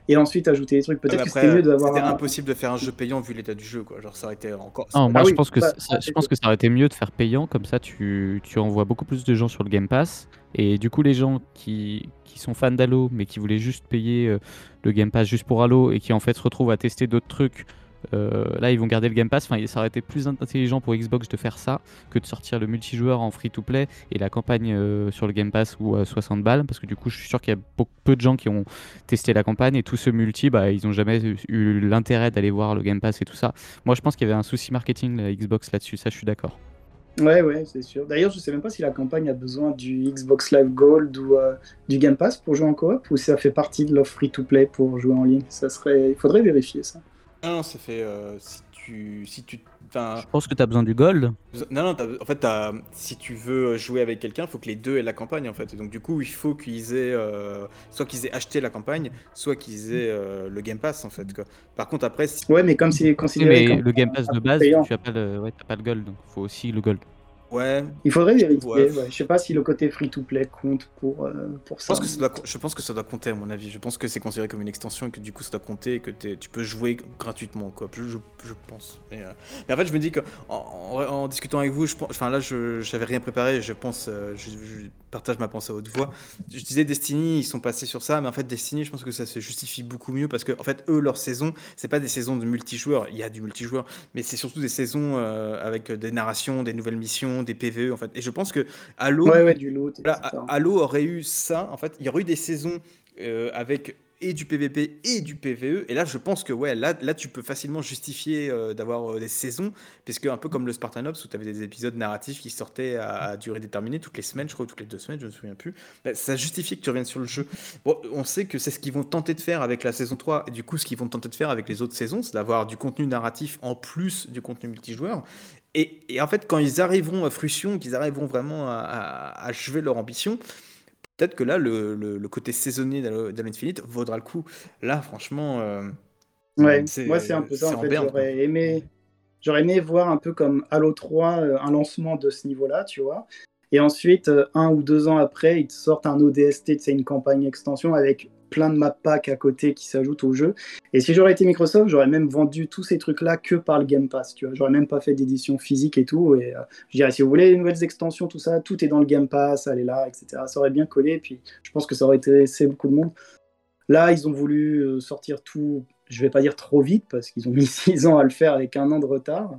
et ensuite ajouter des trucs. Ouais, Peut-être mais que c'était après, mieux d'avoir c'était un... impossible de faire un jeu payant vu l'état du jeu, quoi. Genre, ça aurait été encore. ça Non, aurait moi Ah je oui, pense que ça, ça- ça, je c'est pense sûr. que ça aurait été mieux de faire payant, comme ça tu, tu envoies beaucoup plus de gens sur le Game Pass. Et du coup, les gens qui, qui sont fans d'Halo, mais qui voulaient juste payer euh, le Game Pass juste pour Halo et qui en fait se retrouvent à tester d'autres trucs, euh, là ils vont garder le Game Pass. Enfin, ça aurait été plus intelligent pour Xbox de faire ça que de sortir le multijoueur en free-to-play et la campagne euh, sur le Game Pass ou à soixante balles. Parce que du coup, je suis sûr qu'il y a beaucoup, peu de gens qui ont testé la campagne et tout ce multi, bah, ils n'ont jamais eu, eu l'intérêt d'aller voir le Game Pass et tout ça. Moi, je pense qu'il y avait un souci marketing, la Xbox, là-dessus. Ça, je suis d'accord. Ouais, ouais, c'est sûr. D'ailleurs, je sais même pas si la campagne a besoin du Xbox Live Gold ou euh, du Game Pass pour jouer en coop, ou si ça fait partie de l'offre free-to-play pour jouer en ligne. Ça serait... Il faudrait vérifier ça. Non, non, c'est fait. euh, si tu. Si tu enfin, Je pense que tu as besoin du gold. non, non, t'as- en fait, t'as- si tu veux jouer avec quelqu'un, il faut que les deux aient la campagne, en fait. Et donc, du coup, il faut qu'ils aient. euh, soit qu'ils aient acheté la campagne, soit qu'ils aient euh, le Game Pass, en fait, quoi. Par contre, après, si. Ouais, mais comme c'est Oui, considéré mais comme le Game Pass un de peu base, payant, tu as pas le, ouais, t'as pas le gold, donc faut aussi le gold. Ouais. il faudrait Ouais. vérifier. Ouais. Je sais pas si le côté free-to-play compte pour, euh, pour Je ça. pense, que ça doit, je pense que ça doit compter, à mon avis. Je pense que c'est considéré comme une extension et que du coup ça doit compter et que t'es- tu peux jouer gratuitement, quoi. Je, je, je pense. Mais, euh, mais en fait, je me dis que en, en- en discutant avec vous, je pense, enfin là, je j'avais rien préparé. Je pense, euh, je, je partage ma pensée à haute voix. Je disais Destiny, ils sont passés sur ça, mais en fait, Destiny, je pense que ça se justifie beaucoup mieux parce que en fait, eux, leur saison, c'est pas des saisons de multijoueurs. Il y a du multijoueur, mais c'est surtout des saisons euh, avec des narrations, des nouvelles missions, des P V E, en fait. Et je pense que Halo. Ouais, ouais, du loot, Voilà, et cetera. A- Halo aurait eu ça, en fait, il y aurait eu des saisons euh, avec et du P V P et du P V E, et là je pense que ouais, là, là tu peux facilement justifier euh, d'avoir euh, des saisons, puisque un peu comme le Spartan Ops où tu avais des épisodes narratifs qui sortaient à, à durée déterminée toutes les semaines, je crois, ou toutes les deux semaines, je ne me souviens plus, bah, ça justifie que tu reviennes sur le jeu. Bon, on sait que c'est ce qu'ils vont tenter de faire avec la saison trois, et du coup ce qu'ils vont tenter de faire avec les autres saisons, c'est d'avoir du contenu narratif en plus du contenu multijoueur. Et, et en fait, quand ils arriveront à fruition, qu'ils arriveront vraiment à, à- à achever leur ambition, peut-être que là, le, le- le côté saisonnier d'Halo d'Halo Infinite vaudra le coup. Là, franchement, euh, Ouais, moi c'est un c'est peu ça c'est en en fait. berne, quoi. J'aurais aimé, j'aurais aimé voir un peu comme Halo trois, euh, un lancement de ce niveau-là, tu vois. Et ensuite, euh, un ou deux ans après, ils te sortent un O D S T, c'est une campagne extension avec plein de map packs à côté qui s'ajoutent au jeu. Et si j'aurais été Microsoft, j'aurais même vendu tous ces trucs-là que par le Game Pass, tu vois. J'aurais même pas fait d'édition physique et tout. Et euh, je dirais, si vous voulez les nouvelles extensions, tout ça, tout est dans le Game Pass, allez là, et cetera. Ça aurait bien collé. Et puis, je pense que ça aurait intéressé beaucoup de monde. Là, ils ont voulu euh, sortir tout, je vais pas dire trop vite, parce qu'ils ont mis six ans à le faire avec un an de retard.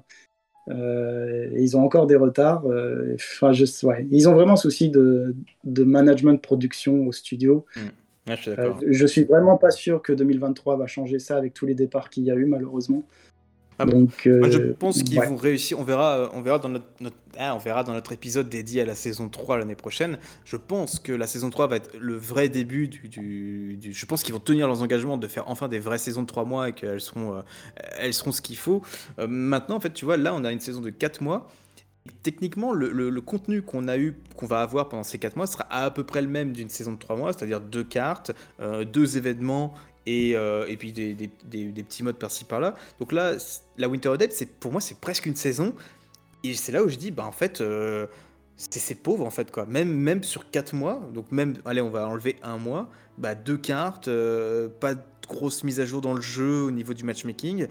Euh, et ils ont encore des retards. euh, Enfin, je, ouais. Ils ont vraiment souci de, de management de production au studio. Mm. Ouais, je suis Euh, d'accord. je suis vraiment pas sûr que deux mille vingt-trois va changer ça avec tous les départs qu'il y a eu, malheureusement. Ah bon. Donc, Moi, je euh, pense qu'ils ouais. vont réussir. On verra, euh, on verra dans notre, notre- ah, on verra dans notre épisode dédié à la saison trois l'année prochaine. Je pense que la saison trois va être le vrai début du. du- du- je pense qu'ils vont tenir leurs engagements de faire enfin des vraies saisons de trois mois et qu'elles seront, euh, elles seront ce qu'il faut. Euh, maintenant, en fait, tu vois, là, on a une saison de quatre mois. Techniquement, le, le- le contenu qu'on a eu, qu'on va avoir pendant ces quatre mois sera à peu près le même d'une saison de trois mois, c'est-à-dire deux cartes, euh, deux événements et, euh, et puis des, des- des- des petits modes par-ci par-là. Donc là, c- la Winter Update, c'est, pour moi, c'est presque une saison. Et c'est là où je dis, bah en fait, euh, c'est, c'est pauvre en fait, quoi. Même, même sur quatre mois, donc même, allez, on va enlever un mois, bah deux cartes, euh, pas de grosse mise à jour dans le jeu au niveau du matchmaking.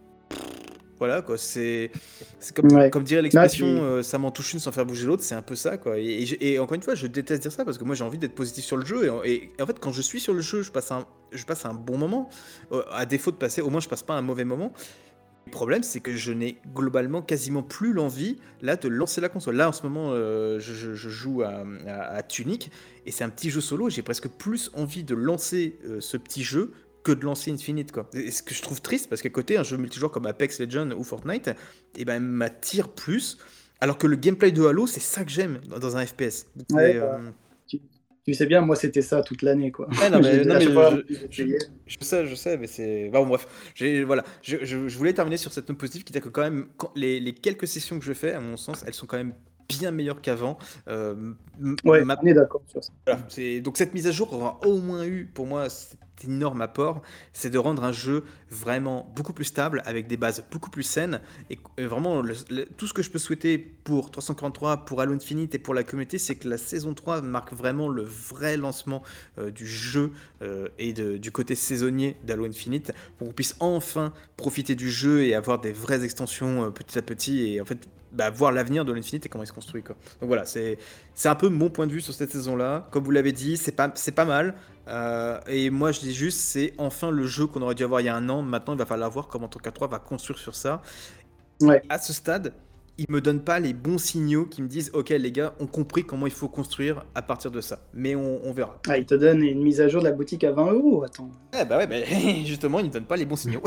Voilà, quoi, c'est c'est comme, Ouais. comme dirait Là, l'expression tu... euh, ça m'en touche une sans faire bouger l'autre, c'est un peu ça, quoi. Et, et j'ai- et encore une fois, je déteste dire ça parce que moi j'ai envie d'être positif sur le jeu. Et, en- et- et en fait, quand je suis sur le jeu, je passe un, je passe un bon moment. Euh, à défaut de passer, au moins je passe pas un mauvais moment. Le problème, c'est que je n'ai globalement quasiment plus l'envie là de lancer la console. Là, en ce moment, euh, je, je- je joue à, à- à Tunic et c'est un petit jeu solo. J'ai presque plus envie de lancer euh, ce petit jeu que de lancer Infinite, quoi. Et ce que je trouve triste, parce qu'à côté, un jeu multijoueur comme Apex Legends ou Fortnite, eh ben, m'attire plus. Alors que le gameplay de Halo, c'est ça que j'aime dans dans un F P S. C'est, Ouais, euh, bah, tu... tu sais bien, moi c'était ça toute l'année, quoi. Ouais, non, mais, J'ai- non, à mais chaque fois, je, je, j'essayais. je sais, je sais, mais c'est. Bon, bref, j'ai, voilà. Je, je- je voulais terminer sur cette note positive qui dit que, quand même, quand- les, les quelques sessions que je fais, à mon sens, elles sont quand même bien meilleures qu'avant. Euh, m- Ouais, ma- on est d'accord sur ça. voilà, c'est- donc, cette mise à jour aura au moins eu, pour moi, cette énorme apport, c'est de rendre un jeu vraiment beaucoup plus stable, avec des bases beaucoup plus saines. Et, et vraiment, le- le- tout ce que je peux souhaiter pour trois cent quarante-trois, pour Halo Infinite et pour la communauté, c'est que la saison trois marque vraiment le vrai lancement euh, du jeu euh, et de- du côté saisonnier d'Halo Infinite, pour qu'on puisse enfin profiter du jeu et avoir des vraies extensions euh, petit à petit, et en fait bah, voir l'avenir de l'Infinite et comment il se construit, quoi. Donc voilà, c'est c'est un peu mon point de vue sur cette saison-là. Comme vous l'avez dit, c'est pas, c'est pas mal. Euh, et moi, je dis juste, c'est enfin le jeu qu'on aurait dû avoir il y a un an. Maintenant, il va falloir voir comment Toka trois va construire sur ça. Ouais. À ce stade, il me donne pas les bons signaux qui me disent, ok, les gars ont compris comment il faut construire à partir de ça. Mais on, on verra. Ah, il te donne une mise à jour de la boutique à vingt euros. Attends. Eh bah ouais, bah, justement, il ne donne pas les bons signaux.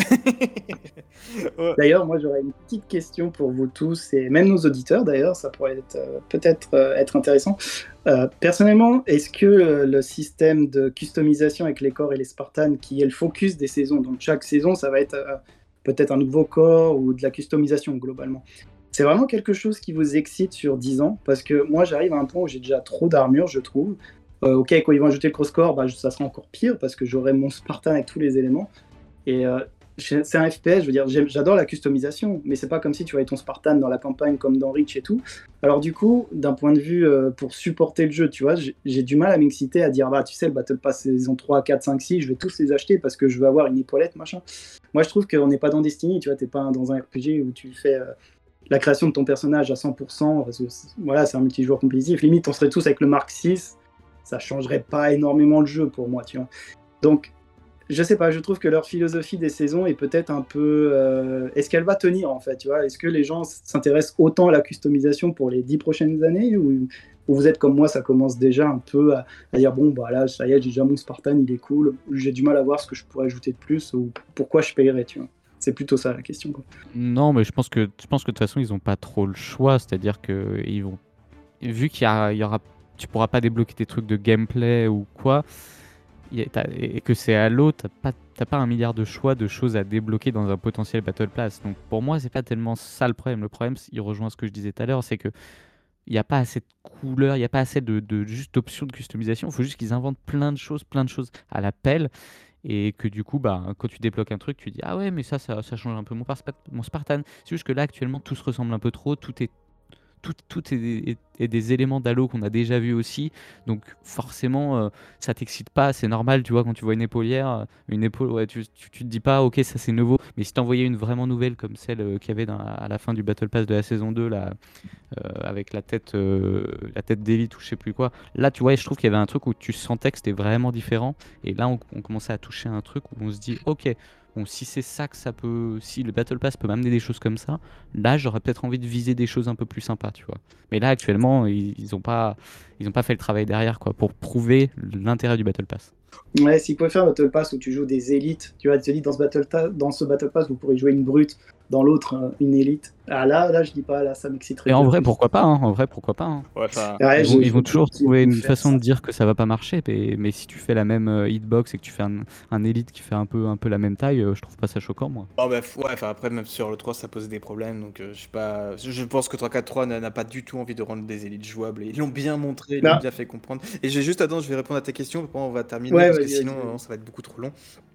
Ouais. D'ailleurs, moi, j'aurais une petite question pour vous tous et même nos auditeurs. D'ailleurs, ça pourrait être euh, peut-être euh, être intéressant. Euh, personnellement, est-ce que euh, le système de customisation avec les corps et les Spartans, qui est le focus des saisons, donc chaque saison, ça va être euh, peut-être un nouveau corps ou de la customisation globalement. C'est vraiment quelque chose qui vous excite sur dix ans? Parce que moi, j'arrive à un point où j'ai déjà trop d'armure, je trouve. Euh, ok, quand ils vont ajouter le cross-core, bah, ça sera encore pire parce que j'aurai mon Spartan avec tous les éléments. Et euh, j'ai- c'est un F P S, je veux dire, j'aime- j'adore la customisation, mais c'est pas comme si tu voyais ton Spartan dans la campagne comme dans Reach et tout. Alors du coup, d'un point de vue euh, pour supporter le jeu, tu vois, j'ai j'ai du mal à m'exciter à dire, bah tu sais, le Battle Pass saison trois, quatre, cinq, six, je vais tous les acheter parce que je veux avoir une épaulette, machin. Moi, je trouve qu'on n'est pas dans Destiny, tu vois, t'es pas dans un R P G où tu fais euh, la création de ton personnage à cent pour cent, parce que c'est- voilà, c'est un multijoueur compétitif. Limite, on serait tous avec le Mark six, ça changerait pas énormément le jeu pour moi, tu vois. Donc, je sais pas, je trouve que leur philosophie des saisons est peut-être un peu. euh, Est-ce qu'elle va tenir en fait, tu vois? Est-ce que les gens s'intéressent autant à la customisation pour les dix prochaines années, ou, ou vous êtes comme moi, ça commence déjà un peu à, à dire bon, bah là, ça y est, j'ai déjà mon Spartan, il est cool, j'ai du mal à voir ce que je pourrais ajouter de plus, ou pourquoi je payerais, tu vois? C'est plutôt ça la question, quoi. Non, mais je pense que je pense que de toute façon ils ont pas trop le choix, c'est-à-dire que ils vont vu qu'il y, a- il y aura tu pourras pas débloquer des trucs de gameplay ou quoi, il y a- t'as- et que c'est Halo, t'as pas t'as pas un milliard de choix de choses à débloquer dans un potentiel Battle Pass. Donc pour moi, c'est pas tellement ça le problème. Le problème, c'est- il rejoint ce que je disais tout à l'heure, c'est que il n'y a pas assez de couleurs, il n'y a pas assez de, de juste d'options de customisation. Il faut juste qu'ils inventent plein de choses, plein de choses à la pelle. Et que du coup, bah, quand tu débloques un truc, tu dis ah ouais, mais ça, ça, ça change un peu mon, par- mon Spartan. C'est juste que là, actuellement, tout se ressemble un peu trop. Tout est tout, tout est, est- est des éléments d'Halo qu'on a déjà vu aussi. Donc forcément, euh, ça t'excite pas. C'est normal, tu vois, quand tu vois une épaulière, euh, une épaule, ouais, tu, tu, tu te dis pas, ok, ça c'est nouveau. Mais si t'envoyais une vraiment nouvelle comme celle euh, qu'il y avait dans- à la fin du Battle Pass de la saison deux, là, euh, avec la tête, euh, la tête d'Elite ou je sais plus quoi, là, tu vois, je trouve qu'il y avait un truc où tu sentais que c'était vraiment différent. Et là, on, on commençait à toucher un truc où on se dit, ok. Bon, si c'est ça que ça peut, si le Battle Pass peut m'amener des choses comme ça, là j'aurais peut-être envie de viser des choses un peu plus sympas, tu vois. Mais là actuellement, ils, ils ont pas, ils ont pas fait le travail derrière quoi pour prouver l'intérêt du Battle Pass. Ouais, s'ils pouvaient faire un Battle Pass où tu joues des élites, tu vois, des élites dans ce Battle, Ta- dans ce battle Pass, vous pourrez jouer une brute, dans l'autre, euh, une élite. Ah là, là, je dis pas, là, ça m'exciterait Et en bien vrai, plus. pourquoi pas, hein, en vrai, pourquoi pas, hein. Ouais, enfin, Ouais, Ils vont, je- ils je vont veux toujours qu'ils trouver une fassent façon ça. de dire que ça va pas marcher, mais, mais si tu fais la même euh, hitbox et que tu fais un, un élite qui fait un peu, un peu la même taille, euh, je trouve pas ça choquant, moi. oh, bah, f- ouais, enfin, après, même sur le trois, ça pose des problèmes. Donc, euh, je sais pas. Je je pense que trois quatre trois n'a n'a pas du tout envie de rendre des élites jouables. Et ils l'ont bien montré, ils l'ont Non. bien fait comprendre. Et j'ai juste, attends, je vais répondre à ta question. Après, on va terminer Ouais, parce que vas-y, sinon, vas-y, vas-y. euh, ça va être beaucoup trop long.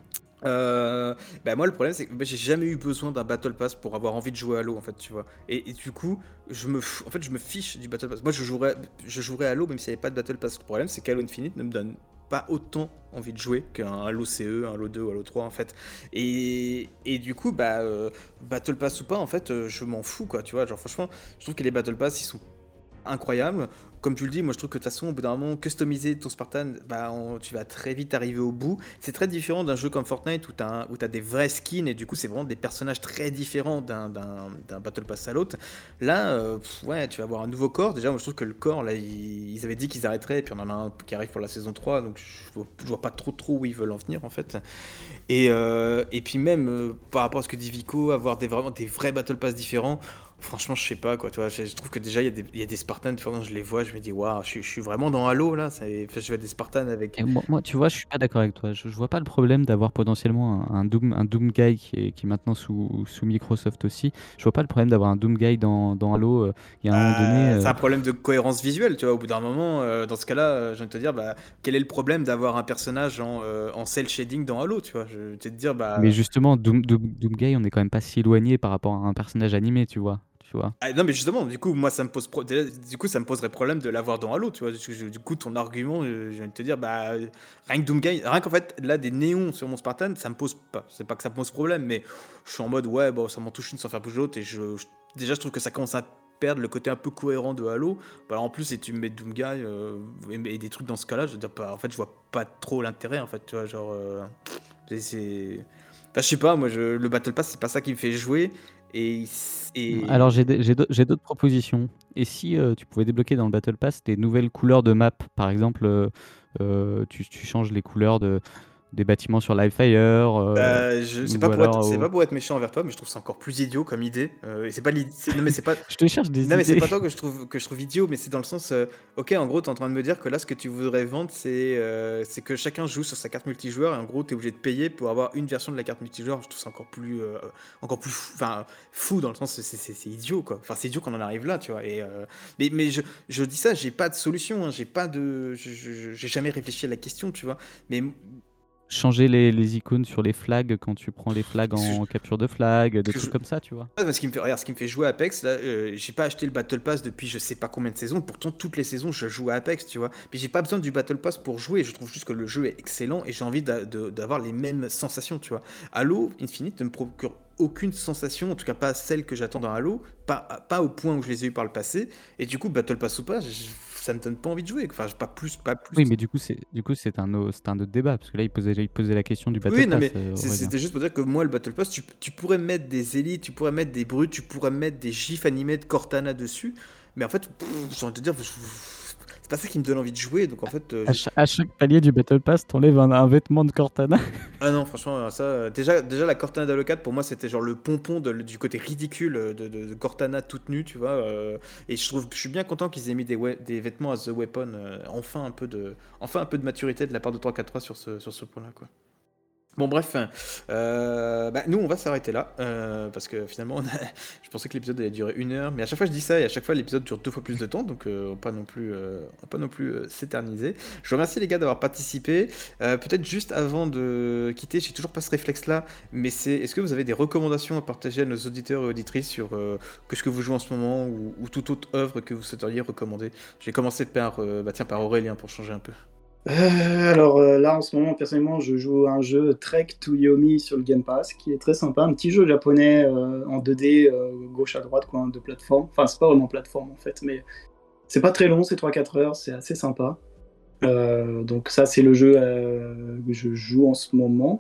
Euh, bah moi le problème c'est que bah, j'ai jamais eu besoin d'un battle pass pour avoir envie de jouer à Halo en fait, tu vois, et, et du coup je me f- en fait je me fiche du battle pass. Moi je jouerais je jouerais à Halo même s'il n'y avait pas de battle pass. Le problème c'est qu'Halo Infinite ne me donne pas autant envie de jouer qu'un Halo C E, un Halo deux ou Halo trois en fait, et, et du coup bah euh, battle pass ou pas en fait, euh, je m'en fous quoi, tu vois, genre franchement je trouve que les battle pass ils sont incroyable. Comme tu le dis, moi je trouve que de toute façon, au bout d'un moment, customiser ton Spartan, bah, on- tu vas très vite arriver au bout. C'est très différent d'un jeu comme Fortnite où tu as, où t'as des vrais skins et du coup, c'est vraiment des personnages très différents d'un, d'un, d'un Battle Pass à l'autre. Là, euh, pff, ouais, tu vas avoir un nouveau corps. Déjà, moi je trouve que le corps, là, ils, ils avaient dit qu'ils arrêteraient et puis on en a un qui arrive pour la saison trois, donc je vois, je vois pas trop trop où ils veulent en venir en fait. Et, euh, et puis même euh, par rapport à ce que dit Vico, avoir des, vraiment des vrais Battle Pass différents. Franchement, je sais pas quoi, tu vois. Je, je trouve que déjà, il y, a des- il y a des Spartans, quand je les vois, je me dis, waouh, je, suis je suis vraiment dans Halo là. c'est- enfin, je vois des Spartans avec. Et moi, moi, tu vois, je suis pas d'accord avec toi. Je, je vois pas le problème d'avoir potentiellement un, un Doom, un Doom Guy qui est, qui est maintenant sous, sous Microsoft aussi. Je vois pas le problème d'avoir un Doom Guy dans, dans Halo. euh, Il y a un moment donné. Euh, c'est euh, un problème de cohérence visuelle, tu vois. Au bout d'un moment, euh, dans ce cas-là, euh, j'ai envie de te dire, bah, quel est le problème d'avoir un personnage en, euh, en cel shading dans Halo, tu vois. Je vais te dire, Mais bah. justement, Doom, Doom, Doom Guy, on est quand même pas si éloigné par rapport à un personnage animé, tu vois. Tu vois. Ah, non, mais justement, du coup, moi, ça me pose pro- déjà, du coup, ça me poserait problème de l'avoir dans Halo, tu vois. Du coup, je- du coup, ton argument, euh, je viens de te dire, bah, euh, rien que Doomguy, rien qu'en fait, là, des néons sur mon Spartan, ça me pose pas. C'est pas que ça me pose problème, mais je suis en mode, ouais, bon, ça m'en touche une sans faire bouger l'autre, et je, je- déjà, je trouve que ça commence à perdre le côté un peu cohérent de Halo. Bah, alors, en plus, si tu me mets Doomguy euh, et, et des trucs dans ce cas-là, je veux dire, bah, en fait, je vois pas trop l'intérêt, en fait, tu vois, genre, euh, c'est, c'est- enfin, je sais pas, moi, je, le Battle Pass, c'est pas ça qui me fait jouer. Et, Alors et j'ai des- j'ai d'au- j'ai d'autres propositions. Et si euh, tu pouvais débloquer dans le Battle Pass des nouvelles couleurs de map, par exemple, euh, euh, tu, tu changes les couleurs de, des bâtiments sur Livefire, euh, Euh, je sais pas ou pour être, alors... c'est au- pas pour être méchant envers toi, mais je trouve ça encore plus idiot comme idée. Euh, et c'est pas l'idée, c'est- non mais c'est pas, Je te cherche des non mais c'est idées. pas toi que je trouve que je trouve idiot, mais c'est dans le sens, euh, ok, en gros, t'es en train de me dire que là, ce que tu voudrais vendre, c'est, euh, c'est que chacun joue sur sa carte multijoueur et en gros, t'es obligé de payer pour avoir une version de la carte multijoueur. Je trouve ça encore plus, euh, encore plus, fou, enfin, fou dans le sens, c'est, c'est, c'est idiot quoi. Enfin, c'est idiot qu'on en arrive là, tu vois. Et euh, mais, mais je, je dis ça, j'ai pas de solution, hein, j'ai pas de, je- je- je- j'ai jamais réfléchi à la question, tu vois. Mais Changer les, les icônes sur les flags quand tu prends les flags ce que je, en capture de flag, ce des que je- trucs comme ça, tu vois. Ouais, parce qu'il me fait, regarde, ce qui me fait jouer à Apex, là, euh, j'ai pas acheté le Battle Pass depuis je sais pas combien de saisons. Pourtant, toutes les saisons, je joue à Apex, tu vois. Puis j'ai pas besoin du Battle Pass pour jouer. Je trouve juste que le jeu est excellent et j'ai envie d'a- de- d'avoir les mêmes sensations, tu vois. Halo Infinite ne me procure aucune sensation, en tout cas pas celle que j'attends dans Halo, pas, pas au point où je les ai eu par le passé. Et du coup, Battle Pass ou pas, je- ça me donne pas envie de jouer. Enfin, pas plus, pas plus. Oui, mais du coup, c'est du coup c'est un, au- c'est un autre débat, parce que là, il posait, il posait la question du Battle Oui, non, mais Pass, euh, c'est- Aurélien. c'était juste pour dire que moi, le Battle Pass, tu, tu pourrais mettre des élites, tu pourrais mettre des brutes, tu pourrais mettre des gifs animés de Cortana dessus, mais en fait, pff, j'ai envie de te dire, c'est pas ça qui me donne envie de jouer, donc en fait, euh, À, je- cha- à chaque palier du Battle Pass, t'enlèves un, un vêtement de Cortana. ah non, franchement, ça, euh, déjà, déjà la Cortana d'Halo quatre, pour moi, c'était genre le pompon de- du côté ridicule de, de- de Cortana toute nue, tu vois, euh, et je trouve, je suis bien content qu'ils aient mis des, we- des vêtements à The Weapon, euh, enfin un peu de, enfin un peu de maturité de la part de trois quatre trois sur ce, sur ce point-là, quoi. Bon bref, euh, bah, nous on va s'arrêter là euh, parce que finalement on a- je pensais que l'épisode allait durer une heure, mais à chaque fois je dis ça et à chaque fois l'épisode dure deux fois plus de temps, donc euh, on va pas non plus, euh, on va pas non plus euh, s'éterniser. Je vous remercie les gars d'avoir participé. Euh, peut-être juste avant de quitter, j'ai toujours pas ce réflexe là, mais c'est est-ce que vous avez des recommandations à partager à nos auditeurs et auditrices sur euh, que ce que vous jouez en ce moment ou, ou toute autre œuvre que vous souhaiteriez recommander? J'ai commencé par, euh, bah tiens par Aurélien pour changer un peu. Euh, alors euh, là, en ce moment, personnellement, je joue à un jeu Trek to Yomi sur le Game Pass, qui est très sympa, un petit jeu japonais euh, en deux D, euh, gauche à droite, quoi, hein, de plateforme. Enfin, c'est pas vraiment plateforme en fait, mais c'est pas très long, c'est trois quatre heures, c'est assez sympa. Euh, donc ça, c'est le jeu euh, que je joue en ce moment.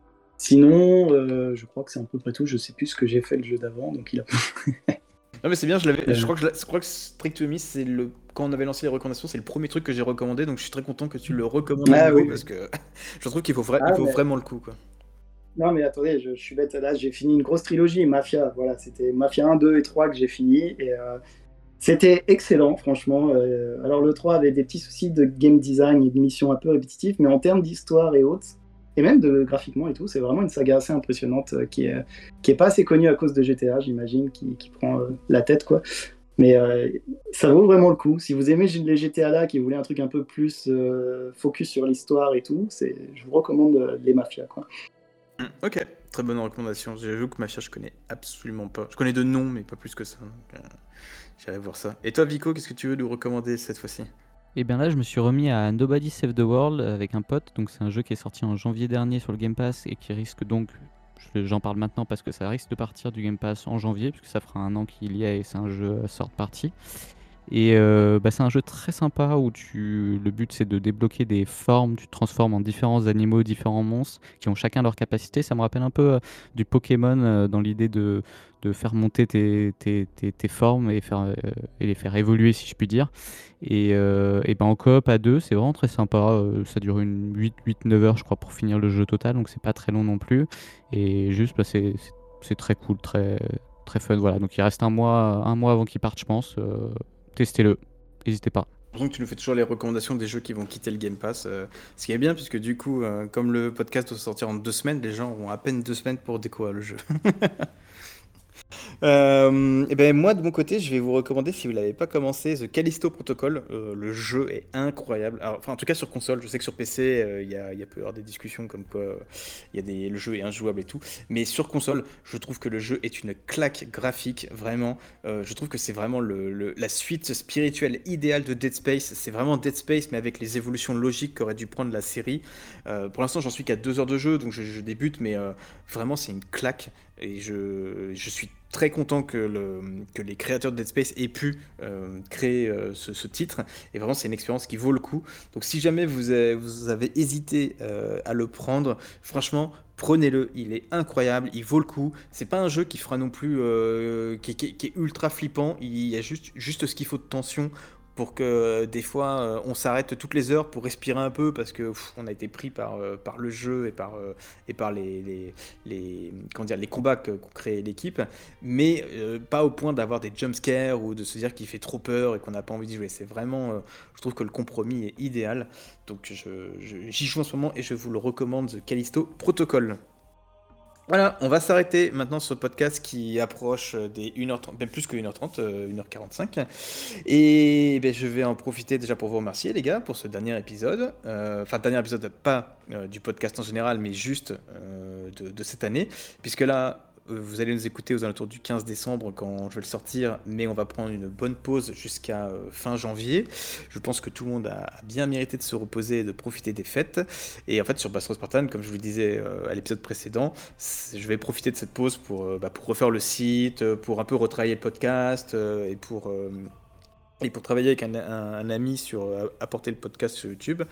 Sinon, euh, je crois que c'est à peu près tout. Je sais plus ce que j'ai fait le jeu d'avant, donc il a. Non mais c'est bien, je l'avais. Euh. Je crois que je, l'a- je crois que Strict to Me, c'est le quand on avait lancé les recommandations, c'est le premier truc que j'ai recommandé, donc je suis très content que tu le recommandes à Ah nouveau oui, parce que je trouve qu'il faut, vra- il Ah, faut mais- vraiment le coup quoi. Non, mais attendez, je, je suis bête. Là, j'ai fini une grosse trilogie, Mafia. Voilà, c'était Mafia un, deux et trois que j'ai fini. Et euh, c'était excellent, franchement. Euh, alors, le trois avait des petits soucis de game design et de missions un peu répétitives, mais en termes d'histoire et autres, et même de graphiquement et tout, c'est vraiment une saga assez impressionnante euh, qui est, qui est pas assez connue à cause de G T A, j'imagine, qui, qui prend euh, la tête, quoi. Mais euh, ça vaut vraiment le coup. Si vous aimez les G T A là, qui voulaient un truc un peu plus euh, focus sur l'histoire et tout, c'est, je vous recommande euh, les Mafias, quoi. Mm, Ok, très bonne recommandation. J'avoue que Mafia, je connais absolument pas. Je connais de nom, mais pas plus que ça. Donc, euh, j'irai voir ça. Et toi, Vico, qu'est-ce que tu veux nous recommander cette fois-ci? Et bien là, je me suis remis à Nobody Save the World avec un pote. Donc c'est un jeu qui est sorti en janvier dernier sur le Game Pass et qui risque donc, je- j'en parle maintenant parce que ça risque de partir du Game Pass en janvier, puisque ça fera un an qu'il y est et c'est un jeu euh, third party. Et euh, bah, c'est un jeu très sympa où tu... le but c'est de débloquer des formes, tu te transformes en différents animaux, différents monstres qui ont chacun leur capacité. Ça me rappelle un peu euh, du Pokémon euh, dans l'idée de, de faire monter tes, tes, tes, tes formes et, faire, euh, et les faire évoluer si je puis dire. Et, euh, et ben en coop à deux, c'est vraiment très sympa. Euh, ça dure une huit neuf heures je crois pour finir le jeu total, donc c'est pas très long non plus. Et juste, bah, c'est c'est- c'est très cool, très, très fun. Voilà, donc il reste un mois, un mois avant qu'il parte, je pense. Euh, testez-le, n'hésitez pas. Donc tu nous fais toujours les recommandations des jeux qui vont quitter le Game Pass, euh, ce qui est bien puisque du coup, euh, comme le podcast doit sortir en deux semaines, les gens auront à peine deux semaines pour découvrir le jeu. Euh, et ben moi de mon côté, je vais vous recommander si vous l'avez pas commencé, The Callisto Protocol. Euh, le jeu est incroyable. Alors, enfin, en tout cas sur console. Je sais que sur P C, euh, il y a, il y a peut y avoir des discussions comme quoi euh, il y a des, le jeu est injouable et tout. Mais sur console, je trouve que le jeu est une claque graphique. Vraiment, Euh, je trouve que c'est vraiment le, le- la suite spirituelle idéale de Dead Space. C'est vraiment Dead Space, mais avec les évolutions logiques qu'aurait dû prendre la série. Euh, pour l'instant, j'en suis qu'à deux heures de jeu, donc je, je débute, mais euh, vraiment, c'est une claque. Et je, je suis très content que, le, que les créateurs de Dead Space aient pu euh, créer euh, ce, ce titre. Et vraiment, c'est une expérience qui vaut le coup. Donc, si jamais vous avez, vous avez hésité euh, à le prendre, franchement, prenez-le. Il est incroyable. Il vaut le coup. C'est pas un jeu qui fera non plus, euh, qui, qui- qui est ultra flippant. Il y a juste, juste ce qu'il faut de tension pour que euh, des fois euh, on s'arrête toutes les heures pour respirer un peu parce que pff, on a été pris par, euh, par le jeu et par, euh, et par les, les, les, comment dire, les combats que- qu'ont créé l'équipe, mais euh, pas au point d'avoir des jumpscares ou de se dire qu'il fait trop peur et qu'on n'a pas envie d'y jouer. C'est vraiment, euh, je trouve que le compromis est idéal. Donc je, je- j'y joue en ce moment et je vous le recommande, The Callisto Protocol. Voilà, on va s'arrêter maintenant sur le podcast qui approche des une heure trente, même plus que une heure trente, euh, une heure quarante-cinq. Et ben, je vais en profiter déjà pour vous remercier, les gars, pour ce dernier épisode. Euh, Enfin, dernier épisode, pas euh, du podcast en général, mais juste euh, de, de cette année. Puisque là, euh, vous allez nous écouter aux alentours du quinze décembre quand je vais le sortir, mais on va prendre une bonne pause jusqu'à euh, fin janvier. Je pense que tout le monde a bien mérité de se reposer et de profiter des fêtes. Et en fait, sur Bass Pro Spartan, comme je vous le disais euh, à l'épisode précédent, c'est- je vais profiter de cette pause pour, euh, bah, pour refaire le site, euh, pour un peu retravailler le podcast euh, et pour, euh, et pour travailler avec un, un- un ami sur euh, apporter le podcast sur YouTube.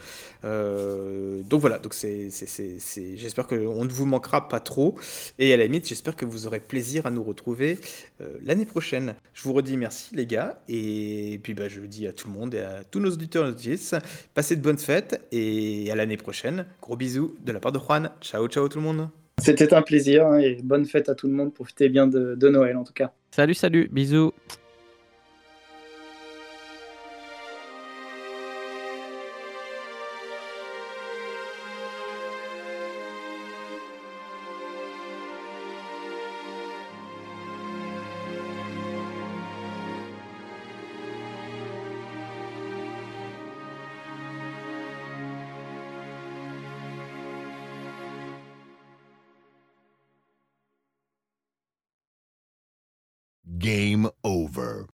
Euh, donc voilà, donc c'est, c'est, c'est, c'est- j'espère qu'on ne vous manquera pas trop. Et à la limite, j'espère que vous aurez plaisir à nous retrouver euh, l'année prochaine. Je vous redis merci les gars. Et puis bah, je dis à tout le monde et à tous nos auditeurs et nos auditrices, passez de bonnes fêtes et à l'année prochaine. Gros bisous de la part de Juan. Ciao, ciao tout le monde. C'était un plaisir hein, et bonne fête à tout le monde. Profitez bien de, de Noël en tout cas. Salut, salut, bisous. Game over.